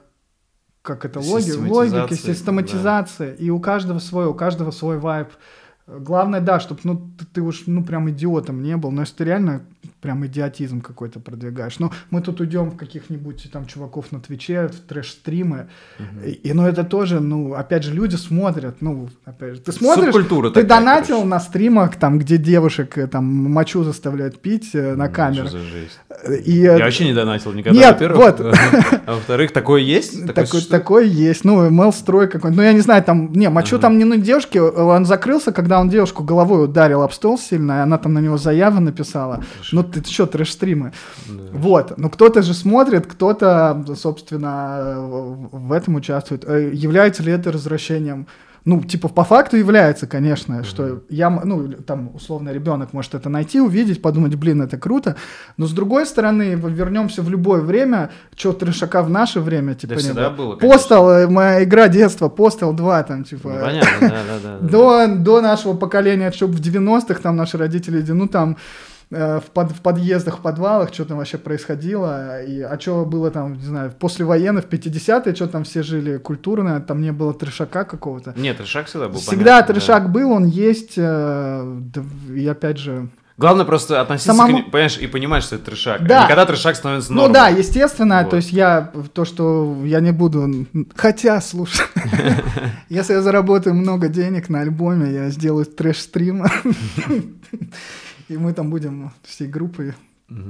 как это, логи... логике, систематизации. Да. И у каждого свой, у каждого свой вайб. Главное, да, чтобы ну, ты, ты уж ну, прям идиотом не был, но если ты реально прям идиотизм какой-то продвигаешь. Ну, мы тут уйдем в каких-нибудь там чуваков на Твиче, в трэш-стримы, uh-huh. и, и ну это тоже, ну, опять же, люди смотрят, ну, опять же, ты смотришь, субкультура ты такая, донатил короче. На стримах, там, где девушек там мочу заставляют пить э, на ну, камеру. Что за жесть? И, Я вообще не донатил никогда, нет, во-первых. Вот. А во-вторых, такое есть? Такое, такое есть, ну, мэл-строй какой-нибудь, ну, я не знаю, там, не, мочу uh-huh. там не на девушке, он закрылся, когда он девушку головой ударил об стол сильно, и она там на него заяву написала. Хорошо. Ну, ты что, трэш-стримы? Да. Вот. Ну, кто-то же смотрит, кто-то, собственно, в этом участвует. Является ли это развращением? Ну, типа, по факту является, конечно, mm-hmm. что я, ну, там, условно, ребенок может это найти, увидеть, подумать, блин, это круто. Но, с другой стороны, вернемся в любое время, что трешака в наше время, типа, да не было. было. Постал, моя игра детства, Постал два, там, типа. Ну, понятно, да-да-да. До, до нашего поколения, что в девяностых, там, наши родители, ну, там, в, под, в подъездах, в подвалах, что там вообще происходило, и, а что было там, не знаю, послевоенных, в пятидесятые, что там все жили культурно, там не было трешака какого-то. Нет, трешак всегда был, всегда понятно, трешак да. был, он есть, э, да, и опять же... Главное просто относиться Самому... к нему, понимаешь, и понимать, что это трешак, да. а не когда трешак становится нормой. Ну да, естественно, вот. То есть я, то, что я не буду, хотя, слушай, если я заработаю много денег на альбоме, я сделаю трэш-стрим, и мы там будем всей группой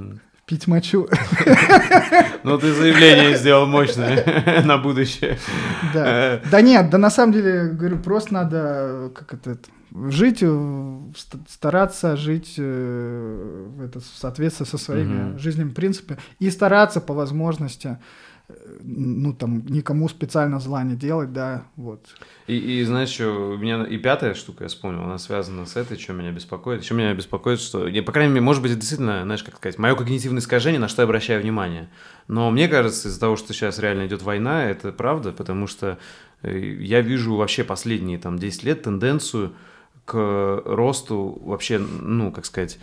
Пить мочу. Ну, ты заявление сделал мощное на будущее. Да. Да нет, да на самом деле, говорю, просто надо, как это, жить, стараться жить в, это, в соответствии со своими угу. жизненными принципами и стараться по возможности, ну, там, никому специально зла не делать, да, вот. И, и знаешь, что у меня и пятая штука, я вспомнил, она связана с этой, что меня беспокоит. Еще меня беспокоит, что, я, по крайней мере, может быть, это действительно, знаешь, как сказать, мое когнитивное искажение, на что я обращаю внимание. Но мне кажется, из-за того, что сейчас реально идет война, это правда, потому что я вижу вообще последние там десять лет тенденцию к росту вообще, ну, как сказать,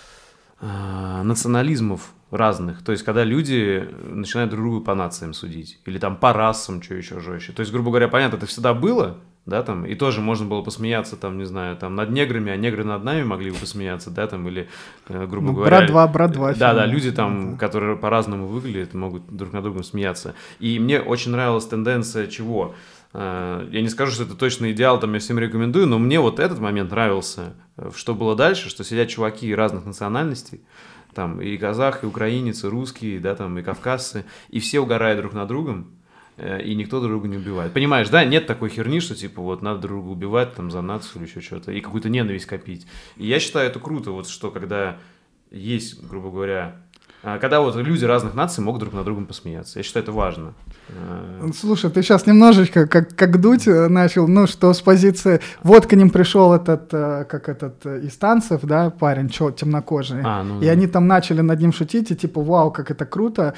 национализмов разных. То есть, когда люди начинают друг друга по нациям судить. Или там по расам, что еще жестче. То есть, грубо говоря, понятно, это всегда было, да, там, и тоже можно было посмеяться, там, не знаю, там, над неграми, а негры над нами могли бы посмеяться, да, там, или, э, грубо ну, говоря... Брат два, брат два. Да, да, люди там, да. которые по-разному выглядят, могут друг над другом смеяться. И мне очень нравилась тенденция чего? Я не скажу, что это точно идеал, там я всем рекомендую, но мне вот этот момент нравился. Что было дальше, что сидят чуваки разных национальностей, там и казах, и украинец, и русский, да, там и кавказцы, и все угорают друг над другом, и никто друг друга не убивает. Понимаешь, да, нет такой херни, что типа вот надо друг друга убивать там за нацию или еще что-то, и какую-то ненависть копить. И я считаю это круто, вот что когда есть, грубо говоря, когда вот люди разных наций могут друг над другом посмеяться. Я считаю, это важно. Слушай, ты сейчас немножечко как, как дуть начал, ну, что с позиции... Вот к ним пришел этот, как этот, из танцев, да, парень, чё, темнокожий. А, ну, и да. Они там начали над ним шутить, и типа, вау, как это круто.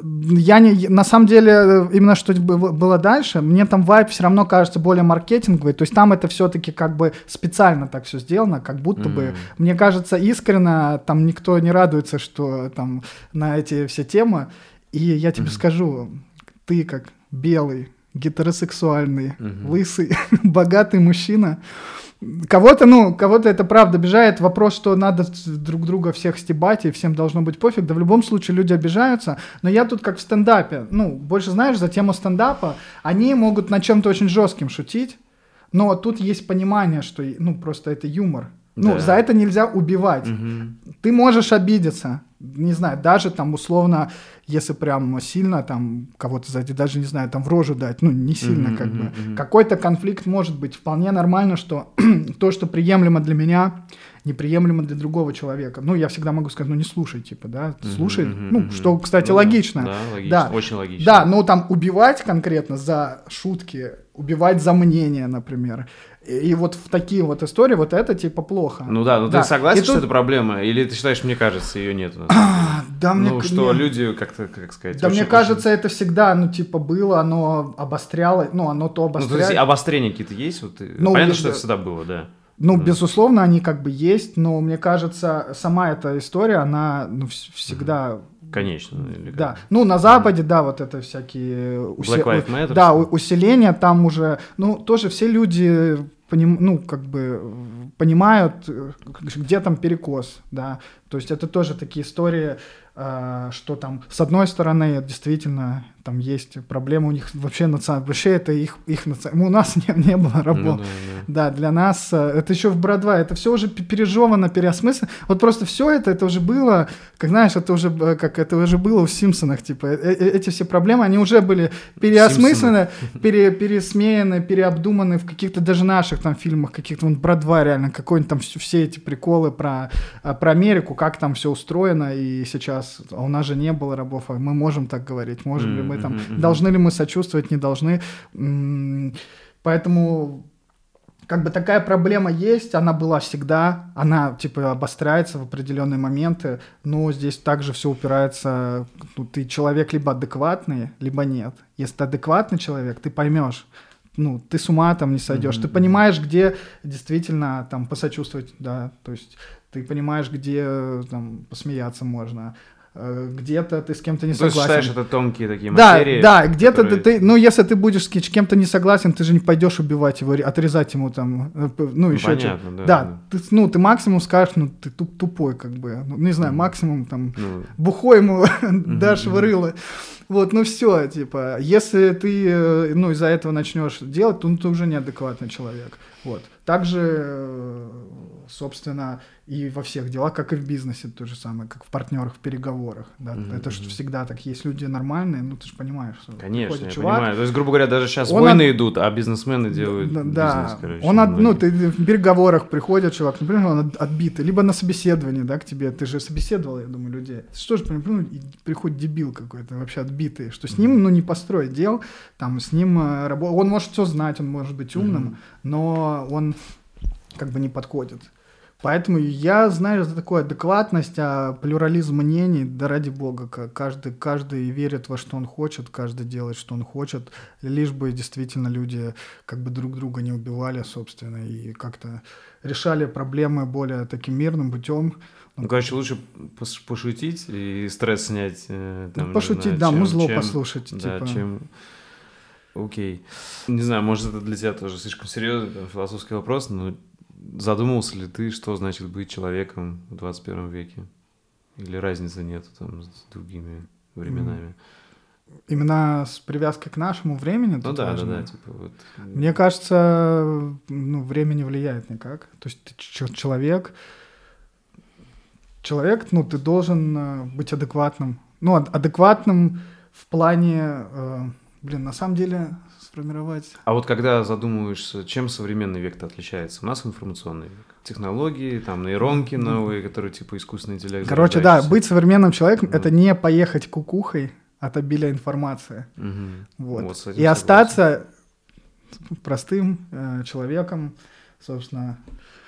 Я не... На самом деле, именно что было дальше, мне там вайб все равно кажется более маркетинговый. То есть там это все-таки как бы специально так все сделано, как будто mm. бы... Мне кажется, искренне там никто не радуется, что там... на эти все темы, и я тебе mm-hmm. скажу, ты как белый, гетеросексуальный, mm-hmm. лысый, богатый мужчина, кого-то, ну, кого-то это правда обижает, вопрос, что надо друг друга всех стебать, и всем должно быть пофиг, да в любом случае люди обижаются, но я тут как в стендапе, ну, больше знаешь, за тему стендапа, они могут над чем-то очень жестким шутить, но тут есть понимание, что, ну, просто это юмор. Ну, да. За это нельзя убивать. Угу. Ты можешь обидеться. Не знаю, даже там условно, если прям сильно там кого-то сзади, даже не знаю, там в рожу дать, ну, не сильно угу, как угу, бы. Угу. Какой-то конфликт может быть. Вполне нормально, что то, что приемлемо для меня, неприемлемо для другого человека. Ну, я всегда могу сказать, ну, не слушай, типа, да, слушай. Uh-huh, ну, uh-huh. что, кстати, ну, логично. Да, логично, да, очень логично. Да, но там убивать конкретно за шутки, убивать за мнение, например. И, и вот в такие вот истории вот это, типа, плохо. Ну да, но да. Ты согласен, и что тут... это проблема? Или ты считаешь, мне кажется, ее нет? А, да, мне... Ну, что мне... люди как-то, как сказать... Да, очень, мне кажется, очень... это всегда, ну, типа, было, оно обостряло, ну, оно то обостряет. Ну, то есть обострения какие-то есть? Вот, ну, понятно, без... что это всегда было, да. Ну, mm. безусловно, они как бы есть, но мне кажется, сама эта история, она ну, всегда... Конечно. Или да. Как? Ну, на Западе, mm. да, вот это всякие... Усе... Black Lives Matter. Да, усиления там уже... Ну, тоже все люди, поним... ну, как бы понимают, где там перекос, да. То есть это тоже такие истории, что там, с одной стороны, действительно, там есть проблемы у них вообще, наци... вообще это их, их наци... у нас не, не было рабов. Ну, да, да. да, для нас, это еще в Бродвае, это все уже пережевано, переосмыслено. Вот просто все это, это уже было, как знаешь, это уже, как это уже было в Симпсонах, типа, эти все проблемы, они уже были переосмыслены, пере, пересмеяны, переобдуманы в каких-то даже наших там фильмах, каких-то, вон, Бродвай реально, какой-нибудь там все эти приколы про, про Америку, как там все устроено, и сейчас, а у нас же не было рабов, а мы можем так говорить, можем mm-hmm. ли мы там, mm-hmm. должны ли мы сочувствовать, не должны. Поэтому как бы такая проблема есть, она была всегда, она типа обостряется в определенные моменты, но здесь также все упирается, ну, ты человек либо адекватный, либо нет. Если ты адекватный человек, ты поймешь, ну, ты с ума там не сойдешь, mm-hmm. ты понимаешь, где действительно там посочувствовать, да, то есть ты понимаешь, где там посмеяться можно. Где-то ты с кем-то не ты согласен. Ты считаешь, это тонкие такие материи? Да, да, где-то которые... ты, ну, если ты будешь с кем-то не согласен, ты же не пойдешь убивать его, отрезать ему там, ну, еще ну, что-то. Да, да, да. Ты, ну, ты максимум скажешь, ну, ты туп, тупой, как бы, ну, не знаю, mm. максимум там, ну. бухой ему дашь в рыло. Вот, ну все, типа, если ты, ну, из-за этого начнешь делать, то ну, ты уже неадекватный человек. Вот. Также собственно, и во всех делах, как и в бизнесе, то же самое, как в партнерах, в переговорах. Да? Mm-hmm. Это же всегда так. Есть люди нормальные, ну ты же понимаешь, что Конечно, я чувак, понимаю. То есть, грубо говоря, даже сейчас войны от... идут, а бизнесмены делают да, бизнес, да. короче. Он от, ну, ты в переговорах приходит человек, например, он отбитый, либо на собеседовании, да, к тебе, ты же собеседовал, я думаю, людей. Что же, например, приходит дебил какой-то, вообще отбитый, что с ним, ну, не построить дел, там, с ним работать, он может все знать, он может быть умным, mm-hmm. но он как бы не подходит. Поэтому я знаю за такую адекватность, а плюрализм мнений, да ради бога, каждый, каждый верит во что он хочет, каждый делает, что он хочет, лишь бы действительно люди как бы друг друга не убивали, собственно, и как-то решали проблемы более таким мирным путем. Ну, короче, лучше пошутить и стресс снять. Там, ну, пошутить, знаю, да, чем, музло чем, послушать. Да, типа. чем... Окей. Не знаю, может, это для тебя тоже слишком серьезный там, философский вопрос, но задумывался ли ты, что значит быть человеком в двадцать первом веке? Или разницы нет там с другими временами? Именно с привязкой к нашему времени? Ну да, важно. да, да. Типа вот... Мне кажется, ну, время не влияет никак. То есть ты человек, человек, ну, ты должен быть адекватным. Ну, адекватным в плане, блин, на самом деле... сформировать. А вот когда задумываешься, чем современный век-то отличается? У нас информационный век. Технологии, там нейронки новые, которые типа искусственный интеллект. Короче, да, быть современным человеком mm. — это не поехать кукухой от обилия информации. Mm-hmm. Вот. Вот, и согласен. Остаться простым э, человеком, собственно.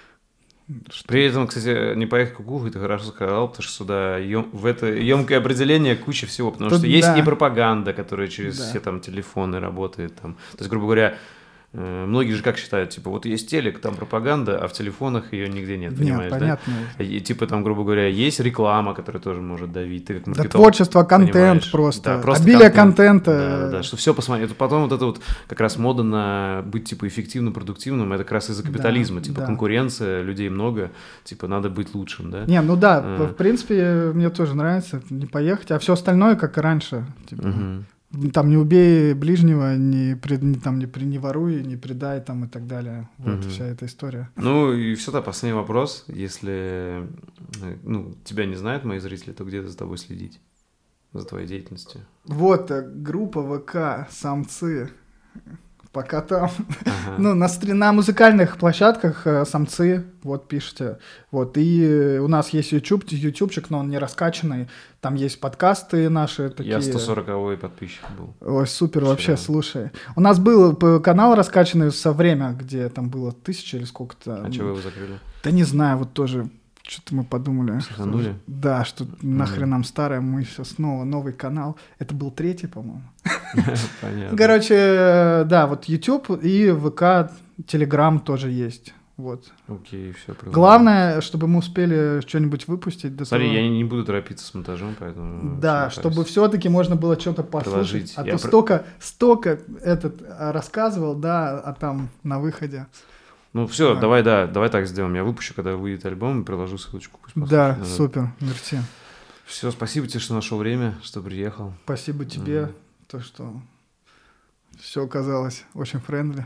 Что... При этом, кстати, не поехать кукухой, ты хорошо сказал, потому что сюда ем... в это емкое определение куча всего, потому Тут, что есть да. и пропаганда, которая через да. все там телефоны работает. Там. То есть, грубо говоря, многие же как считают, типа, вот есть телек, там пропаганда, а в телефонах ее нигде нет, понимаешь, нет, понятно. Да? И, типа, там, грубо говоря, есть реклама, которая тоже может давить. Ты как да творчество, контент просто, да, просто обилие контент. контента. Да, да, да, что все посмотреть. Потом вот это вот как раз мода на быть, типа, эффективным, продуктивным, это как раз из-за капитализма, да, типа, да. конкуренция, людей много, типа, надо быть лучшим, да? Не, ну да, а. в принципе, мне тоже нравится не поехать, а все остальное, как и раньше, типа... Угу. Там не убей ближнего, не, пред, не, там, не, не воруй, не предай там, и так далее. Вот угу. вся эта история. Ну и все-то последний вопрос. Если ну, тебя не знают мои зрители, то где-то за тобой следить? За твоей деятельностью? Вот группа ВК «Самцы». Пока там. Ага. Ну, на, на музыкальных площадках «Самцы», вот пишите. Вот, и у нас есть YouTube, ютубчик, но он не раскачанный. Там есть подкасты наши такие. Я сто сороковой подписчик был. Ой, супер, вчера. Вообще, слушай. У нас был канал раскачанный со время, где там было тысяча или сколько-то. А чего вы его закрыли? Да не знаю, вот тоже... Что-то мы подумали. Психанули? Да, что mm-hmm. нахрен нам старое, мы все снова, новый канал. Это был третий, по-моему. Понятно. Короче, да, вот YouTube и ВК, Telegram тоже есть. Вот. Окей, все. Главное, чтобы мы успели что-нибудь выпустить. До Смотри, того... я не буду торопиться с монтажом, поэтому... Да, чтобы все-таки можно было что-то послушать. А я то про... столько, столько этот рассказывал, да, а там на выходе... Ну все, да. давай, да, давай так сделаем. Я выпущу, когда выйдет альбом, и приложу ссылочку. Пусть да, послушать. Супер, мерси. Все, спасибо тебе, что нашел время, что приехал. Спасибо тебе, mm. то, что все оказалось очень френдли.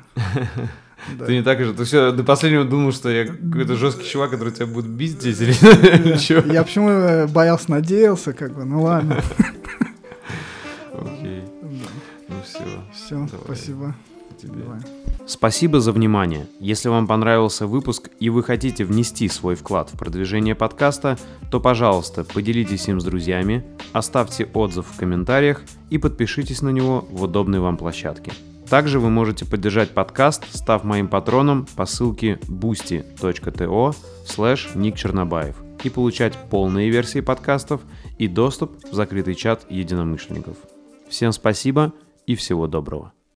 Ты не так же, ты все до последнего думал, что я какой-то жесткий чувак, который тебя будет бить здесь или ничего. Я почему боялся, надеялся, как бы, ну ладно. Окей, ну все. Все, спасибо. Давай. Спасибо за внимание. Если вам понравился выпуск и вы хотите внести свой вклад в продвижение подкаста, то, пожалуйста, поделитесь им с друзьями, оставьте отзыв в комментариях и подпишитесь на него в удобной вам площадке. Также вы можете поддержать подкаст, став моим патроном по ссылке boosty.to слэш Ник Чернобаев и получать полные версии подкастов и доступ в закрытый чат единомышленников. Всем спасибо и всего доброго.